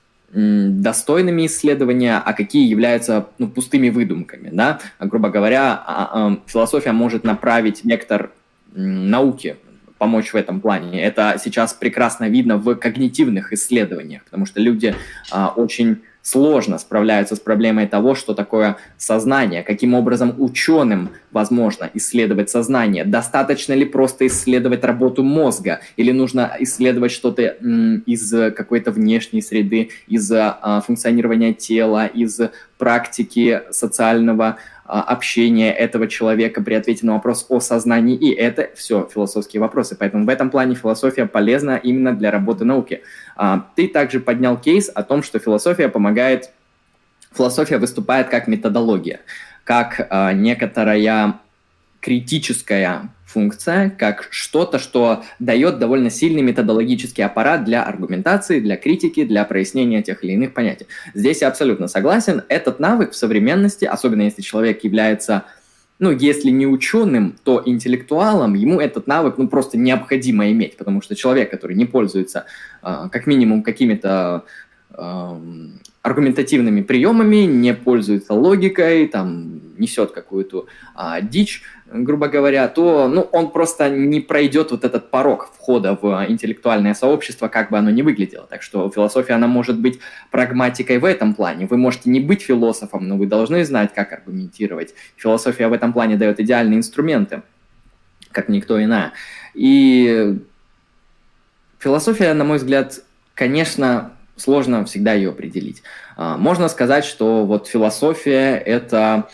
м, достойными исследования, а какие являются ну, пустыми выдумками. Да? Грубо говоря, а, а, философия может направить вектор м, науки, помочь в этом плане. Это сейчас прекрасно видно в когнитивных исследованиях, потому что люди а, очень сложно справляются с проблемой того, что такое сознание, каким образом ученым возможно исследовать сознание, достаточно ли просто исследовать работу мозга, или нужно исследовать что-то из какой-то внешней среды, из функционирования тела, из практики социального общения этого человека при ответе на вопрос о сознании. И это все философские вопросы. Поэтому в этом плане философия полезна именно для работы науки. Ты также поднял кейс о том, что философия помогает, философия выступает как методология, как некоторая критическая функция, как что-то, что дает довольно сильный методологический аппарат для аргументации, для критики, для прояснения тех или иных понятий. Здесь я абсолютно согласен. Этот навык в современности, особенно если человек является, ну, если не ученым, то интеллектуалом, ему этот навык, ну, просто необходимо иметь, потому что человек, который не пользуется, э, как минимум, какими-то э, аргументативными приемами, не пользуется логикой, там, несет какую-то а, дичь, грубо говоря, то ну, он просто не пройдет вот этот порог входа в интеллектуальное сообщество, как бы оно ни выглядело. Так что философия, она может быть прагматикой в этом плане. Вы можете не быть философом, но вы должны знать, как аргументировать. Философия в этом плане дает идеальные инструменты, как никто иная. И философия, на мой взгляд, конечно, сложно всегда ее определить. Можно сказать, что вот философия – это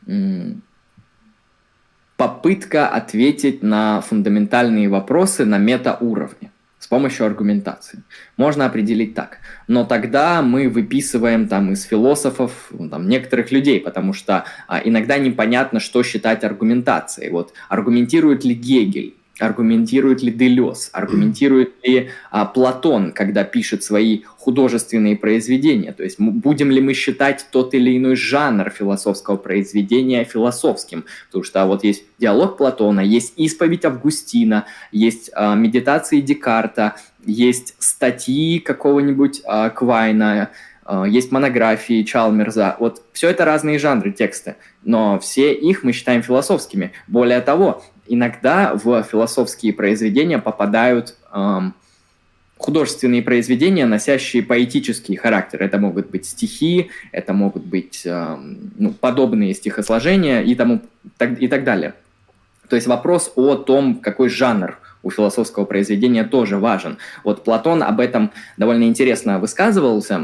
попытка ответить на фундаментальные вопросы на метауровне с помощью аргументации. Можно определить так. Но тогда мы выписываем там из философов там, некоторых людей, потому что а, иногда непонятно, что считать аргументацией. Вот аргументирует ли Гегель? Аргументирует ли Делез, аргументирует ли а, Платон, когда пишет свои художественные произведения. То есть будем ли мы считать тот или иной жанр философского произведения философским. Потому что вот есть диалог Платона, есть исповедь Августина, есть а, медитации Декарта, есть статьи какого-нибудь а, Квайна, а, есть монографии Чалмерза. Вот все это разные жанры текста, но все их мы считаем философскими. Более того, иногда в философские произведения попадают эм, художественные произведения, носящие поэтический характер. Это могут быть стихи, это могут быть эм, ну, подобные стихосложения и, тому, так, и так далее. То есть вопрос о том, какой жанр у философского произведения тоже важен. Вот Платон об этом довольно интересно высказывался.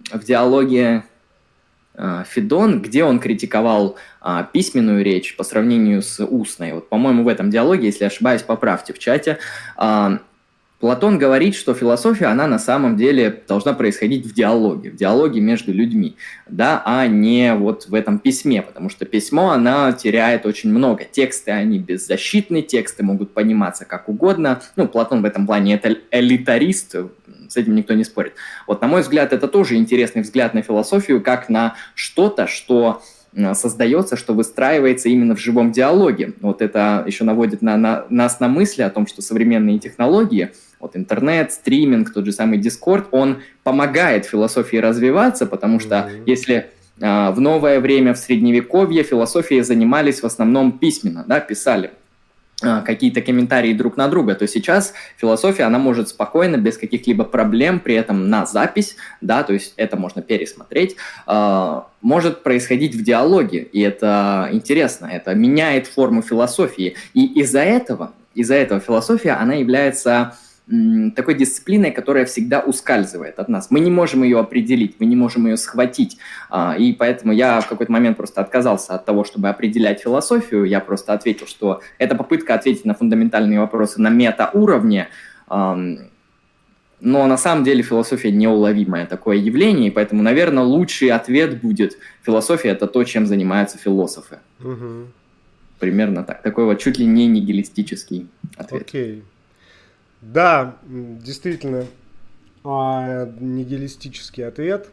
в диалоге Федон, где он критиковал а, письменную речь по сравнению с устной. Вот, по-моему, в этом диалоге, если ошибаюсь, поправьте в чате, а, Платон говорит, что философия, она на самом деле должна происходить в диалоге, в диалоге между людьми, да, а не вот в этом письме, потому что письмо, она теряет очень много. Тексты, они беззащитны, тексты могут пониматься как угодно. Ну, Платон в этом плане это элитарист, с этим никто не спорит. Вот, на мой взгляд, это тоже интересный взгляд на философию, как на что-то, что создается, что выстраивается именно в живом диалоге. Вот это еще наводит на, на, нас на мысли о том, что современные технологии, вот интернет, стриминг, тот же самый Discord, он помогает философии развиваться, потому что mm-hmm. если а, в новое время, в Средневековье, философией занимались в основном письменно, да, писали какие-то комментарии друг на друга, то сейчас философия, она может спокойно, без каких-либо проблем, при этом на запись, да, то есть это можно пересмотреть, э, может происходить в диалоге, и это интересно, это меняет форму философии, и из-за этого, из-за этого философия, она является такой дисциплиной, которая всегда ускальзывает от нас. Мы не можем ее определить, мы не можем ее схватить. И поэтому я в какой-то момент просто отказался от того, чтобы определять философию. Я просто ответил, что это попытка ответить на фундаментальные вопросы на метауровне. Но на самом деле философия неуловимое такое явление, и поэтому, наверное, лучший ответ будет: философия – это то, чем занимаются философы. Угу. Примерно так. Такой вот чуть ли не нигилистический ответ. Окей. Да, действительно, нигилистический ответ.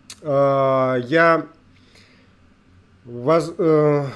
Я воз... У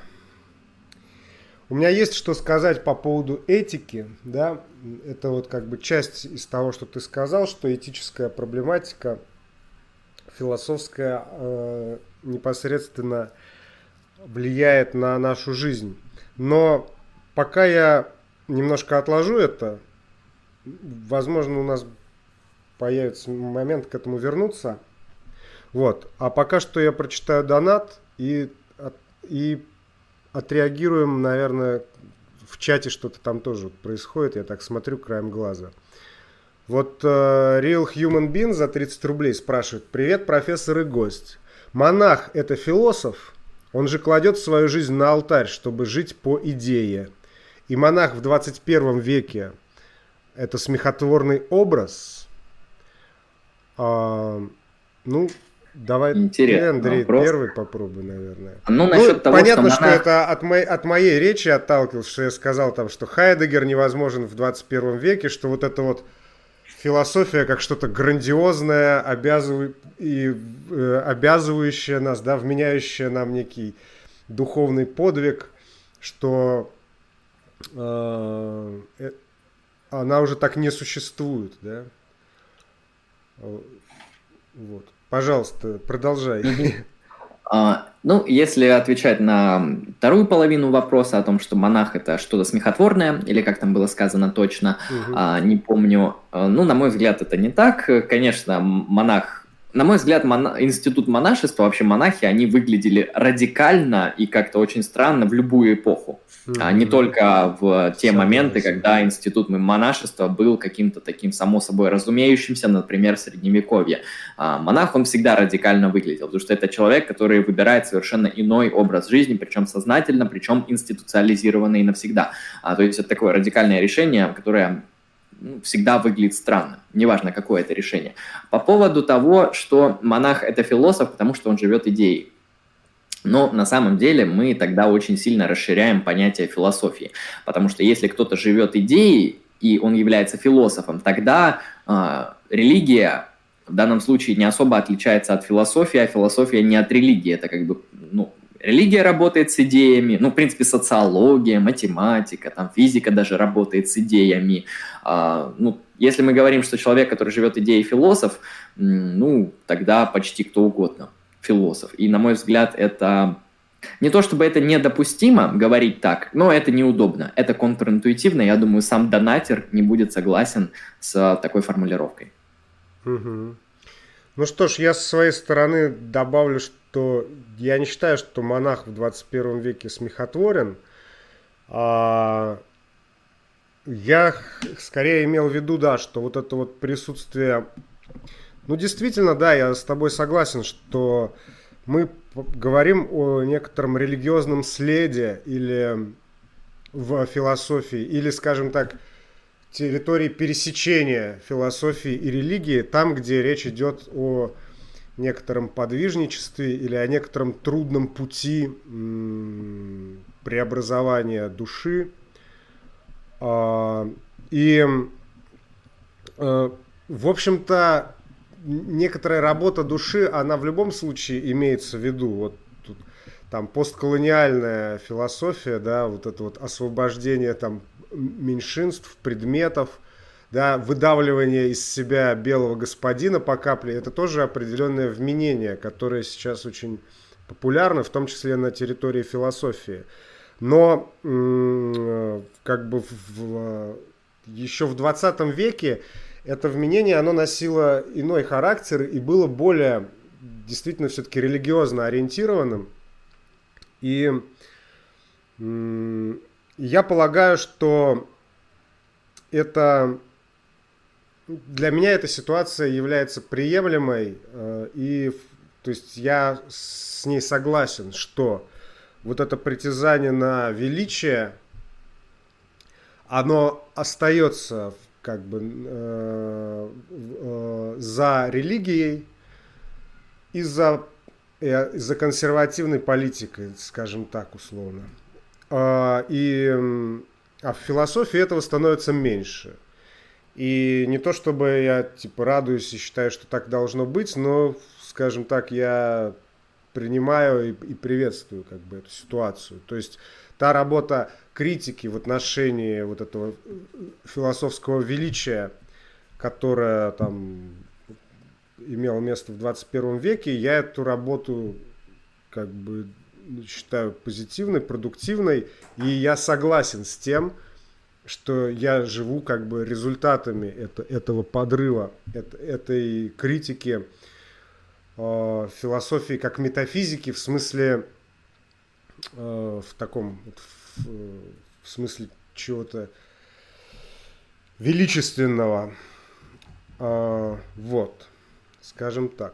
меня есть что сказать по поводу этики, да, это вот как бы часть из того, что ты сказал, что этическая проблематика философская непосредственно влияет на нашу жизнь. Но пока я немножко отложу это, возможно, у нас появится момент к этому вернуться. Вот. А пока что я прочитаю донат и, и отреагируем, наверное, в чате что-то там тоже происходит. Я так смотрю краем глаза. Вот uh, Real Human Being за тридцать рублей спрашивает: привет, профессор и гость. Монах – это философ? Он же кладет свою жизнь на алтарь, чтобы жить по идее. И монах в двадцать первом веке – это смехотворный образ. А, ну, давай ты, Андрей, вопрос. Первый попробуй, наверное. Ну, насчет ну, того, понятно, что, монах... что это от, мо... от моей речи отталкивался, что я сказал там, что Хайдеггер невозможен в двадцать первом веке, что вот это вот философия как что-то грандиозное, обязыв... и, э, обязывающее нас, да, вменяющее нам некий духовный подвиг, что э, э, она уже так не существует, да? Вот. Пожалуйста, продолжай. Uh, ну, если отвечать на вторую половину вопроса о том, что монах – это что-то смехотворное, или как там было сказано точно, uh-huh. uh, не помню. Uh, ну, на мой взгляд, это не так. Конечно, монах… На мой взгляд, мона... институт монашества, вообще монахи, они выглядели радикально и как-то очень странно в любую эпоху. Mm-hmm. А не только в те Согласен. моменты, когда институт монашества был каким-то таким само собой разумеющимся, например, в Средневековье. А монах, он всегда радикально выглядел, потому что это человек, который выбирает совершенно иной образ жизни, причем сознательно, причем институциализированный навсегда. А, то есть это такое радикальное решение, которое… всегда выглядит странно, неважно, какое это решение. По поводу того, что монах – это философ, потому что он живет идеей. Но на самом деле мы тогда очень сильно расширяем понятие философии, потому что если кто-то живет идеей, и он является философом, тогда э, религия в данном случае не особо отличается от философии, а философия не от религии. Это как бы, ну, религия работает с идеями, ну, в принципе, социология, математика, там, физика даже работает с идеями. А, ну, если мы говорим, что человек, который живет идеей, философ, ну, тогда почти кто угодно философ. И, на мой взгляд, это не то, чтобы это недопустимо говорить так, но это неудобно, это контринтуитивно. Я думаю, сам донатер не будет согласен с такой формулировкой. Угу. Ну что ж, я со своей стороны добавлю, что я не считаю, что монах в двадцать первом веке смехотворен. А я скорее имел в виду, да, что вот это вот присутствие Ну, действительно, да, я с тобой согласен, что мы говорим о некотором религиозном следе или в философии, или, скажем так, территории пересечения философии и религии, там, где речь идет о некотором подвижничестве или о некотором трудном пути м- преобразования души. А, и, а, в общем-то, некоторая работа души, она в любом случае имеется в виду. Вот тут, там постколониальная философия, да, вот это вот освобождение там меньшинств, предметов, да, выдавливание из себя белого господина по капле, это тоже определенное вменение, которое сейчас очень популярно, в том числе на территории философии. Но как бы в, еще в двадцатом веке это вменение, оно носило иной характер и было более действительно все-таки религиозно ориентированным. И я полагаю, что это для меня эта ситуация является приемлемой, и то есть я с ней согласен, что вот это притязание на величие, оно остается как бы э, э, за религией и за, э, за консервативной политикой, скажем так, условно. Э, и, а в философии этого становится меньше. И не то чтобы я типа радуюсь и считаю, что так должно быть, но, скажем так, я принимаю и, и приветствую как бы эту ситуацию. То есть та работа критики в отношении вот этого философского величия, которое там имело место в двадцать первом веке, я эту работу как бы считаю позитивной, продуктивной, и я согласен с тем, что я живу как бы результатами это, этого подрыва, это, этой критики э, философии как метафизики в смысле э, в таком в, в смысле чего-то величественного, э, вот, скажем так.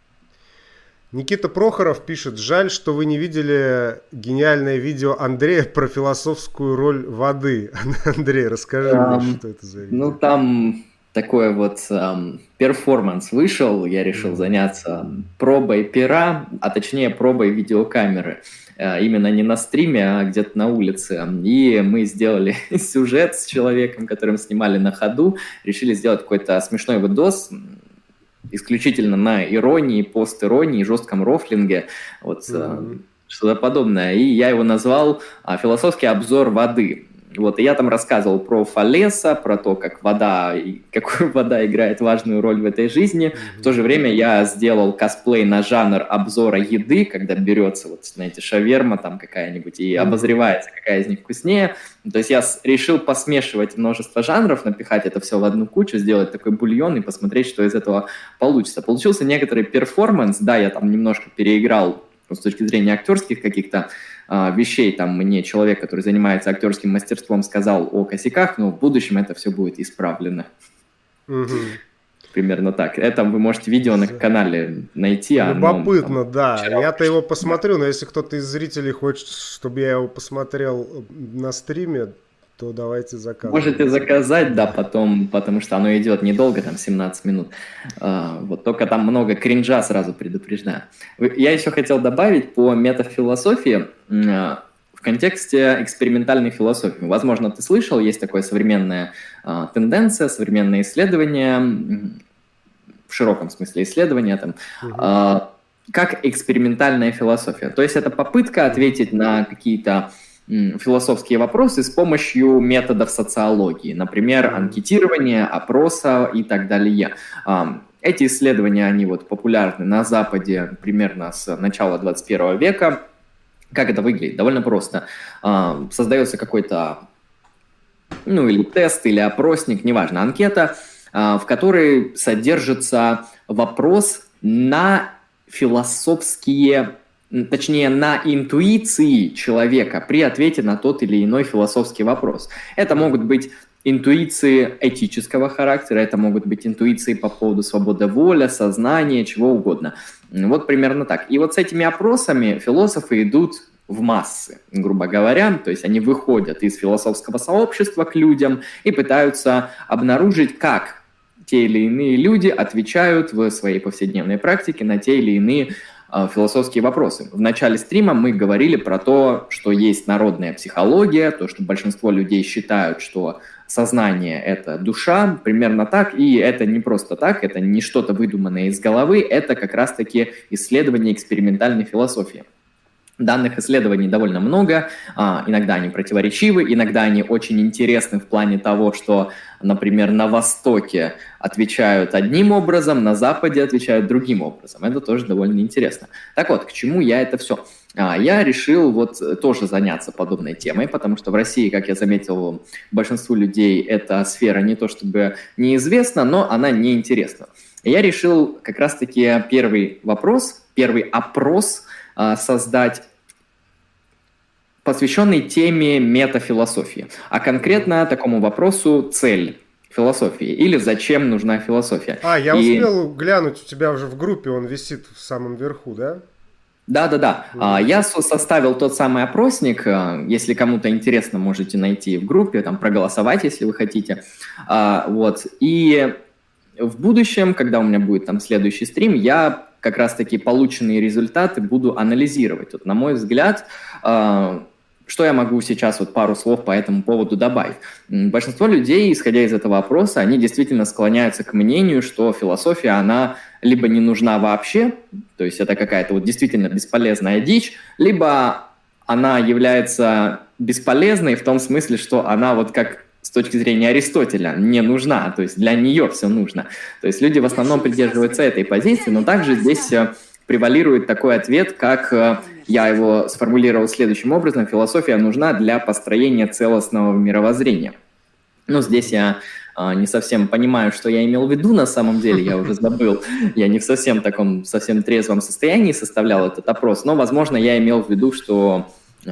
Никита Прохоров пишет: жаль, что вы не видели гениальное видео Андрея про философскую роль воды. Андрей, расскажи um, мне, что это за видео. Ну, там такой вот um, перформанс вышел, я решил mm-hmm. заняться пробой пера, а точнее пробой видеокамеры. Именно не на стриме, а где-то на улице. И мы сделали сюжет с человеком, которым снимали на ходу, решили сделать какой-то смешной видос, исключительно на иронии, пост-иронии, жестком рофлинге, вот mm-hmm. что-то подобное. И я его назвал «Философский обзор воды». Вот, и я там рассказывал про Фалеса, про то, как вода, какую вода играет важную роль в этой жизни. Mm-hmm. В то же время я сделал косплей на жанр обзора еды, когда берется, вот, знаете, шаверма там какая-нибудь и mm-hmm. обозревается, какая из них вкуснее. То есть я решил посмешивать множество жанров, напихать это все в одну кучу, сделать такой бульон и посмотреть, что из этого получится. Получился некоторый перформанс, да, я там немножко переиграл с точки зрения актерских каких-то э, вещей, там мне человек, который занимается актерским мастерством, сказал о косяках, но в будущем это все будет исправлено. Угу. Примерно так. Это вы можете видео на канале найти. Любопытно, оно, да. Я-то его посмотрю, но если кто-то из зрителей хочет, чтобы я его посмотрел на стриме, то давайте заказывать. Можете заказать, да, потом, потому что оно идет недолго, там семнадцать минут. А, вот только там много кринжа, сразу предупреждаю. Я еще хотел добавить по метафилософии в контексте экспериментальной философии. Возможно, ты слышал, есть такая современная а, тенденция, современное исследование, в широком смысле исследования, там, угу. а, как экспериментальная философия. То есть это попытка ответить на какие-то философские вопросы с помощью методов социологии, например, анкетирования, опроса и так далее. Эти исследования, они вот популярны на Западе примерно с начала двадцать первого века. Как это выглядит? Довольно просто. Создается какой-то, ну, или тест, или опросник, неважно, анкета, в которой содержится вопрос на философские, точнее, на интуиции человека при ответе на тот или иной философский вопрос. Это могут быть интуиции этического характера, это могут быть интуиции по поводу свободы воли, сознания, чего угодно. Вот примерно так. И вот с этими опросами философы идут в массы, грубо говоря, то есть они выходят из философского сообщества к людям и пытаются обнаружить, как те или иные люди отвечают в своей повседневной практике на те или иные э, философские вопросы. В начале стрима мы говорили про то, что есть народная психология, то, что большинство людей считают, что сознание – это душа, примерно так, и это не просто так, это не что-то выдуманное из головы, это как раз-таки исследование экспериментальной философии. Данных исследований довольно много, иногда они противоречивы, иногда они очень интересны в плане того, что, например, на Востоке отвечают одним образом, на Западе отвечают другим образом. Это тоже довольно интересно. Так вот, к чему я это все? Я решил вот тоже заняться подобной темой, потому что в России, как я заметил, большинству людей эта сфера не то чтобы неизвестна, но она неинтересна. Я решил как раз-таки первый вопрос, первый опрос создать, посвященный теме метафилософии, а конкретно такому вопросу цель философии или зачем нужна философия. А, я И... успел глянуть, у тебя уже в группе он висит в самом верху, да? Да-да-да, mm-hmm. я составил тот самый опросник, если кому-то интересно, можете найти в группе, там проголосовать, если вы хотите, вот, и в будущем, когда у меня будет там следующий стрим, я как раз-таки полученные результаты буду анализировать. Вот, на мой взгляд, э, что я могу сейчас вот пару слов по этому поводу добавить? Большинство людей, исходя из этого опроса, они действительно склоняются к мнению, что философия, она либо не нужна вообще, то есть это какая-то вот действительно бесполезная дичь, либо она является бесполезной в том смысле, что она вот как с точки зрения Аристотеля не нужна, то есть для нее все нужно. То есть люди в основном придерживаются этой позиции, но также здесь превалирует такой ответ, как я его сформулировал следующим образом: философия нужна для построения целостного мировоззрения. Ну, здесь я не совсем понимаю, что я имел в виду на самом деле, я уже забыл, я не в совсем таком, совсем трезвом состоянии составлял этот опрос, но, возможно, я имел в виду, что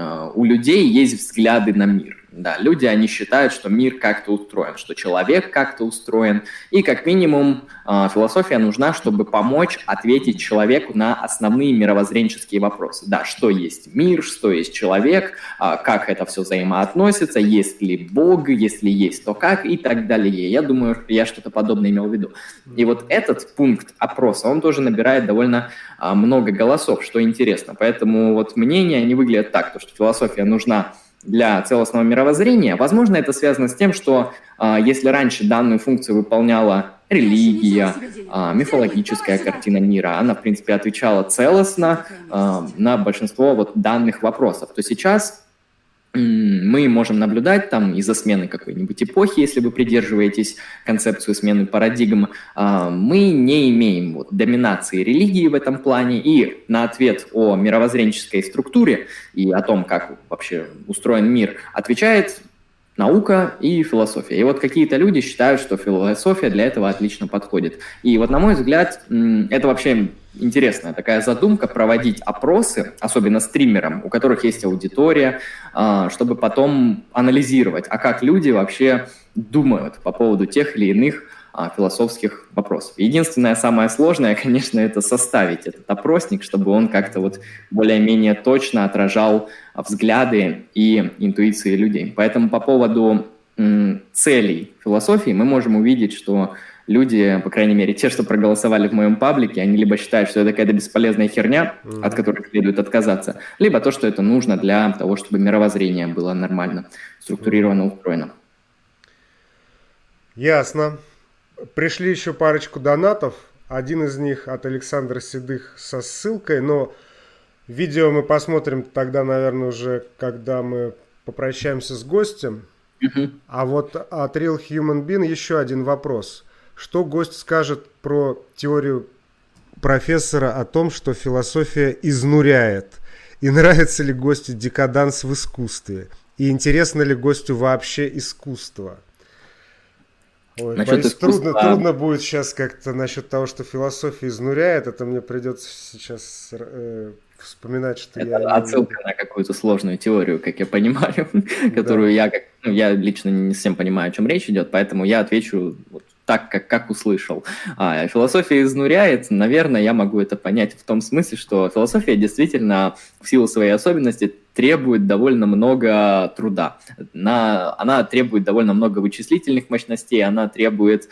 у людей есть взгляды на мир. Да, люди, они считают, что мир как-то устроен, что человек как-то устроен, и как минимум э, философия нужна, чтобы помочь ответить человеку на основные мировоззренческие вопросы. Да, что есть мир, что есть человек, э, как это все взаимоотносится, есть ли Бог, если есть, то как, и так далее. Я думаю, я что-то подобное имел в виду. И вот этот пункт опроса, он тоже набирает довольно э, много голосов, что интересно. Поэтому вот мнения, они выглядят так, то, что философия нужна для целостного мировоззрения. Возможно, это связано с тем, что э, если раньше данную функцию выполняла религия, э, мифологическая картина мира, она, в принципе, отвечала целостно э, на большинство вот данных вопросов, то сейчас э, мы можем наблюдать там из-за смены какой-нибудь эпохи, если вы придерживаетесь концепцию смены парадигм, э, мы не имеем вот, доминации религии в этом плане, и на ответ о мировоззренческой структуре и о том, как вообще устроен мир, отвечает наука и философия. И вот какие-то люди считают, что философия для этого отлично подходит. И вот, на мой взгляд, это вообще интересная такая задумка проводить опросы, особенно стримерам, у которых есть аудитория, чтобы потом анализировать, а как люди вообще думают по поводу тех или иных философских вопросов. Единственное, самое сложное, конечно, это составить этот опросник, чтобы он как-то вот более-менее точно отражал взгляды и интуиции людей. Поэтому по поводу м, целей философии мы можем увидеть, что люди, по крайней мере, те, что проголосовали в моем паблике, они либо считают, что это какая-то бесполезная херня, mm-hmm. от которой следует отказаться, либо то, что это нужно для того, чтобы мировоззрение было нормально структурировано, устроено. Ясно. Пришли еще парочку донатов. Один из них от Александра Седых со ссылкой, но видео мы посмотрим тогда, наверное, уже, когда мы попрощаемся с гостем. Uh-huh. А вот от Real Human Being еще один вопрос. Что гость скажет про теорию профессора о том, что философия изнуряет? И нравится ли гостю декаданс в искусстве? И интересно ли гостю вообще искусство? Ой, Насчет боюсь, искусства... трудно, трудно будет сейчас как-то насчет того, что философия изнуряет. Это мне придется сейчас э, вспоминать, что Это я имел в отсылка виду. на какую-то сложную теорию, как я понимаю, которую Да. я, как, ну, я лично не совсем понимаю, о чем речь идет, поэтому я отвечу вот так, как, как услышал. А, философия изнуряет, наверное, я могу это понять в том смысле, что философия действительно в силу своей особенности требует довольно много труда. На, она требует довольно много вычислительных мощностей, она требует э,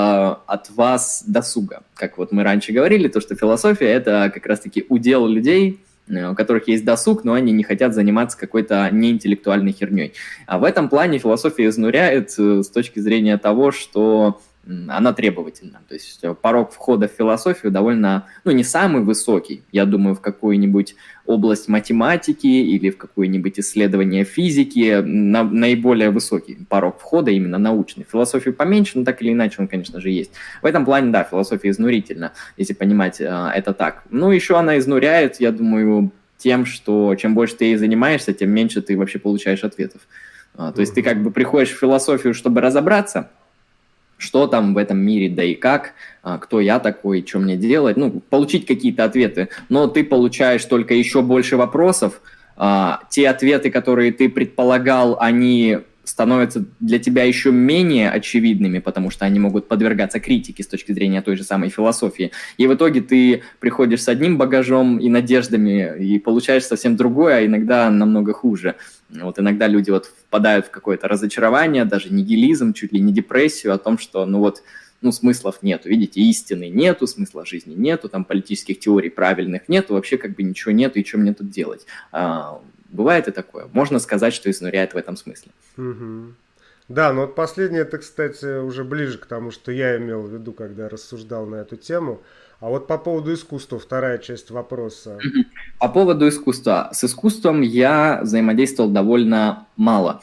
от вас досуга. Как вот мы раньше говорили, то, что философия – это как раз-таки удел людей, у которых есть досуг, но они не хотят заниматься какой-то неинтеллектуальной херней. А в этом плане философия изнуряет с точки зрения того, что она требовательна. То есть порог входа в философию довольно, ну, не самый высокий. Я думаю, в какую-нибудь область математики или в какое-нибудь исследование физики на, наиболее высокий порог входа, именно научный. В философию поменьше, но так или иначе он, конечно же, есть. В этом плане, да, философия изнурительна, если понимать это так. Ну, еще она изнуряет, я думаю, тем, что чем больше ты ей занимаешься, тем меньше ты вообще получаешь ответов. То есть ты как бы приходишь в философию, чтобы разобраться, что там в этом мире, да и как, кто я такой, что мне делать, ну, получить какие-то ответы, но ты получаешь только еще больше вопросов, те ответы, которые ты предполагал, они становятся для тебя еще менее очевидными, потому что они могут подвергаться критике с точки зрения той же самой философии. И в итоге ты приходишь с одним багажом и надеждами и получаешь совсем другое, а иногда намного хуже. Вот иногда люди вот впадают в какое-то разочарование, даже нигилизм, чуть ли не депрессию о том, что ну вот, ну смыслов нету, видите, истины нету, смысла жизни нету, там политических теорий правильных нету, вообще как бы ничего нету, и что мне тут делать? А, бывает и такое. Можно сказать, что изнуряет в этом смысле. Угу. Да, но вот последнее, это, кстати, уже ближе к тому, что я имел в виду, когда рассуждал на эту тему. А вот по поводу искусства, вторая часть вопроса. По поводу искусства. С искусством я взаимодействовал довольно мало.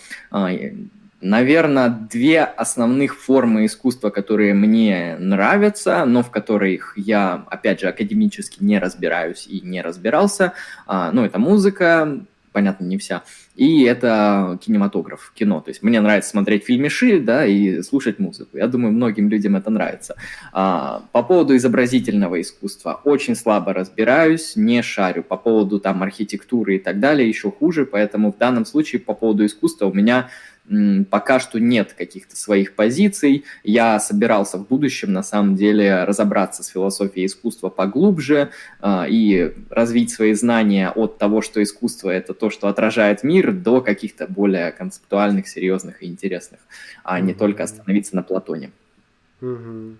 Наверное, две основных формы искусства, которые мне нравятся, но в которых я, опять же, академически не разбираюсь и не разбирался. Ну, это музыка, понятно, не вся, и это кинематограф, кино. То есть мне нравится смотреть фильмиши, да, и слушать музыку. Я думаю, многим людям это нравится. А, по поводу изобразительного искусства очень слабо разбираюсь, не шарю. По поводу там архитектуры и так далее еще хуже, поэтому в данном случае по поводу искусства у меня пока что нет каких-то своих позиций. Я собирался в будущем, на самом деле, разобраться с философией искусства поглубже э, и развить свои знания от того, что искусство – это то, что отражает мир, до каких-то более концептуальных, серьезных и интересных, а не mm-hmm. только остановиться на Платоне. Mm-hmm.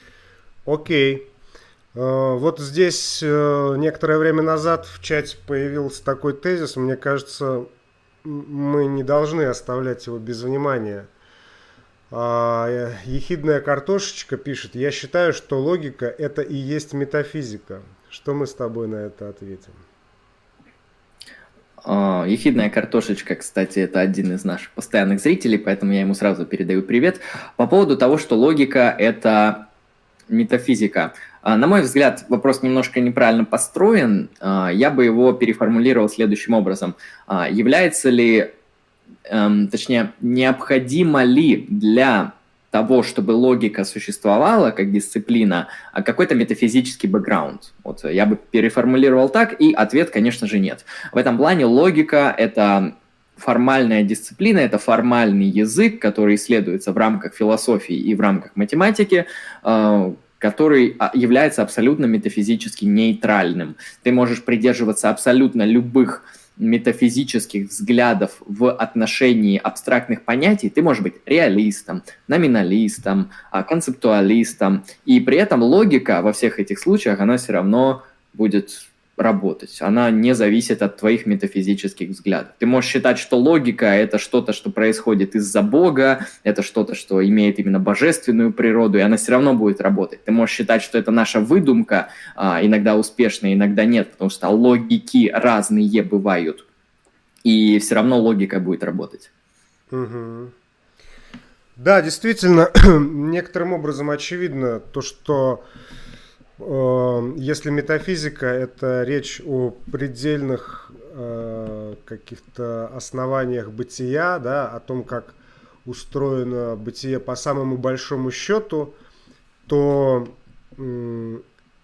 Окей. Uh, вот здесь uh, некоторое время назад в чате появился такой тезис, мне кажется, мы не должны оставлять его без внимания. А, ехидная картошечка пишет: я считаю, что логика – это и есть метафизика. Что мы с тобой на это ответим? А, ехидная картошечка, кстати, это один из наших постоянных зрителей, поэтому я ему сразу передаю привет. По поводу того, что логика – это метафизика. На мой взгляд, вопрос немножко неправильно построен. Я бы его переформулировал следующим образом. Является ли, точнее, необходимо ли для того, чтобы логика существовала как дисциплина, какой-то метафизический бэкграунд? Вот я бы переформулировал так, и ответ, конечно же, нет. В этом плане логика – это формальная дисциплина, это формальный язык, который исследуется в рамках философии и в рамках математики, который является абсолютно метафизически нейтральным. Ты можешь придерживаться абсолютно любых метафизических взглядов в отношении абстрактных понятий. Ты можешь быть реалистом, номиналистом, концептуалистом, и при этом логика во всех этих случаях, она все равно будет работать. Она не зависит от твоих метафизических взглядов. Ты можешь считать, что логика – это что-то, что происходит из-за Бога, это что-то, что имеет именно божественную природу, и она все равно будет работать. Ты можешь считать, что это наша выдумка, иногда успешная, иногда нет, потому что логики разные бывают, и все равно логика будет работать. Угу. Да, действительно, некоторым образом очевидно то, что если метафизика – это речь о предельных э, каких-то основаниях бытия, да, о том, как устроено бытие по самому большому счету, то мы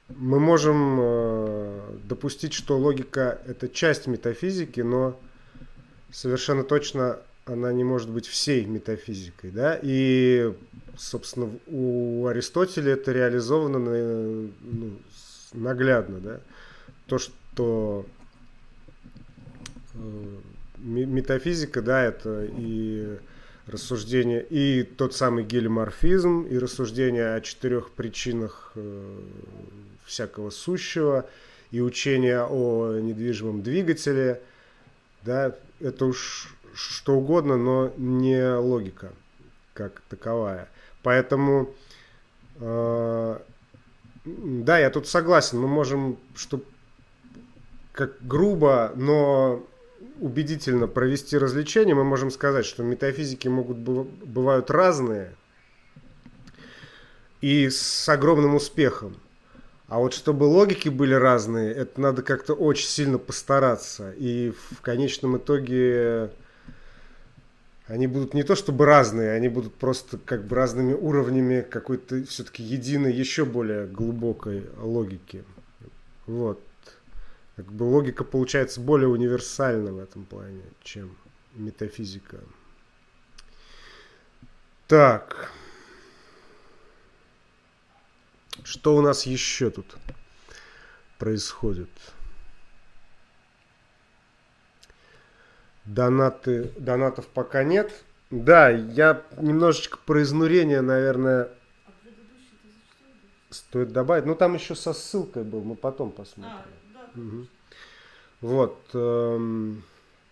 можем допустить, что логика – это часть метафизики, но совершенно точно она не может быть всей метафизикой, да, и, собственно, у Аристотеля это реализовано ну, наглядно, да, то, что метафизика, да, это и рассуждение, и тот самый гелиоморфизм, и рассуждение о четырех причинах э, всякого сущего, и учение о недвижимом двигателе, да, это уж что угодно, но не логика как таковая. Поэтому, э, да, я тут согласен, мы можем, что как грубо, но убедительно провести развлечение, мы можем сказать, что метафизики могут бывают разные и с огромным успехом. А вот чтобы логики были разные, это надо как-то очень сильно постараться. И в конечном итоге они будут не то чтобы разные, они будут просто как бы разными уровнями какой-то все-таки единой, еще более глубокой логики. Вот. Как бы логика получается более универсальна в этом плане, чем метафизика. Так. Что у нас еще тут происходит? Донаты, донатов пока нет. Да, я немножечко про изнурение, наверное, стоит добавить. Ну, там еще со ссылкой был, мы потом посмотрим. Угу. Вот. Эм,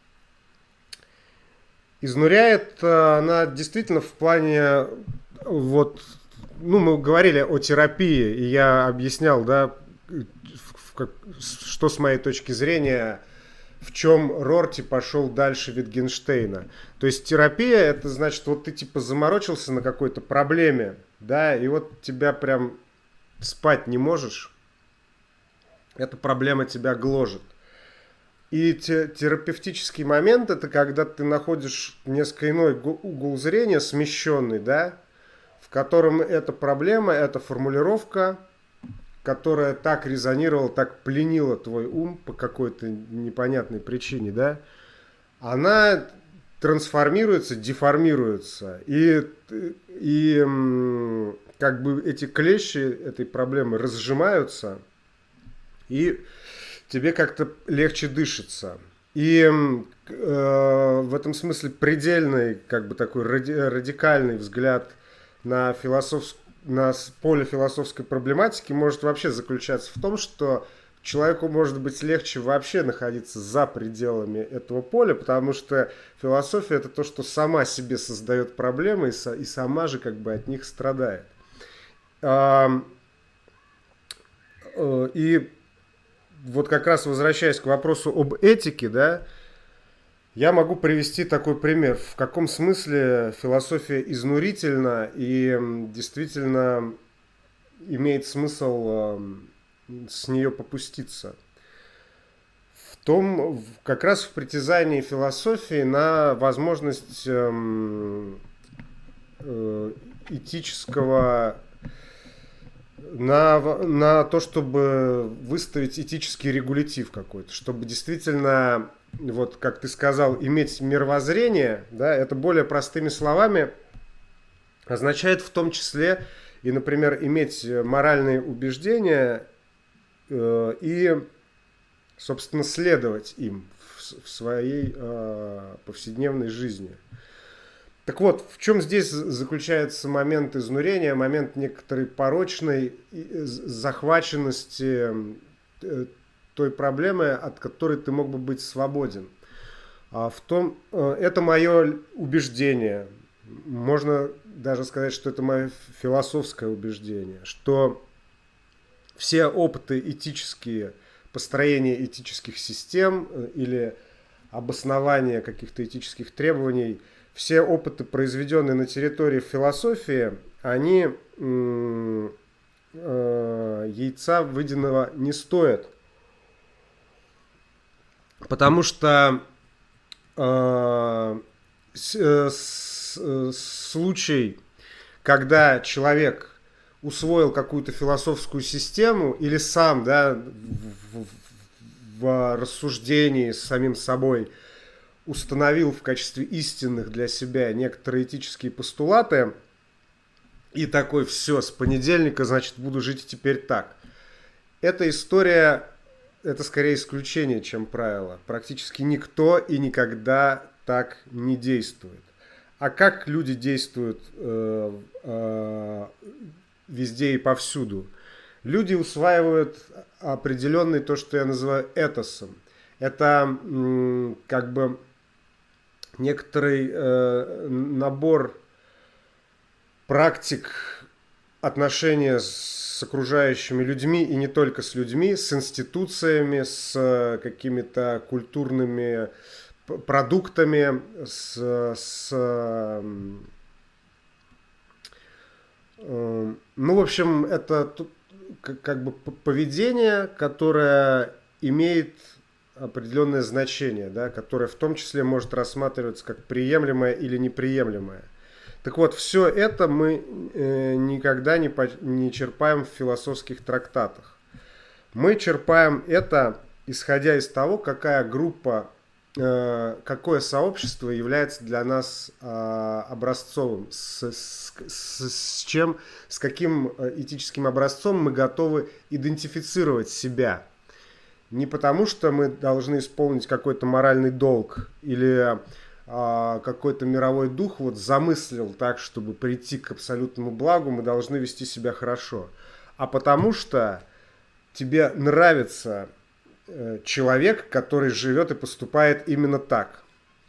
изнуряет она действительно в плане, вот, ну, мы говорили о терапии, и я объяснял, да, в, в, что с моей точки зрения, в чем Рорти пошел дальше Витгенштейна. То есть терапия, это значит, вот ты типа заморочился на какой-то проблеме, да, и вот тебя прям спать не можешь. Эта проблема тебя гложет. И те, терапевтический момент, это когда ты находишь несколько иной угол зрения, смещенный, да, в котором эта проблема, эта формулировка, которая так резонировала, так пленила твой ум по какой-то непонятной причине, да, она трансформируется, деформируется. И, и как бы эти клещи этой проблемы разжимаются, и тебе как-то легче дышится. И э, в этом смысле предельный, как бы такой ради, радикальный взгляд на, философ, на поле философской проблематики может вообще заключаться в том, что человеку может быть легче вообще находиться за пределами этого поля, потому что философия – это то, что сама себе создает проблемы и, со, и сама же как бы от них страдает. А, э, и вот как раз возвращаясь к вопросу об этике, да, я могу привести такой пример. В каком смысле философия изнурительна и действительно имеет смысл с нее попуститься. В том, как раз в притязании философии на возможность этического, На, на то, чтобы выставить этический регулятив какой-то, чтобы действительно, вот как ты сказал, иметь мировоззрение, да, это более простыми словами означает в том числе и, например, иметь моральные убеждения э, и, собственно, следовать им в, в своей э, повседневной жизни. Так вот, в чем здесь заключается момент изнурения, момент некоторой порочной захваченности той проблемы, от которой ты мог бы быть свободен. А в том, это мое убеждение, можно даже сказать, что это мое философское убеждение, что все опыты этические, построение этических систем или обоснование каких-то этических требований, все опыты, произведенные на территории философии, они э, э, яйца выеденного не стоят. Потому что э, с, с, с, случай, когда человек усвоил какую-то философскую систему или сам, да, в, в, в рассуждении с самим собой установил в качестве истинных для себя некоторые этические постулаты и такой: все, с понедельника, значит, буду жить теперь так. Эта история, это скорее исключение, чем правило. Практически никто и никогда так не действует. А как люди действуют э, э, везде и повсюду? Люди усваивают определенный, то, что я называю этосом. Это м, как бы некоторый э, набор практик отношения с окружающими людьми, и не только с людьми, с институциями, с какими-то культурными продуктами, с, с э, э, ну, в общем, это как бы поведение, которое имеет определенное значение, да, которое в том числе может рассматриваться как приемлемое или неприемлемое. Так вот, все это мы э, никогда не, по, не черпаем в философских трактатах. Мы черпаем это, исходя из того, какая группа, э, какое сообщество является для нас э, образцовым, с, с, с, с чем, с каким этическим образцом мы готовы идентифицировать себя. Не потому, что мы должны исполнить какой-то моральный долг или а, какой-то мировой дух вот замыслил так, чтобы прийти к абсолютному благу, мы должны вести себя хорошо. А потому что тебе нравится э, человек, который живет и поступает именно так.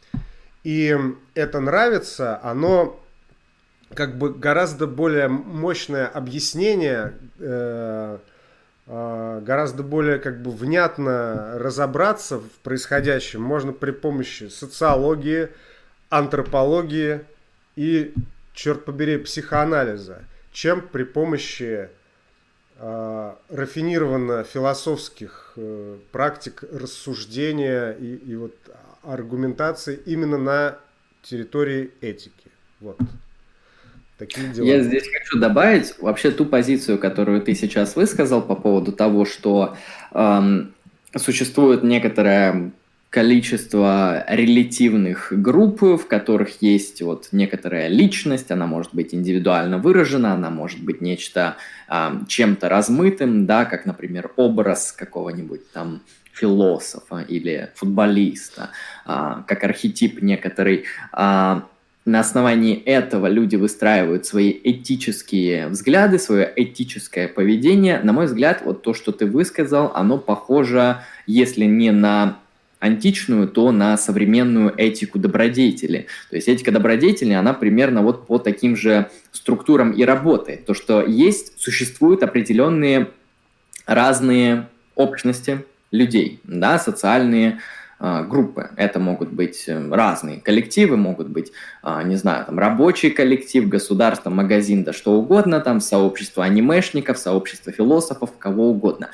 И это нравится, оно как бы гораздо более мощное объяснение, э, гораздо более как бы внятно разобраться в происходящем можно при помощи социологии, антропологии и, черт побери, психоанализа, чем при помощи э, рафинированно философских э, практик рассуждения и, и вот аргументации именно на территории этики. Вот. Такие дела. Я здесь хочу добавить вообще ту позицию, которую ты сейчас высказал по поводу того, что эм, существует некоторое количество релятивных групп, в которых есть вот некоторая личность, она может быть индивидуально выражена, она может быть нечто эм, чем-то размытым, да, как, например, образ какого-нибудь там философа или футболиста, э, как архетип некоторый. Э, На основании этого люди выстраивают свои этические взгляды, свое этическое поведение. На мой взгляд, вот то, что ты высказал, оно похоже, если не на античную, то на современную этику добродетели. То есть этика добродетели, она примерно вот по таким же структурам и работает. То, что есть, существуют определенные разные общности людей, да, социальные группы. Это могут быть разные коллективы, могут быть, не знаю, там рабочий коллектив, государство, магазин, да что угодно, там сообщество анимешников, сообщество философов, кого угодно.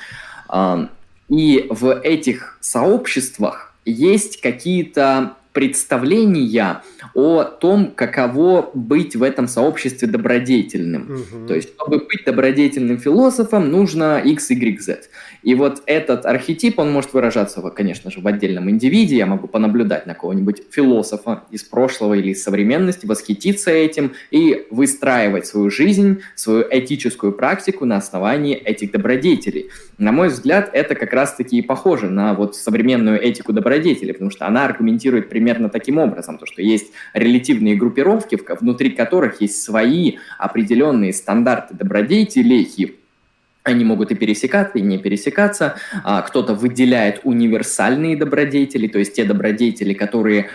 И в этих сообществах есть какие-то представления о том, каково быть в этом сообществе добродетельным. Угу. То есть, чтобы быть добродетельным философом, нужно X, Y, Z. И вот этот архетип, он может выражаться, конечно же, в отдельном индивиде. Я могу понаблюдать на какого-нибудь философа из прошлого или из современности, восхититься этим и выстраивать свою жизнь, свою этическую практику на основании этих добродетелей. На мой взгляд, это как раз-таки и похоже на вот современную этику добродетели, потому что она аргументирует примерно таким образом, то, что есть релятивные группировки, внутри которых есть свои определенные стандарты добродетелей, они могут и пересекаться, и не пересекаться. Кто-то выделяет универсальные добродетели, то есть те добродетели, которые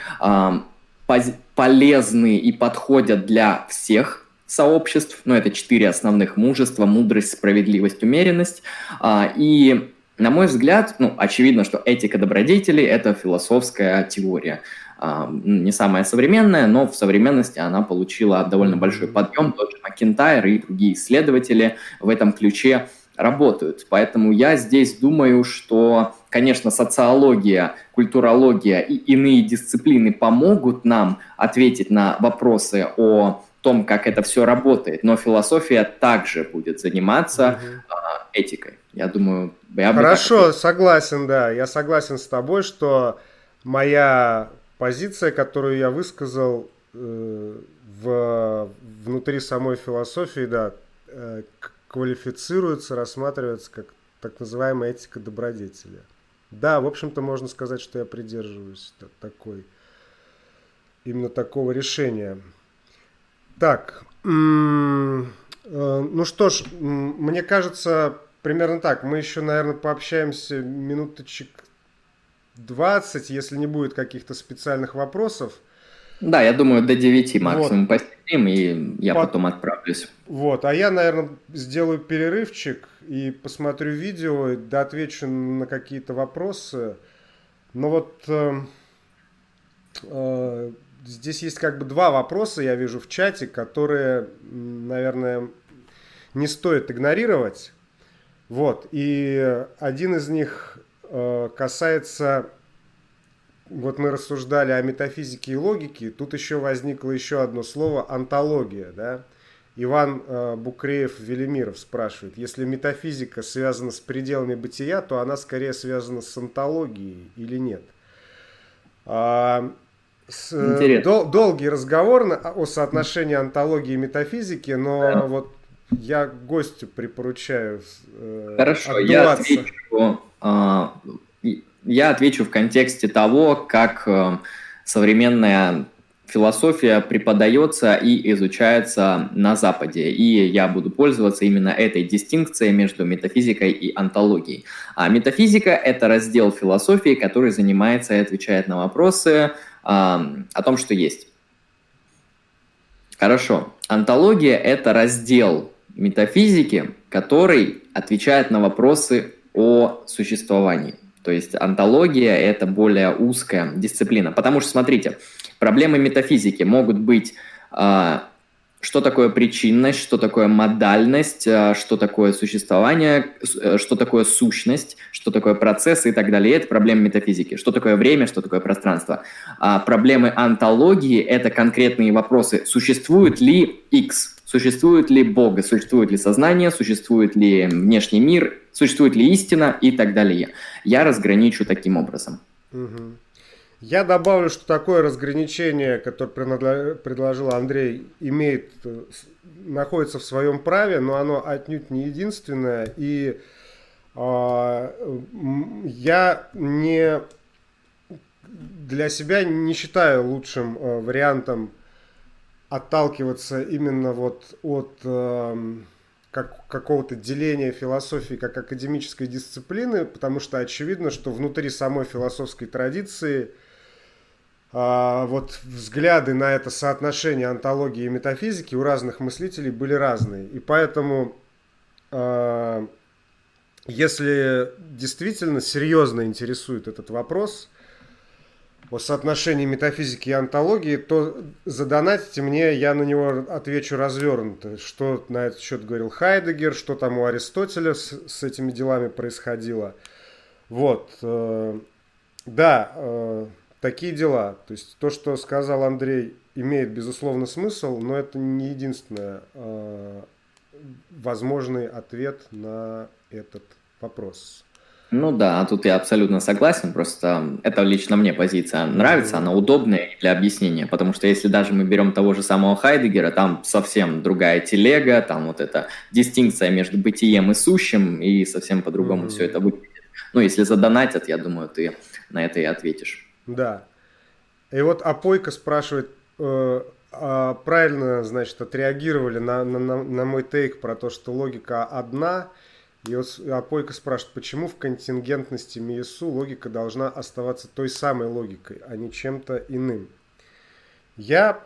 полезны и подходят для всех сообществ. Ну, это четыре основных мужества: мудрость, справедливость, умеренность. И, на мой взгляд, ну, очевидно, что этика добродетелей – это философская теория. Не самая современная, но в современности она получила довольно большой подъем. Тот же Макентайр и другие исследователи в этом ключе работают. Поэтому я здесь думаю, что конечно, социология, культурология и иные дисциплины помогут нам ответить на вопросы о том, как это все работает, но философия также будет заниматься угу. этикой. Я думаю, я Хорошо, согласен, да. Я согласен с тобой, что моя позиция, которую я высказал э, в, внутри самой философии, да, э, квалифицируется, рассматривается как так называемая этика добродетели. Да, в общем-то, можно сказать, что я придерживаюсь такой, именно такого решения. Так, ну что ж, мне кажется, примерно так. Мы еще, наверное, пообщаемся минуточек двадцать, если не будет каких-то специальных вопросов. Да, я думаю, до девяти максимум вот. Посидим, и я По... потом отправлюсь. Вот, а я, наверное, сделаю перерывчик и посмотрю видео, да отвечу на какие-то вопросы. Но вот э, э, здесь есть как бы два вопроса, я вижу в чате, которые, наверное, не стоит игнорировать. Вот, и один из них э, касается... Вот мы рассуждали о метафизике и логике, тут еще возникло еще одно слово – онтология, да? Иван э, Букреев-Велимиров спрашивает, если метафизика связана с пределами бытия, то она скорее связана с онтологией или нет? А, с, дол, долгий разговор на, о соотношении онтологии и метафизики, но да. вот я гостю припоручаю э, Хорошо, я отвечу... А... Я отвечу в контексте того, как э, современная философия преподается и изучается на Западе. И я буду пользоваться именно этой дистинкцией между метафизикой и онтологией. А метафизика – это раздел философии, который занимается и отвечает на вопросы э, о том, что есть. Хорошо. Онтология – это раздел метафизики, который отвечает на вопросы о существовании. То есть онтология – это более узкая дисциплина. Потому что, смотрите, проблемы метафизики могут быть, э, что такое причинность, что такое модальность, э, что такое существование, э, что такое сущность, что такое процессы и так далее. Это проблемы метафизики. Что такое время, что такое пространство. А проблемы онтологии – это конкретные вопросы. Существует ли X? Существует ли Бог, существует ли сознание, существует ли внешний мир, существует ли истина и так далее. Я разграничу таким образом. Угу. Я добавлю, что такое разграничение, которое предложил Андрей, имеет, находится в своем праве, но оно отнюдь не единственное. И э, я не, для себя не считаю лучшим э, вариантом отталкиваться именно вот от э, как, какого-то деления философии как академической дисциплины, потому что очевидно, что внутри самой философской традиции э, вот взгляды на это соотношение онтологии и метафизики у разных мыслителей были разные. И поэтому, э, если действительно серьезно интересует этот вопрос о соотношении метафизики и онтологии, то задонатите мне, я на него отвечу развернуто. Что на этот счет говорил Хайдеггер, что там у Аристотеля с, с этими делами происходило. Вот. Э, да, э, такие дела. То есть то, что сказал Андрей, имеет, безусловно, смысл, но это не единственный э, возможный ответ на этот вопрос. Ну да, тут я абсолютно согласен, просто это лично мне позиция нравится, она удобная для объяснения, потому что если даже мы берем того же самого Хайдеггера, там совсем другая телега, там вот эта дистинкция между бытием и сущим, и совсем по-другому mm-hmm. все это выглядит. Ну, если задонатят, я думаю, ты на это и ответишь. Да. И вот Апойка спрашивает, э, а правильно, значит, отреагировали на, на, на мой тейк про то, что логика одна. И вот Апойка спрашивает, почему в контингентности МИЭСУ логика должна оставаться той самой логикой, а не чем-то иным. Я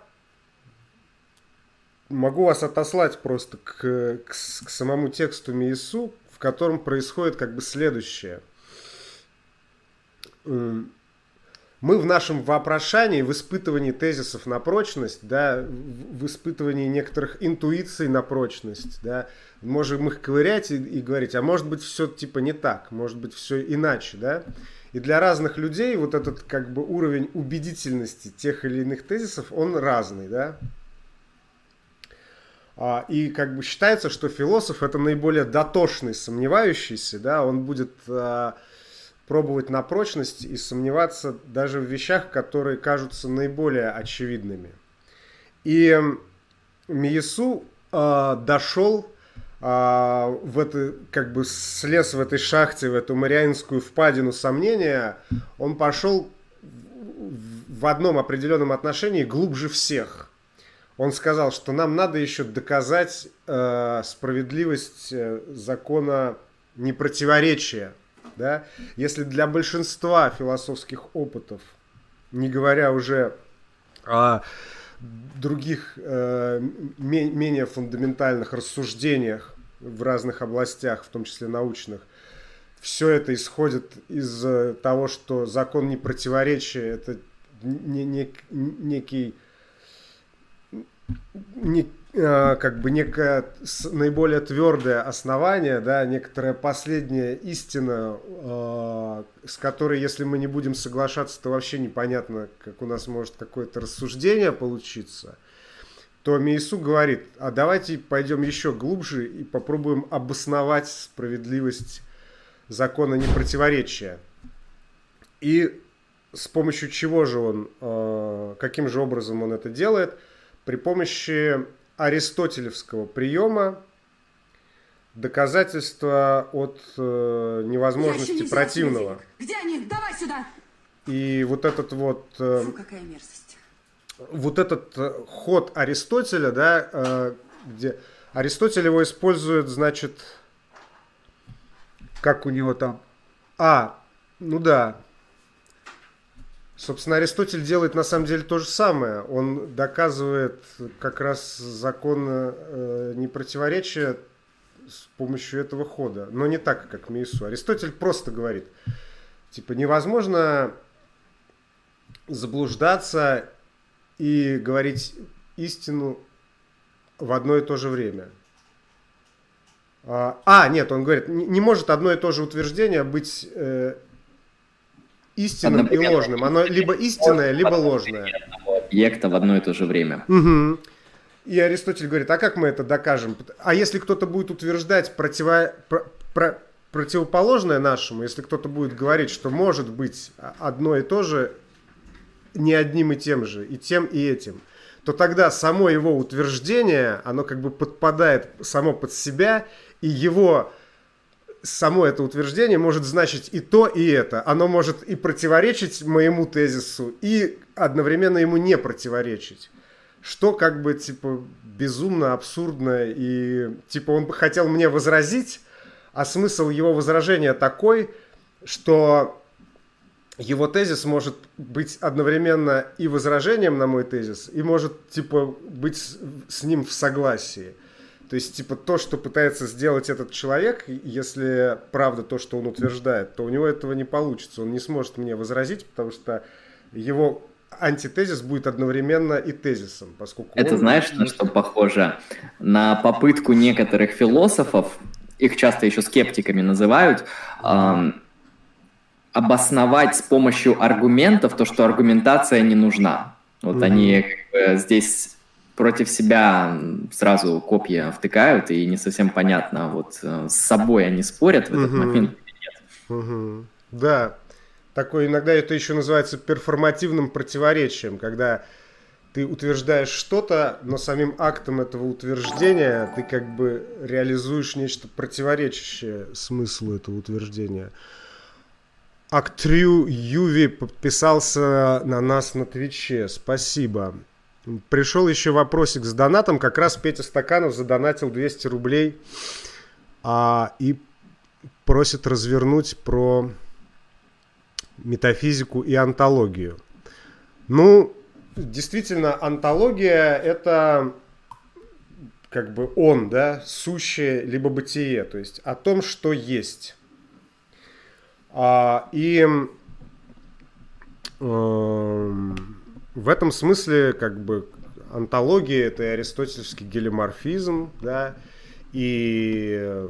могу вас отослать просто к, к, к самому тексту МИЭСУ, в котором происходит как бы следующее. мы в нашем вопрошании, в испытывании тезисов на прочность, да, в испытывании некоторых интуиций на прочность, да, можем их ковырять и, и говорить, а может быть все типа не так, может быть все иначе, да. И для разных людей вот этот как бы уровень убедительности тех или иных тезисов, он разный, да. И как бы считается, что философ это наиболее дотошный, сомневающийся, да, он будет а, пробовать на прочность и сомневаться даже в вещах, которые кажутся наиболее очевидными. И Миесу а, дошел а, в это, как бы слез в этой шахте, в эту Марианскую впадину сомнения, он пошел в одном определенном отношении глубже всех. Он сказал, что нам надо еще доказать э, справедливость э, закона непротиворечия. Да? Если для большинства философских опытов, не говоря уже о других э, ме- менее фундаментальных рассуждениях в разных областях, в том числе научных, все это исходит из того, что закон непротиворечия – это не, не, некий Не, э, как бы некое наиболее твердое основание, да, некоторая последняя истина, э, с которой, если мы не будем соглашаться, то вообще непонятно, как у нас может какое-то рассуждение получиться, то Миесу говорит, а давайте пойдем еще глубже и попробуем обосновать справедливость закона непротиворечия. И с помощью чего же он, э, каким же образом он это делает? При помощи аристотелевского приема доказательства от э, невозможности противного. Где они? Давай сюда! И вот этот вот... Э, Фу, какая мерзость. Вот этот э, ход Аристотеля, да, э, где Аристотель его использует, значит, как у него там... А, ну да... Собственно, Аристотель делает на самом деле то же самое. Он доказывает как раз закон э, непротиворечия с помощью этого хода. Но не так, как Миесу. Аристотель просто говорит, типа, невозможно заблуждаться и говорить истину в одно и то же время. А, а нет, он говорит, не, не может одно и то же утверждение быть... Э, истинным и ложным. Оно либо истинное, либо ложное. Объекта в одно и то же время. Угу. И Аристотель говорит, а как мы это докажем? А если кто-то будет утверждать противо... про... Про... противоположное нашему, если кто-то будет говорить, что может быть одно и то же не одним и тем же, и тем, и этим, то тогда само его утверждение, оно как бы подпадает само под себя, и его... Само это утверждение может значить и то, и это. Оно может и противоречить моему тезису, и одновременно ему не противоречить. Что как бы типа безумно, абсурдно. И типа он бы хотел мне возразить, а смысл его возражения такой, что его тезис может быть одновременно и возражением на мой тезис, и может типа быть с, с ним в согласии. То есть, типа, то, что пытается сделать этот человек, если правда то, что он утверждает, то у него этого не получится. Он не сможет мне возразить, потому что его антитезис будет одновременно и тезисом. Поскольку Это он... знаешь, на что похоже? На попытку некоторых философов, их часто еще скептиками называют, эм, обосновать с помощью аргументов то, что аргументация не нужна. Вот mm-hmm. они как бы здесь... против себя сразу копья втыкают, и не совсем понятно, вот с собой они спорят в этот угу. момент или нет. Угу. Да, такое иногда это еще называется перформативным противоречием, когда ты утверждаешь что-то, но самим актом этого утверждения ты как бы реализуешь нечто противоречащее смыслу этого утверждения. Актрю Юви подписался на нас на Твиче, спасибо. Пришел еще вопросик с донатом. Как раз Петя Стаканов задонатил двести рублей а, и просит развернуть про метафизику и онтологию. Ну, действительно, онтология – это как бы он, да, сущее, либо бытие, то есть о том, что есть. А, и в этом смысле как бы онтология — это и аристотельский гелиоморфизм, да, и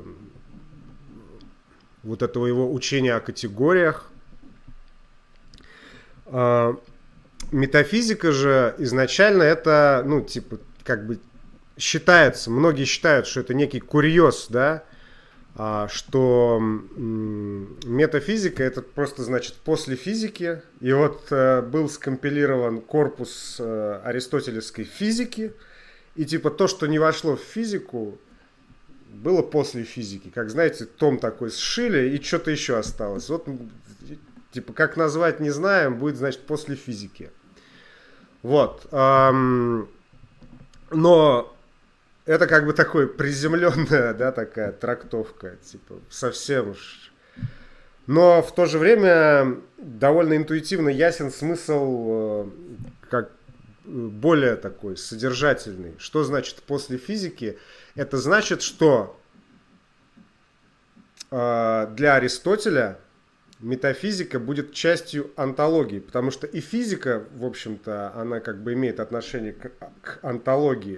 вот этого его учения о категориях. Метафизика же изначально это, ну, типа, как бы считается, многие считают, что это некий курьез, да, что метафизика — это просто, значит, после физики. И вот был скомпилирован корпус аристотелевской физики, и типа то, что не вошло в физику, было после физики. Как, знаете, том такой сшили, и что-то еще осталось. Вот, типа, как назвать, не знаем, будет, значит, после физики. Вот. Но это как бы такой приземленная, да, такая трактовка, типа, совсем уж. Но в то же время довольно интуитивно ясен смысл, как более такой содержательный. Что значит после физики? Это значит, что э, для Аристотеля метафизика будет частью онтологии, потому что и физика, в общем-то, она как бы имеет отношение к, к онтологии.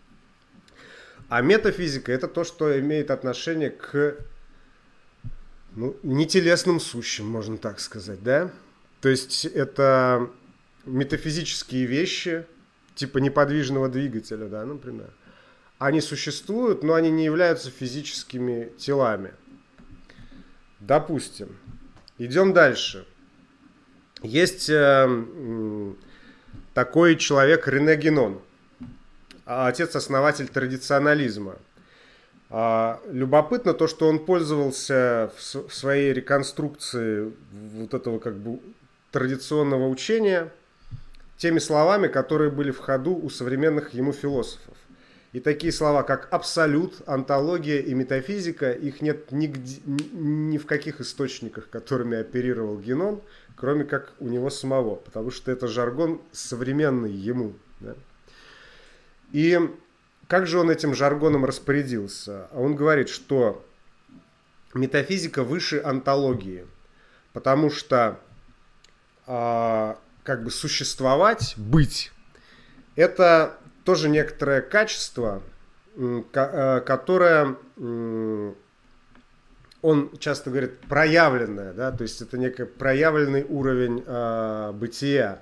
А метафизика — это то, что имеет отношение к, ну, нетелесным сущим, можно так сказать, да? То есть это метафизические вещи, типа неподвижного двигателя, да, например. Они существуют, но они не являются физическими телами. Допустим. Идем дальше. Есть э, такой человек Рене Генон, отец-основатель традиционализма. А, любопытно то, что он пользовался в, в своей реконструкции вот этого как бы традиционного учения теми словами, которые были в ходу у современных ему философов. И такие слова, как абсолют, онтология и метафизика, их нет нигде, ни в каких источниках, которыми оперировал Генон, кроме как у него самого, потому что это жаргон современный ему. Да? И как же он этим жаргоном распорядился? Он говорит, что метафизика выше онтологии, потому что а, как бы существовать, быть, это тоже некоторое качество, которое, он часто говорит, проявленное, да, то есть это некий проявленный уровень а, бытия.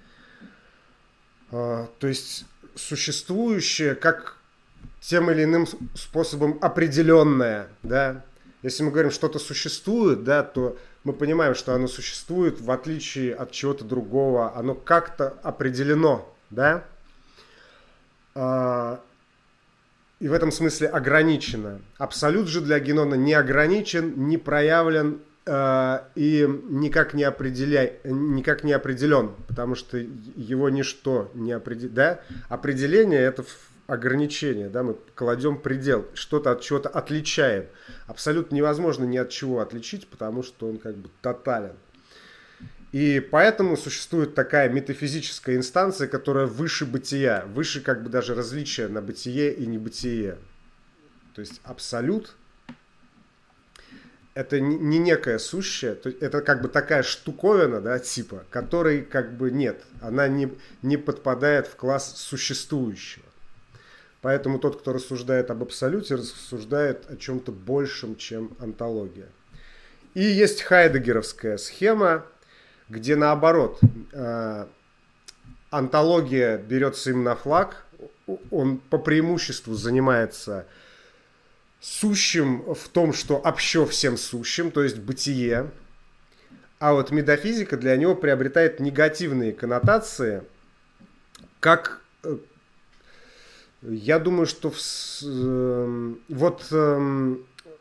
А, то есть существующее как тем или иным способом определенное, да. Если мы говорим, что-то существует, да, то мы понимаем, что оно существует в отличие от чего-то другого, оно как-то определено, да. И в этом смысле ограничено. Абсолют же для Генона не ограничен, не проявлен э, и никак не, определя... никак не определен, потому что его ничто не определяет. Да? Определение — это ограничение, да? Мы кладем предел, что-то от чего-то отличаем. Абсолют невозможно ни от чего отличить, потому что он как бы тотален. И поэтому существует такая метафизическая инстанция, которая выше бытия, выше как бы даже различия на бытие и небытие. То есть абсолют — это не некое сущее, это как бы такая штуковина, да, типа, которой как бы нет, она не, не подпадает в класс существующего. Поэтому тот, кто рассуждает об абсолюте, рассуждает о чем-то большем, чем онтология. И есть хайдеггеровская схема, где наоборот, э, онтология берется им на флаг, он по преимуществу занимается сущим в том, что общо всем сущим, то есть бытие, а вот метафизика для него приобретает негативные коннотации, как, э, я думаю, что в, э, вот... Э,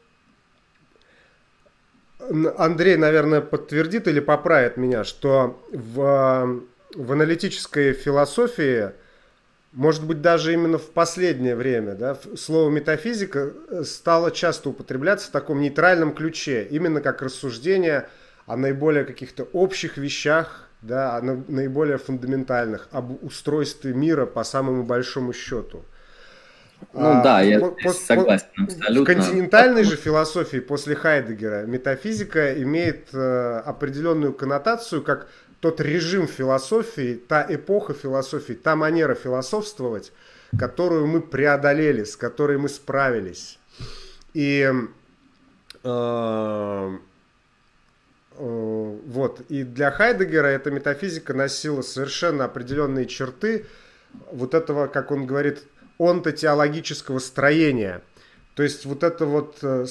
Андрей, наверное, подтвердит или поправит меня, что в, в аналитической философии, может быть, даже именно в последнее время, да, слово метафизика стало часто употребляться в таком нейтральном ключе, именно как рассуждение о наиболее каких-то общих вещах, да, о наиболее фундаментальных, об устройстве мира по самому большому счету. Ну а, да, я по, согласен по, абсолютно. В континентальной же философии после Хайдеггера метафизика имеет э, определенную коннотацию как тот режим философии, та эпоха философии, та манера философствовать, которую мы преодолели, с которой мы справились. И э, э, вот, и для Хайдеггера эта метафизика носила совершенно определенные черты вот этого, как он говорит, онтотеологического строения. То есть вот это вот в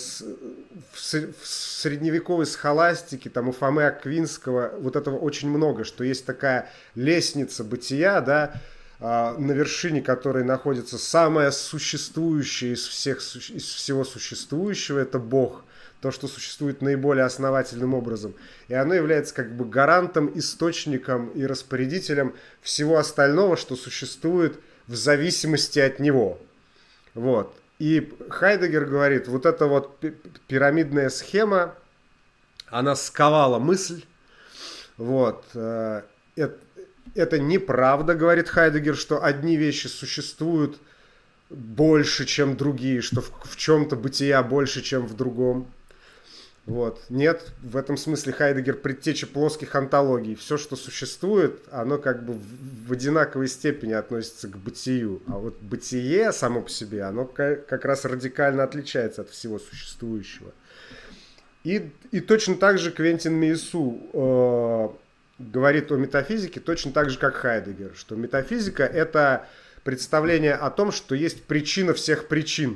средневековой схоластике, там у Фомы Аквинского, вот этого очень много, что есть такая лестница бытия, да, на вершине которой находится самое существующее из, всех, из всего существующего, это Бог, то, что существует наиболее основательным образом. И оно является как бы гарантом, источником и распорядителем всего остального, что существует в зависимости от него. Вот. И Хайдеггер говорит, вот эта вот пирамидная схема, она сковала мысль. Вот. Это, это неправда, говорит Хайдеггер, что одни вещи существуют больше, чем другие, что в, в чем-то бытия больше, чем в другом. Вот. Нет, в этом смысле Хайдеггер предтеча плоских онтологий. Все, что существует, оно как бы в одинаковой степени относится к бытию. А вот бытие само по себе, оно как раз радикально отличается от всего существующего. И, и точно так же Квентин Миэсу э, говорит о метафизике, точно так же, как Хайдеггер, что метафизика – это представление о том, что есть причина всех причин.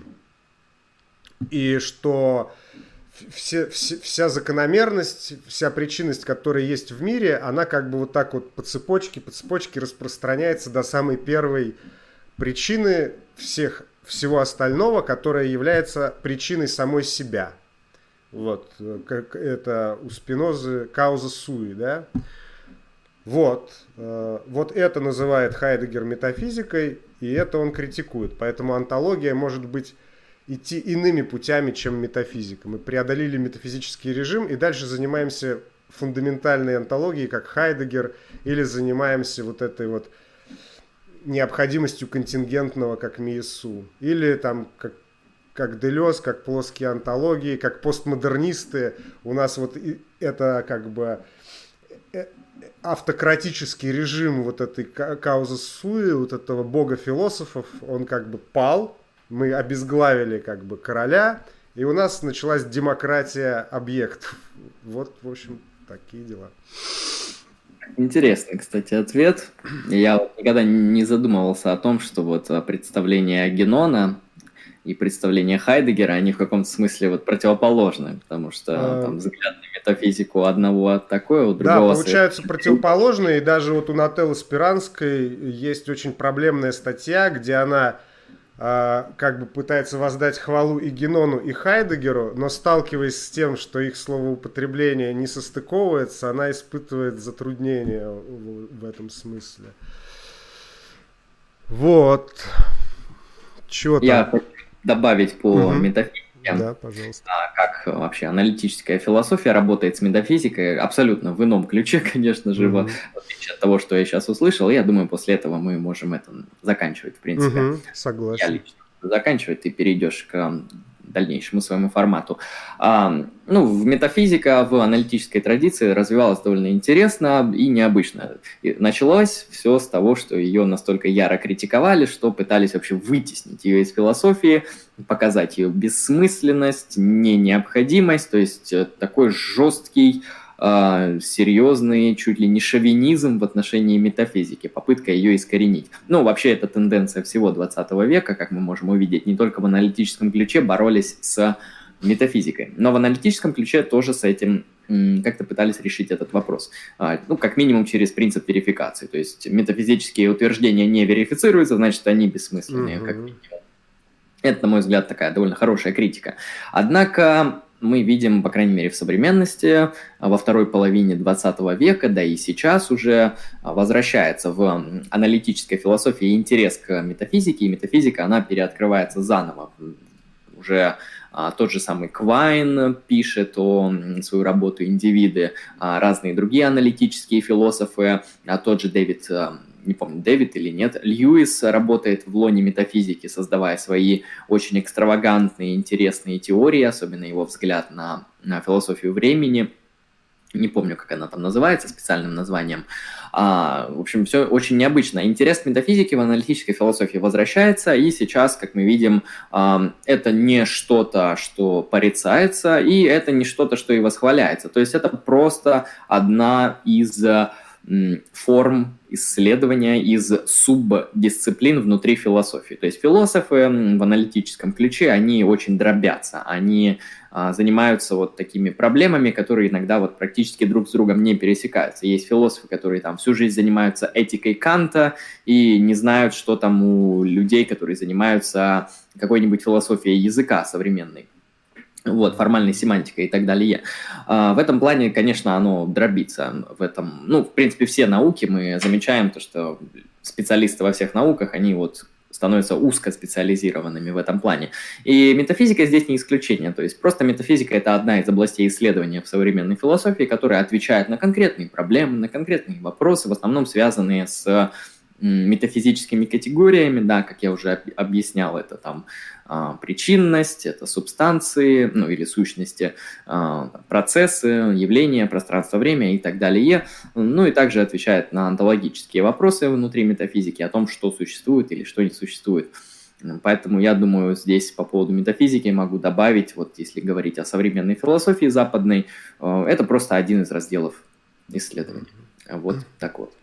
И что... Все, все, вся закономерность, вся причинность, которая есть в мире, она как бы вот так вот по цепочке, по цепочке распространяется до самой первой причины всех, всего остального, которая является причиной самой себя. Вот, как это у Спинозы кауза суи, да? Вот, вот это называет Хайдеггер метафизикой, и это он критикует. Поэтому онтология может быть идти иными путями, чем метафизика. Мы преодолели метафизический режим и дальше занимаемся фундаментальной онтологией, как Хайдеггер, или занимаемся вот этой вот необходимостью контингентного, как Миэсу, или там как, как Делез, как плоские онтологии, как постмодернисты. У нас вот это как бы автократический режим вот этой кауза суи, вот этого бога философов, он как бы пал. Мы обезглавили как бы короля, и у нас началась демократия объектов. Вот, в общем, такие дела. Интересный, кстати, ответ. Я никогда не задумывался о том, что вот представление Генона и представление Хайдеггера, они в каком-то смысле вот противоположны, потому что а... там взгляд на метафизику одного такой, у другого... Да, получаются противоположные, и даже вот у Нателлы Спиранской есть очень проблемная статья, где она как бы пытается воздать хвалу и Генону, и Хайдеггеру, но сталкиваясь с тем, что их словоупотребление не состыковывается, она испытывает затруднения в этом смысле. Вот. Чё там? Я хочу добавить по угу. метафизике. Да, пожалуйста. Как вообще аналитическая философия работает с метафизикой, абсолютно в ином ключе, конечно же, mm-hmm. в отличие от того, что я сейчас услышал. Я думаю, после этого мы можем это заканчивать, в принципе. Mm-hmm. Согласен. Я лично заканчивать, ты перейдешь к дальнейшему своему формату. А, ну, метафизика в аналитической традиции развивалась довольно интересно и необычно. И началось все с того, что ее настолько яро критиковали, что пытались вообще вытеснить ее из философии, показать ее бессмысленность, не необходимость, то есть такой жесткий, э, серьезный, чуть ли не шовинизм в отношении метафизики, попытка ее искоренить. Ну, вообще, это тенденция всего двадцатого века, как мы можем увидеть, не только в аналитическом ключе боролись с метафизикой, но в аналитическом ключе тоже с этим как-то пытались решить этот вопрос. Ну, как минимум через принцип верификации, то есть метафизические утверждения не верифицируются, значит, они бессмысленные, mm-hmm. как минимум. Это, на мой взгляд, такая довольно хорошая критика. Однако мы видим, по крайней мере, в современности, во второй половине двадцатого века, да и сейчас уже возвращается в аналитической философии интерес к метафизике, и метафизика, она переоткрывается заново. Уже а, тот же самый Квайн пишет о свою работу «Индивиды», а, разные другие аналитические философы, а тот же Дэвид... не помню, Дэвид или нет, Льюис работает в лоне метафизики, создавая свои очень экстравагантные, интересные теории, особенно его взгляд на, на философию времени. Не помню, как она там называется, специальным названием. А, в общем, все очень необычно. Интерес к метафизике в аналитической философии возвращается, и сейчас, как мы видим, а, это не что-то, что порицается, и это не что-то, что и восхваляется. То есть это просто одна из м, форм исследования, из субдисциплин внутри философии. То есть философы в аналитическом ключе, они очень дробятся, они занимаются вот такими проблемами, которые иногда вот практически друг с другом не пересекаются. Есть философы, которые там всю жизнь занимаются этикой Канта и не знают, что там у людей, которые занимаются какой-нибудь философией языка современной. Вот, формальной семантикой и так далее. В этом плане, конечно, оно дробится. В этом, ну, в принципе, все науки, мы замечаем то, что специалисты во всех науках, они вот становятся узкоспециализированными в этом плане. И метафизика здесь не исключение. То есть просто метафизика – это одна из областей исследования в современной философии, которая отвечает на конкретные проблемы, на конкретные вопросы, в основном связанные с метафизическими категориями, да, как я уже объяснял, это там причинность, это субстанции, ну или сущности, процессы, явления, пространство, время и так далее. Ну и также отвечает на онтологические вопросы внутри метафизики о том, что существует или что не существует. Поэтому я думаю, здесь по поводу метафизики могу добавить, вот если говорить о современной философии западной, это просто один из разделов исследований. Вот так вот.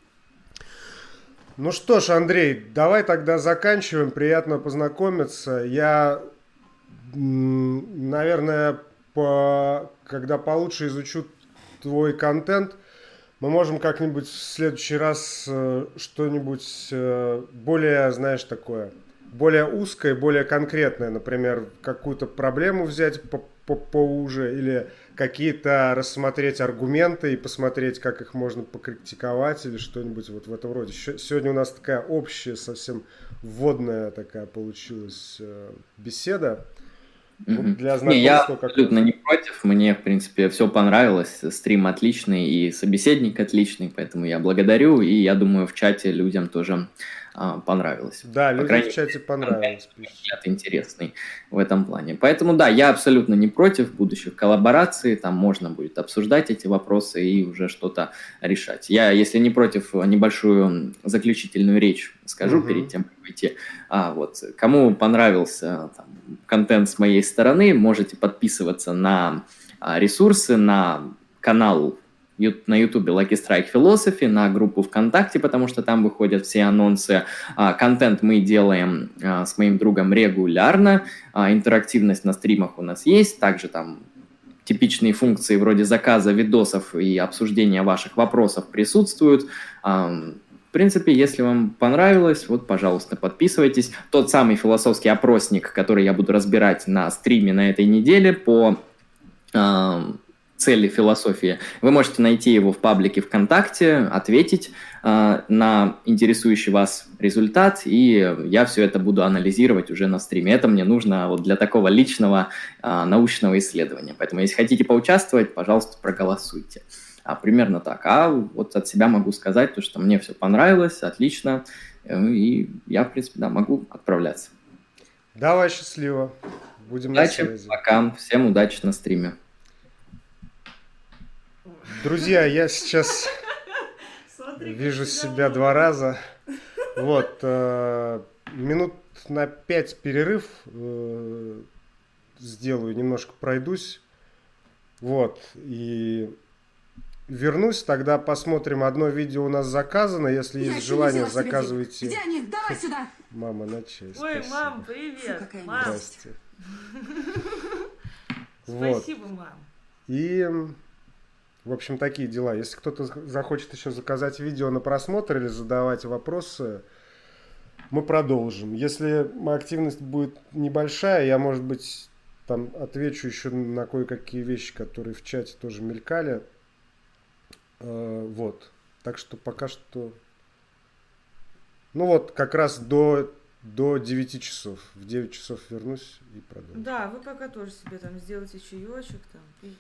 Ну что ж, Андрей, давай тогда заканчиваем. Приятно познакомиться. Я, наверное, по... когда получше изучу твой контент, мы можем как-нибудь в следующий раз что-нибудь более, знаешь, такое, более узкое, более конкретное, например, какую-то проблему взять по по поуже или какие-то рассмотреть аргументы и посмотреть, как их можно покритиковать или что-нибудь вот в этом роде. Сегодня у нас такая общая, совсем вводная такая получилась беседа. Mm-hmm. Для знакомства. Не, я абсолютно не против. Мне, в принципе, все понравилось. Стрим отличный и собеседник отличный, поэтому я благодарю. И я думаю, в чате людям тоже а, понравилось. Да, людям в чате понравилось. Это интересный в этом плане. Поэтому, да, я абсолютно не против будущих коллабораций. Там можно будет обсуждать эти вопросы и уже что-то решать. Я, если не против, небольшую заключительную речь скажу uh-huh. перед тем, как выйти. А, вот, кому понравился там, контент с моей стороны, можете подписываться на а, ресурсы, на канал на YouTube Lucky Strike Philosophy, на группу ВКонтакте, потому что там выходят все анонсы. А, контент мы делаем а, с моим другом регулярно. А, интерактивность на стримах у нас есть. Также там типичные функции вроде заказа видосов и обсуждения ваших вопросов присутствуют. А, В принципе, если вам понравилось, вот, пожалуйста, подписывайтесь. Тот самый философский опросник, который я буду разбирать на стриме на этой неделе по э, цели философии, вы можете найти его в паблике ВКонтакте, ответить э, на интересующий вас результат, и я все это буду анализировать уже на стриме. Это мне нужно вот для такого личного э, научного исследования. Поэтому, если хотите поучаствовать, пожалуйста, проголосуйте. А, примерно так. А вот от себя могу сказать, то, что мне все понравилось, отлично, и я, в принципе, да, могу отправляться. Давай, счастливо. Будем удачи, на связи. Пока. Всем удачи на стриме. Друзья, я сейчас вижу себя два раза. Вот. Минут на пять перерыв сделаю, немножко пройдусь. Вот. И... вернусь, тогда посмотрим. Одно видео у нас заказано. Если Я есть желание, заказывайте. Где они? Давай сюда. Мама, на честь. Ой, спасибо. мам, привет. Фу, мам. Здрасте. Спасибо, мам. И, в общем, такие дела. Если кто-то захочет еще заказать видео на просмотр или задавать вопросы, мы продолжим. Если активность будет небольшая, я, может быть, там отвечу еще на кое-какие вещи, которые в чате тоже мелькали. Вот. Так что пока что... Ну вот, как раз до, до девяти часов. В девять часов вернусь и продолжу. Да, вы пока тоже себе там сделайте чаечек, там, пейте.